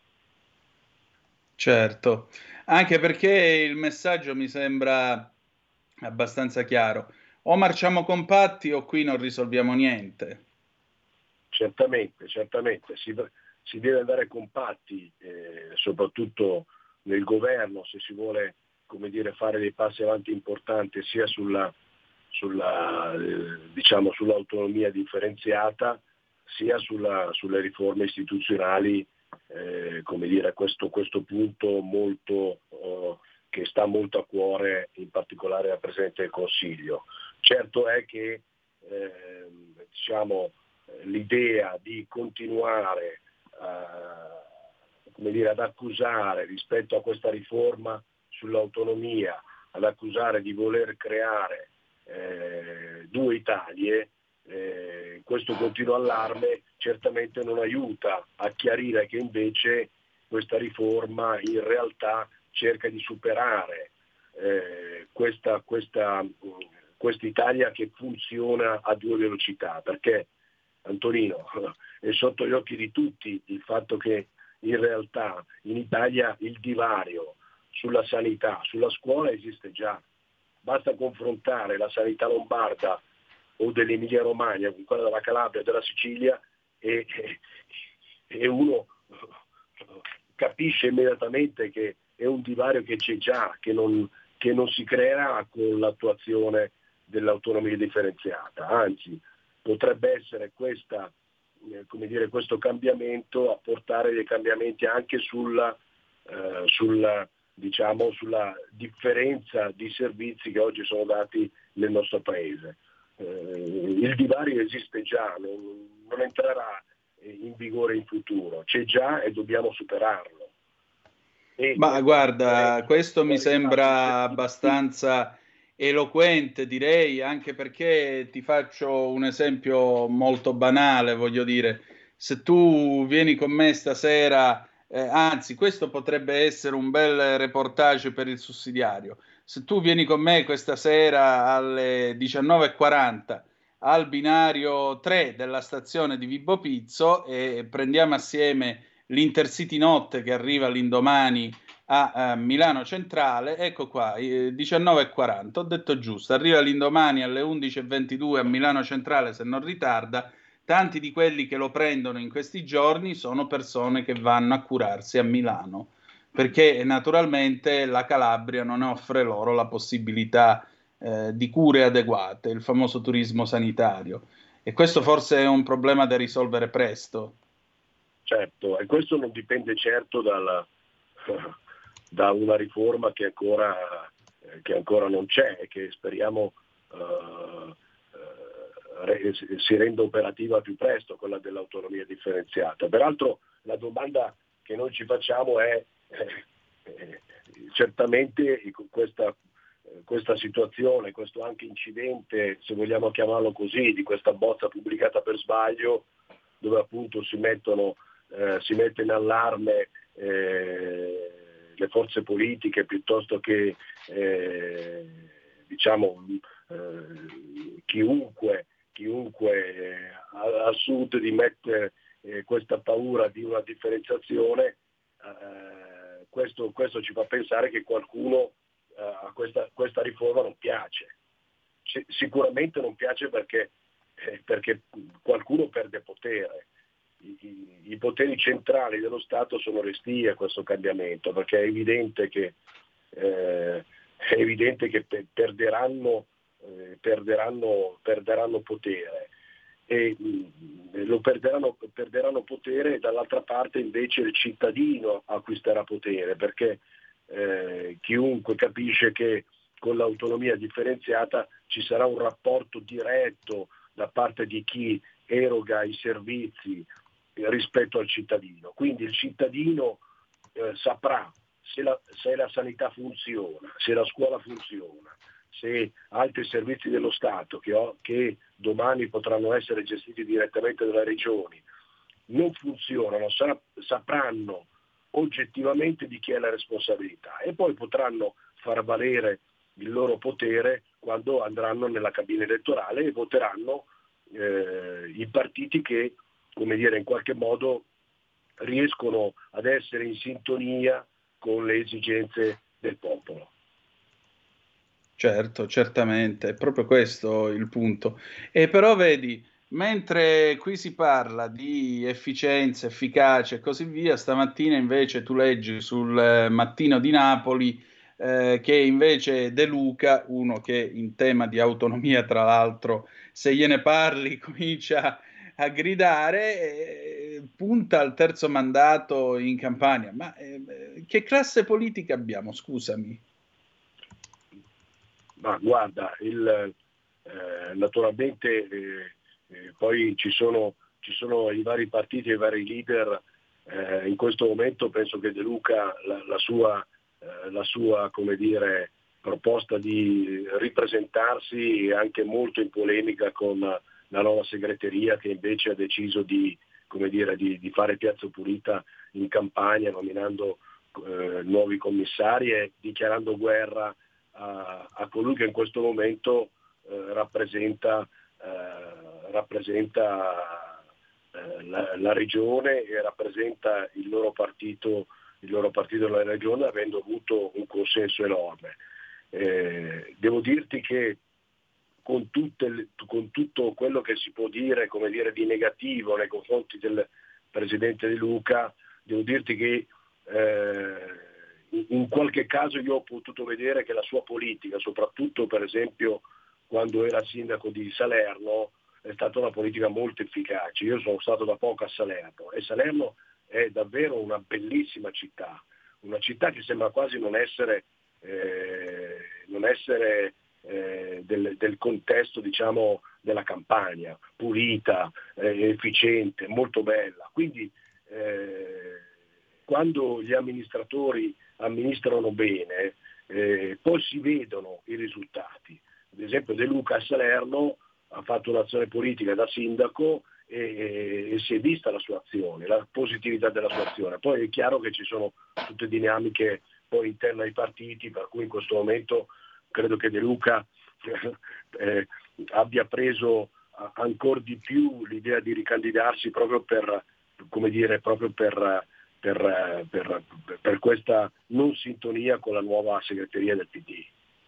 Certo, anche perché il messaggio mi sembra abbastanza chiaro. O marciamo compatti o qui non risolviamo niente. Certamente, certamente, si, si deve andare compatti, eh, soprattutto nel governo, se si vuole, come dire, fare dei passi avanti importanti sia sulla, sulla eh, diciamo, sull'autonomia differenziata, sia sulla, sulle riforme istituzionali, eh, come dire, questo, questo punto molto oh, che sta molto a cuore in particolare al Presidente del Consiglio. Certo è che eh, diciamo, l'idea di continuare a come dire, ad accusare rispetto a questa riforma sull'autonomia, ad accusare di voler creare eh, due Italie, eh, questo continuo allarme certamente non aiuta a chiarire che invece questa riforma in realtà cerca di superare eh, questa, questa, quest'Italia che funziona a due velocità, perché Antonino è sotto gli occhi di tutti il fatto che in realtà in Italia il divario sulla sanità, sulla scuola esiste già. Basta confrontare la sanità lombarda o dell'Emilia Romagna con quella della Calabria e della Sicilia e, e uno capisce immediatamente che è un divario che c'è già, che non, che non si creerà con l'attuazione dell'autonomia differenziata, anzi potrebbe essere questa come dire, questo cambiamento a portare dei cambiamenti anche sulla, eh, sulla, diciamo, sulla differenza di servizi che oggi sono dati nel nostro paese. Eh, il divario esiste già, non, non entrerà in vigore in futuro, c'è già e dobbiamo superarlo. E Ma guarda, questo mi sembra abbastanza eloquente, direi, anche perché ti faccio un esempio molto banale, voglio dire, se tu vieni con me stasera, eh, anzi questo potrebbe essere un bel reportage per il sussidiario, se tu vieni con me questa sera alle diciannove e quaranta al binario tre della stazione di Vibo Pizzo e prendiamo assieme l'Intercity Notte che arriva l'indomani a, a Milano Centrale, ecco qua, eh, diciannove e quaranta, ho detto giusto, arriva l'indomani alle undici e ventidue a Milano Centrale se non ritarda. Tanti di quelli che lo prendono in questi giorni sono persone che vanno a curarsi a Milano, perché naturalmente la Calabria non offre loro la possibilità eh, di cure adeguate, il famoso turismo sanitario, e questo forse è un problema da risolvere presto. Certo, e questo non dipende certo dalla da una riforma che ancora, eh, che ancora non c'è e che speriamo uh, uh, re, si renda operativa più presto, quella dell'autonomia differenziata. Peraltro la domanda che noi ci facciamo è eh, eh, certamente questa, questa situazione, questo anche incidente, se vogliamo chiamarlo così, di questa bozza pubblicata per sbaglio, dove appunto si mettono eh, si mette in allarme eh, le forze politiche piuttosto che eh, diciamo eh, chiunque, chiunque al sud di mettere eh, questa paura di una differenziazione, eh, questo, questo ci fa pensare che qualcuno eh, a questa, questa riforma non piace. C- sicuramente non piace perché, eh, perché qualcuno perde potere. I, i, I poteri centrali dello Stato sono restii a questo cambiamento, perché è evidente che, eh, è evidente che pe- perderanno, eh, perderanno, perderanno potere. E mh, lo perderanno, perderanno potere e dall'altra parte invece il cittadino acquisterà potere, perché eh, chiunque capisce che con l'autonomia differenziata ci sarà un rapporto diretto da parte di chi eroga i servizi rispetto al cittadino. Quindi il cittadino eh, saprà se la, se la sanità funziona, se la scuola funziona, se altri servizi dello Stato che, ho, che domani potranno essere gestiti direttamente dalle regioni non funzionano, sarà, sapranno oggettivamente di chi è la responsabilità e poi potranno far valere il loro potere quando andranno nella cabina elettorale e voteranno eh, i partiti che, come dire, in qualche modo riescono ad essere in sintonia con le esigenze del popolo. Certo, certamente, è proprio questo il punto. E però vedi, mentre qui si parla di efficienza, efficacia e così via, stamattina invece tu leggi sul Mattino di Napoli eh, che invece De Luca, uno che in tema di autonomia tra l'altro se gliene parli comincia a gridare, eh, punta al terzo mandato in Campania. Ma eh, che classe politica abbiamo, scusami? Ma guarda, il, eh, naturalmente eh, eh, poi ci sono, ci sono i vari partiti e i vari leader. Eh, in questo momento penso che De Luca, la, la sua, eh, la sua come dire, proposta di ripresentarsi è anche molto in polemica con la nuova segreteria che invece ha deciso di, come dire, di, di fare piazza pulita in Campania, nominando eh, nuovi commissari e dichiarando guerra A, a colui che in questo momento eh, rappresenta, eh, rappresenta eh, la, la regione e rappresenta il loro partito, il loro partito nella regione, avendo avuto un consenso enorme. Eh, devo dirti che con, tutte le, con tutto quello che si può dire, come dire, di negativo nei confronti del presidente De Luca, devo dirti che eh, in qualche caso io ho potuto vedere che la sua politica, soprattutto per esempio quando era sindaco di Salerno, è stata una politica molto efficace. Io sono stato da poco a Salerno e Salerno è davvero una bellissima città, una città che sembra quasi non essere, eh, non essere eh, del, del contesto, diciamo, della Campania, pulita, eh, efficiente, molto bella. Quindi eh, quando gli amministratori amministrano bene, eh, poi si vedono i risultati. Ad esempio De Luca a Salerno ha fatto un'azione politica da sindaco e, e, e si è vista la sua azione, la positività della sua azione. Poi è chiaro che ci sono tutte dinamiche poi interne ai partiti, per cui in questo momento credo che De Luca eh, abbia preso ancora di più l'idea di ricandidarsi proprio per, come dire, proprio per Per, per, per questa non sintonia con la nuova segreteria del P D.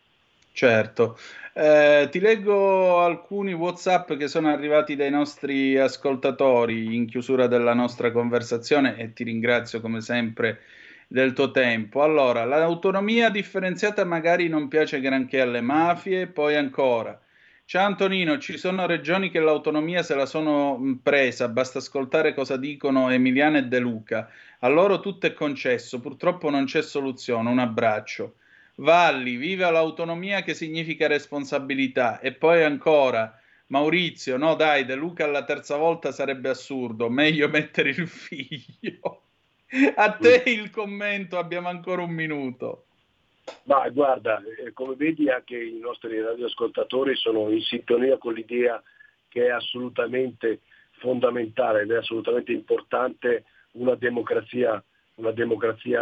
Certo, eh, ti leggo alcuni WhatsApp che sono arrivati dai nostri ascoltatori in chiusura della nostra conversazione e ti ringrazio come sempre del tuo tempo. Allora, l'autonomia differenziata magari non piace granché alle mafie, poi ancora. Ciao Antonino, ci sono regioni che l'autonomia se la sono presa, basta ascoltare cosa dicono Emiliano e De Luca. A loro tutto è concesso, purtroppo non c'è soluzione, un abbraccio. Valli, viva l'autonomia che significa responsabilità. E poi ancora, Maurizio, no dai, De Luca alla terza volta sarebbe assurdo, meglio mettere il figlio. A te il commento, abbiamo ancora un minuto. Ma guarda, eh, come vedi anche i nostri radioascoltatori sono in sintonia con l'idea che è assolutamente fondamentale ed è assolutamente importante una democrazia, una democrazia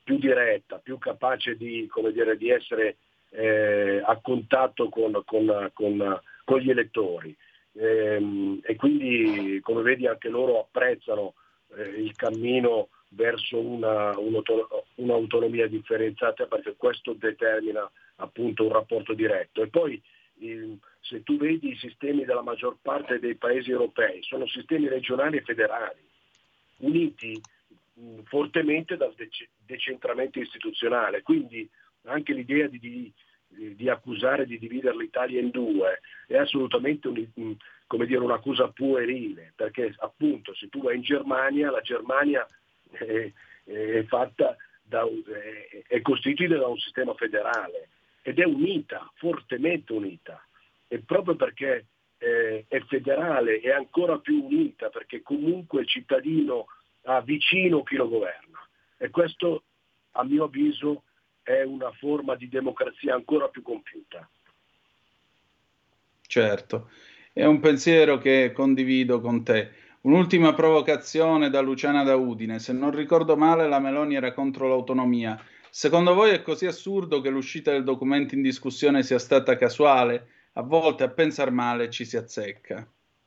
più diretta, più capace di, come dire, di essere eh, a contatto con, con, con, con gli elettori. Ehm, e quindi, come vedi, anche loro apprezzano eh, il cammino verso una, un'autonomia differenziata, perché questo determina appunto un rapporto diretto. E poi eh, se tu vedi i sistemi della maggior parte dei paesi europei, sono sistemi regionali e federali, uniti mh, fortemente dal dec- decentramento istituzionale, quindi anche l'idea di, di, di accusare di dividere l'Italia in due è assolutamente un, un, come dire, un'accusa puerile, perché appunto se tu vai in Germania, la Germania è, è fatta da, è, è costituita da un sistema federale ed è unita, fortemente unita, e proprio perché eh, è federale è ancora più unita, perché comunque il cittadino ha vicino chi lo governa, e questo a mio avviso è una forma di democrazia ancora più compiuta. Certo, è un pensiero che condivido con te. Un'ultima provocazione da Luciana da Udine. Se non ricordo male, la Meloni era contro l'autonomia. Secondo voi è così assurdo che l'uscita del documento in discussione sia stata casuale? A volte a pensar male ci si azzecca.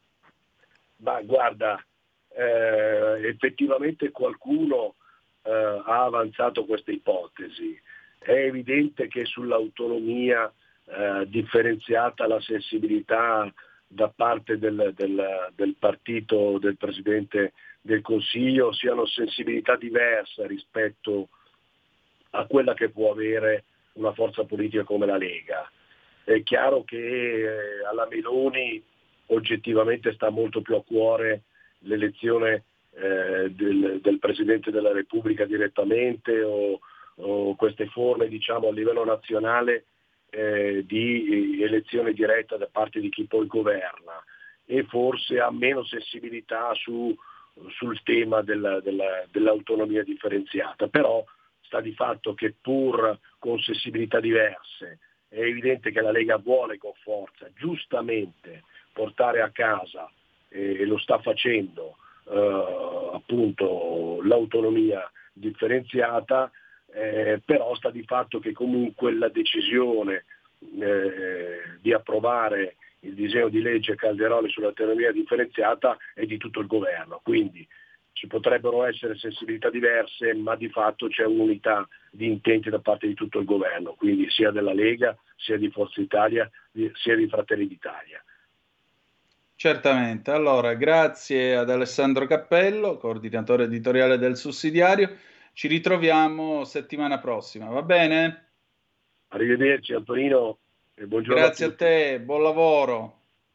Ma guarda, eh, effettivamente qualcuno eh, ha avanzato questa ipotesi. È evidente che sull'autonomia eh, differenziata la sensibilità da parte del, del, del partito del Presidente del Consiglio siano sensibilità diverse rispetto a quella che può avere una forza politica come la Lega. È chiaro che eh, alla Meloni oggettivamente sta molto più a cuore l'elezione eh, del, del Presidente della Repubblica direttamente o, o queste forme, diciamo, a livello nazionale eh, di elezione diretta da parte di chi poi governa, e forse ha meno sensibilità su, sul tema della, della, dell'autonomia differenziata. Però sta di fatto che pur con sensibilità diverse è evidente che la Lega vuole con forza, giustamente, portare a casa, eh, e lo sta facendo, eh, appunto l'autonomia differenziata, eh, però sta di fatto che comunque la decisione eh, di approvare il disegno di legge Calderoli sull'autonomia differenziata è di tutto il governo, quindi ci potrebbero essere sensibilità diverse, ma di fatto c'è un'unità di intenti da parte di tutto il governo, quindi sia della Lega, sia di Forza Italia, sia di Fratelli d'Italia. Certamente. Allora, grazie ad Alessandro Cappello, coordinatore editoriale del Sussidiario. Ci ritroviamo settimana prossima, va bene? Arrivederci Antonino e buongiorno. Grazie a, a te, buon lavoro.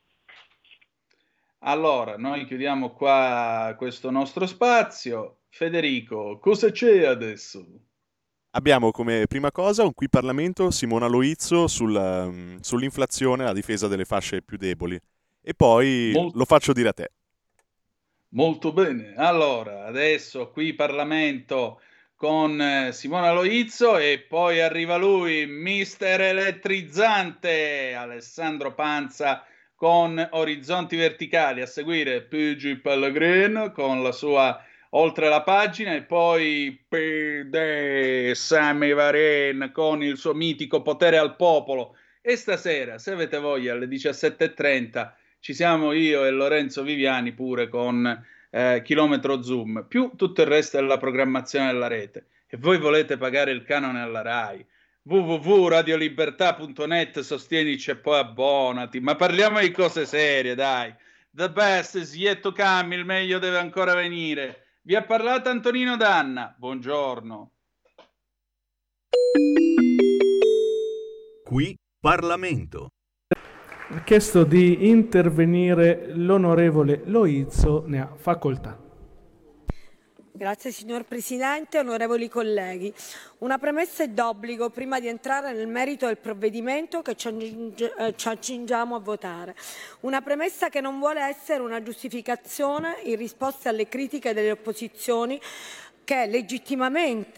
Allora, noi chiudiamo qua questo nostro spazio. Federico, cosa c'è adesso? Abbiamo come prima cosa un qui Parlamento Simona Loizzo sul, um, sull'inflazione e la difesa delle fasce più deboli. E poi Molto... lo faccio dire a te. Molto bene. Allora, adesso qui Parlamento con eh, Simona Loizzo e poi arriva lui, mister elettrizzante, Alessandro Panza, con Orizzonti Verticali, a seguire P G Pellegrin con la sua Oltre la pagina, e poi P D Sammy Varin con il suo mitico Potere al Popolo. E stasera, se avete voglia, alle diciassette e trenta ci siamo io e Lorenzo Viviani pure con eh, Chilometro Zoom, più tutto il resto della programmazione della rete. E voi volete pagare il canone alla Rai? w w w punto radio libertà punto net, sostienici e poi abbonati. Ma parliamo di cose serie, dai. The best is yet to come, il meglio deve ancora venire. Vi ha parlato Antonino Danna, buongiorno. Qui Parlamento. Ha chiesto di intervenire l'onorevole Loizzo, ne ha facoltà. Grazie signor Presidente, onorevoli colleghi. Una premessa è d'obbligo prima di entrare nel merito del provvedimento che ci accingiamo a votare. Una premessa che non vuole essere una giustificazione in risposta alle critiche delle opposizioni che legittimamente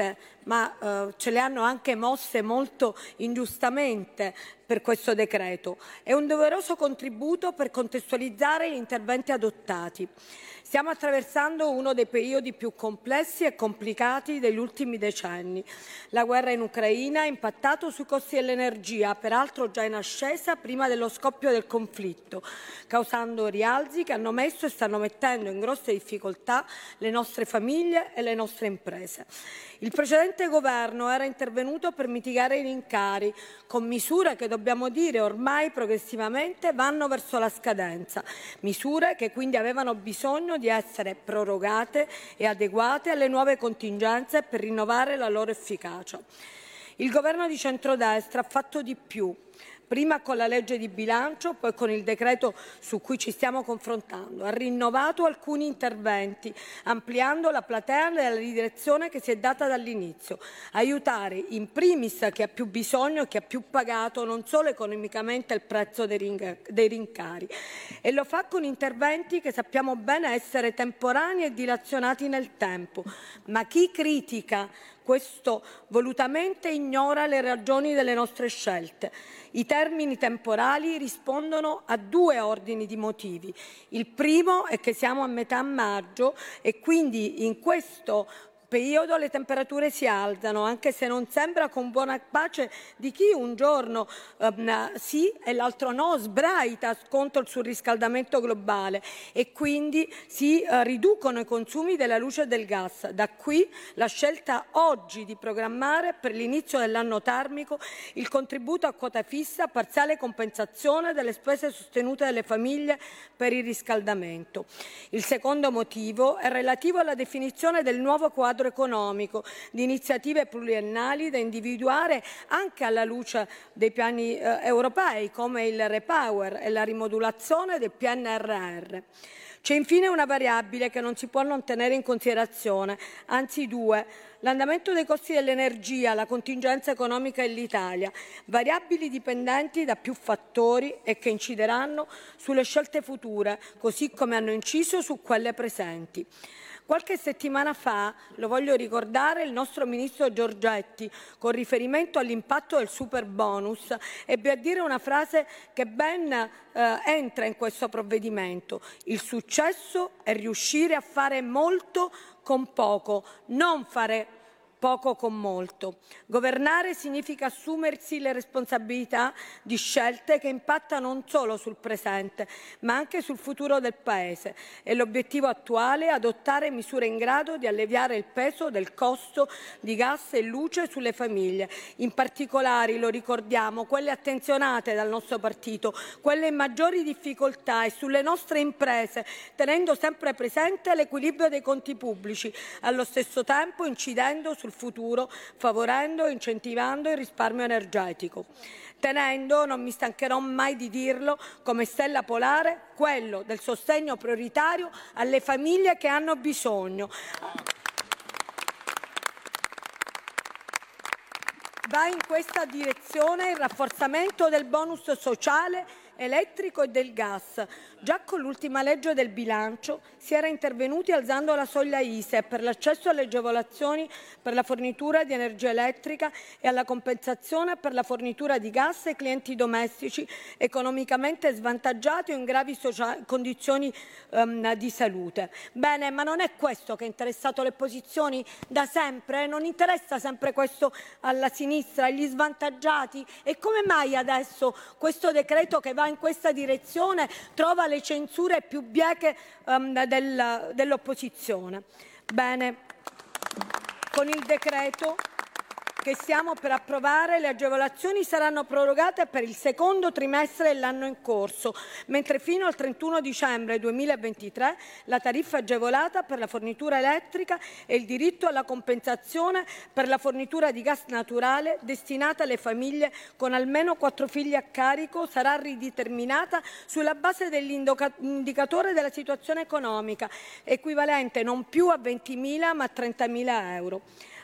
ma eh, ce le hanno anche mosse molto ingiustamente per questo decreto. È un doveroso contributo per contestualizzare gli interventi adottati. Stiamo attraversando uno dei periodi più complessi e complicati degli ultimi decenni. La guerra in Ucraina ha impattato sui costi dell'energia, peraltro già in ascesa prima dello scoppio del conflitto, causando rialzi che hanno messo e stanno mettendo in grosse difficoltà le nostre famiglie e le nostre imprese. Il precedente governo era intervenuto per mitigare i rincari, con misure che dobbiamo dire ormai progressivamente vanno verso la scadenza, misure che quindi avevano bisogno di essere prorogate e adeguate alle nuove contingenze per rinnovare la loro efficacia. Il governo di centrodestra ha fatto di più. Prima con la legge di bilancio, poi con il decreto su cui ci stiamo confrontando. Ha rinnovato alcuni interventi, ampliando la platea della direzione che si è data dall'inizio. Aiutare in primis chi ha più bisogno e chi ha più pagato non solo economicamente il prezzo dei, ring- dei rincari. E lo fa con interventi che sappiamo bene essere temporanei e dilazionati nel tempo. Ma chi critica questo volutamente ignora le ragioni delle nostre scelte. I termini temporali rispondono a due ordini di motivi. Il primo è che siamo a metà maggio e quindi in questo periodo le temperature si alzano, anche se non sembra, con buona pace di chi un giorno um, sì e l'altro no sbraita contro il surriscaldamento globale, e quindi si uh, riducono i consumi della luce e del gas. Da qui la scelta oggi di programmare per l'inizio dell'anno termico il contributo a quota fissa a parziale compensazione delle spese sostenute dalle famiglie per il riscaldamento. Il secondo motivo è relativo alla definizione del nuovo quadro economico, di iniziative pluriennali da individuare anche alla luce dei piani eh, europei come il REPower e la rimodulazione del P N R R. C'è infine una variabile che non si può non tenere in considerazione, anzi due: l'andamento dei costi dell'energia, la contingenza economica dell'Italia, variabili dipendenti da più fattori e che incideranno sulle scelte future, così come hanno inciso su quelle presenti. Qualche settimana fa, lo voglio ricordare, il nostro Ministro Giorgetti, con riferimento all'impatto del superbonus, ebbe a dire una frase che ben eh, entra in questo provvedimento: il successo è riuscire a fare molto con poco, non fare poco con molto. Governare significa assumersi le responsabilità di scelte che impattano non solo sul presente, ma anche sul futuro del Paese. E l'obiettivo attuale è adottare misure in grado di alleviare il peso del costo di gas e luce sulle famiglie, in particolare, lo ricordiamo, quelle attenzionate dal nostro partito, quelle in maggiori difficoltà, e sulle nostre imprese, tenendo sempre presente l'equilibrio dei conti pubblici, allo stesso tempo incidendo sul futuro, favorendo e incentivando il risparmio energetico. Tenendo, non mi stancherò mai di dirlo, come stella polare, quello del sostegno prioritario alle famiglie che hanno bisogno. Va in questa direzione il rafforzamento del bonus sociale elettrico e del gas. Già con l'ultima legge del bilancio si era intervenuti alzando la soglia I S E E per l'accesso alle agevolazioni per la fornitura di energia elettrica e alla compensazione per la fornitura di gas ai clienti domestici economicamente svantaggiati o in gravi socia- condizioni um, di salute. Bene, ma non è questo che ha interessato le opposizioni da sempre? Non interessa sempre questo alla sinistra, agli svantaggiati? E come mai adesso questo decreto che va in questa direzione trova le censure più bieche um, del, dell'opposizione? Bene, con il decreto che stiamo per approvare le agevolazioni saranno prorogate per il secondo trimestre dell'anno in corso, mentre fino al trentuno dicembre duemilaventitré la tariffa agevolata per la fornitura elettrica e il diritto alla compensazione per la fornitura di gas naturale destinata alle famiglie con almeno quattro figli a carico sarà rideterminata sulla base dell'indicatore della situazione economica, equivalente non più a ventimila ma a trentamila euro.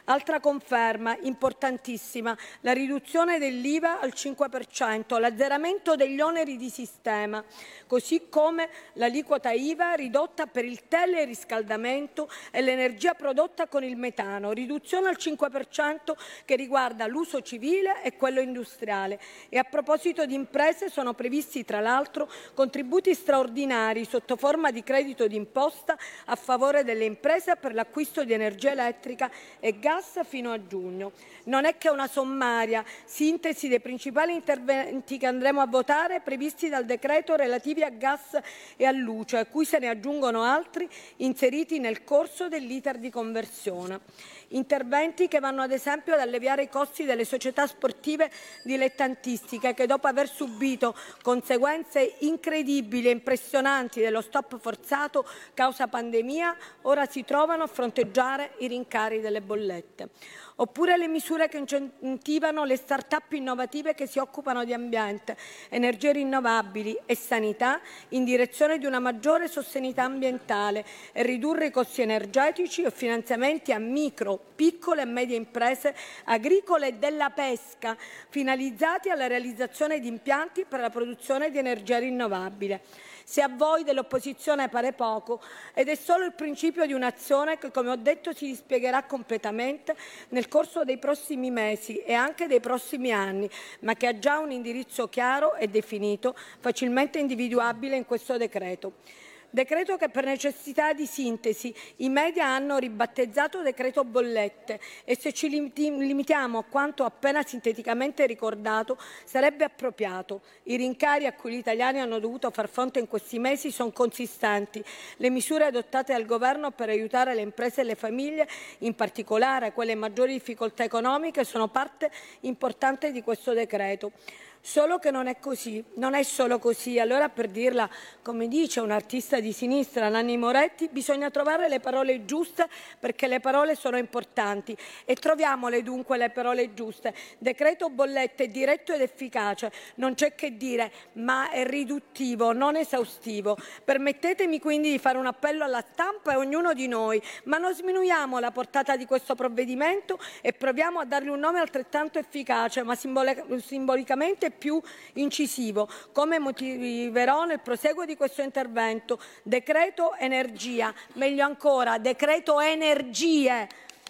Altra conferma importantissima, la riduzione dell'I V A al cinque per cento, l'azzeramento degli oneri di sistema, così come l'aliquota I V A ridotta per il teleriscaldamento e l'energia prodotta con il metano, riduzione al cinque per cento che riguarda l'uso civile e quello industriale. E a proposito di imprese sono previsti tra l'altro contributi straordinari sotto forma di credito d'imposta a favore delle imprese per l'acquisto di energia elettrica e gas fino a giugno. Non è che una sommaria sintesi dei principali interventi che andremo a votare previsti dal decreto relativi a gas e a luce, a cui se ne aggiungono altri inseriti nel corso dell'iter di conversione. Interventi che vanno ad esempio ad alleviare i costi delle società sportive dilettantistiche che dopo aver subito conseguenze incredibili e impressionanti dello stop forzato causa pandemia ora si trovano a fronteggiare i rincari delle bollette. Oppure le misure che incentivano le start-up innovative che si occupano di ambiente, energie rinnovabili e sanità in direzione di una maggiore sostenibilità ambientale e ridurre i costi energetici e finanziamenti a micro, piccole e medie imprese agricole e della pesca finalizzati alla realizzazione di impianti per la produzione di energia rinnovabile. Se a voi dell'opposizione pare poco, ed è solo il principio di un'azione che, come ho detto, si dispiegherà completamente nel corso dei prossimi mesi e anche dei prossimi anni, ma che ha già un indirizzo chiaro e definito, facilmente individuabile in questo decreto. Decreto che per necessità di sintesi i media hanno ribattezzato decreto bollette e se ci limitiamo a quanto appena sinteticamente ricordato sarebbe appropriato. I rincari a cui gli italiani hanno dovuto far fronte in questi mesi sono consistenti. Le misure adottate dal Governo per aiutare le imprese e le famiglie, in particolare quelle in maggiori difficoltà economiche, sono parte importante di questo decreto. Solo che non è così, non è solo così. Allora, per dirla come dice un artista di sinistra, Nanni Moretti, bisogna trovare le parole giuste perché le parole sono importanti e troviamole dunque le parole giuste. Decreto bollette diretto ed efficace, non c'è che dire, ma è riduttivo, non esaustivo. Permettetemi quindi di fare un appello alla stampa e a ognuno di noi, ma non sminuiamo la portata di questo provvedimento e proviamo a dargli un nome altrettanto efficace, ma simbolic- simbolicamente più incisivo, come motiverò nel proseguo di questo intervento. Decreto energia, meglio ancora, decreto energie.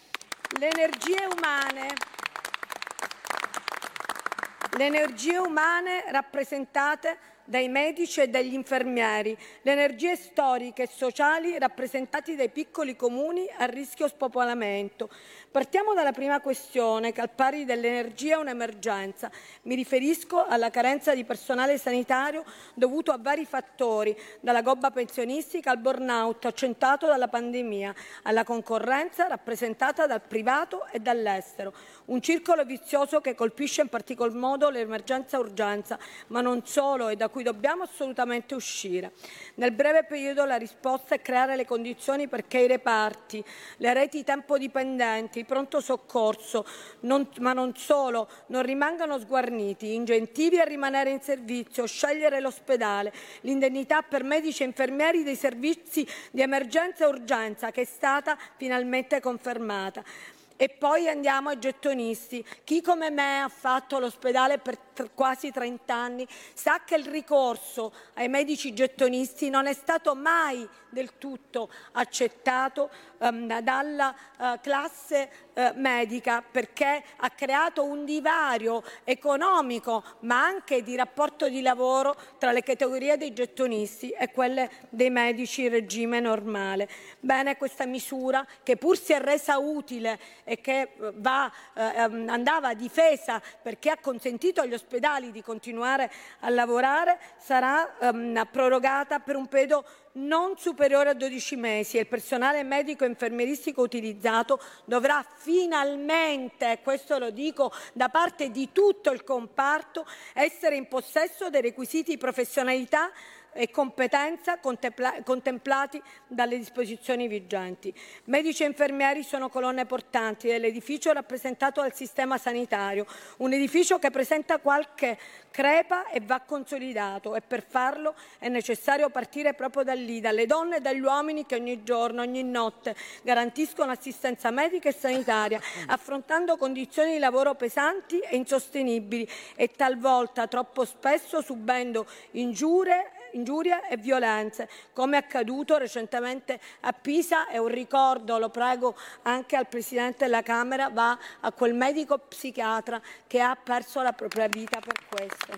Le energie umane, le energie umane rappresentate dai medici e dagli infermieri, le energie storiche e sociali rappresentate dai piccoli comuni a rischio spopolamento. Partiamo dalla prima questione, che al pari dell'energia è un'emergenza. Mi riferisco alla carenza di personale sanitario dovuto a vari fattori, dalla gobba pensionistica al burnout accentuato dalla pandemia, alla concorrenza rappresentata dal privato e dall'estero. Un circolo vizioso che colpisce in particolar modo l'emergenza-urgenza, ma non solo, e da cui dobbiamo assolutamente uscire. Nel breve periodo la risposta è creare le condizioni perché i reparti, le reti tempo dipendenti, il pronto soccorso, non, ma non solo, non rimangano sguarniti, incentivi a rimanere in servizio, scegliere l'ospedale, l'indennità per medici e infermieri dei servizi di emergenza e urgenza che è stata finalmente confermata. E poi andiamo ai gettonisti. Chi come me ha fatto l'ospedale per t- quasi trenta anni sa che il ricorso ai medici gettonisti non è stato mai del tutto accettato um, dalla uh, classe uh, medica, perché ha creato un divario economico ma anche di rapporto di lavoro tra le categorie dei gettonisti e quelle dei medici in regime normale. Bene, questa misura, che pur si è resa utile e che va, eh, andava difesa perché ha consentito agli ospedali di continuare a lavorare, sarà ehm, prorogata per un periodo non superiore a dodici mesi e il personale medico e infermieristico utilizzato dovrà finalmente, questo lo dico da parte di tutto il comparto, essere in possesso dei requisiti di professionalità e competenza contempla- contemplati dalle disposizioni vigenti. Medici e infermieri sono colonne portanti dell'edificio rappresentato dal sistema sanitario, un edificio che presenta qualche crepa e va consolidato, e per farlo è necessario partire proprio da lì, dalle donne e dagli uomini che ogni giorno, ogni notte garantiscono assistenza medica e sanitaria, affrontando condizioni di lavoro pesanti e insostenibili e talvolta troppo spesso subendo ingiurie ingiurie e violenze, come è accaduto recentemente a Pisa. E un ricordo, lo prego anche al Presidente della Camera, va a quel medico psichiatra che ha perso la propria vita per questo.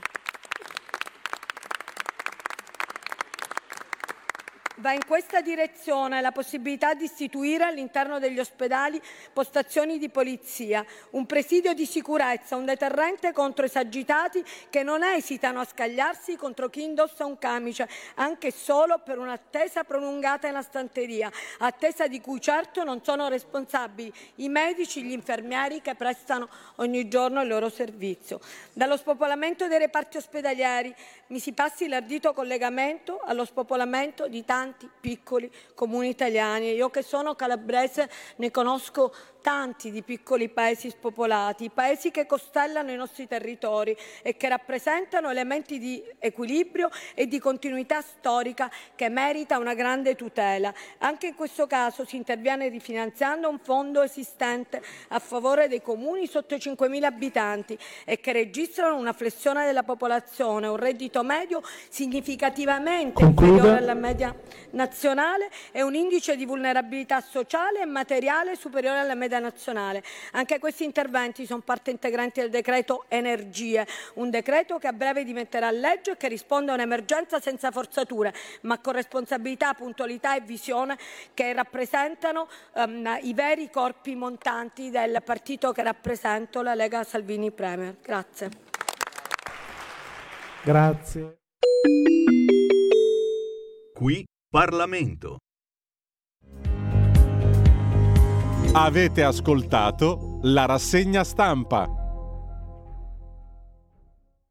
Va in questa direzione la possibilità di istituire all'interno degli ospedali postazioni di polizia, un presidio di sicurezza, un deterrente contro i esagitati che non esitano a scagliarsi contro chi indossa un camice, anche solo per un'attesa prolungata in una stanteria, attesa di cui certo non sono responsabili i medici, gli infermieri che prestano ogni giorno il loro servizio. Dallo spopolamento dei reparti ospedalieri mi si passi l'ardito collegamento allo spopolamento di tanti piccoli comuni italiani. Io che sono calabrese ne conosco tanti di piccoli paesi spopolati, paesi che costellano i nostri territori e che rappresentano elementi di equilibrio e di continuità storica che merita una grande tutela. Anche in questo caso si interviene rifinanziando un fondo esistente a favore dei comuni sotto i cinquemila abitanti e che registrano una flessione della popolazione, un reddito medio significativamente inferiore alla media nazionale e un indice di vulnerabilità sociale e materiale superiore alla media nazionale. Anche questi interventi sono parte integrante del decreto Energie, un decreto che a breve diventerà legge e che risponde a un'emergenza senza forzature, ma con responsabilità, puntualità e visione che rappresentano um, i veri corpi montanti del partito che rappresento, la Lega Salvini Premier. Grazie. Grazie. Qui Parlamento. Avete ascoltato la rassegna stampa.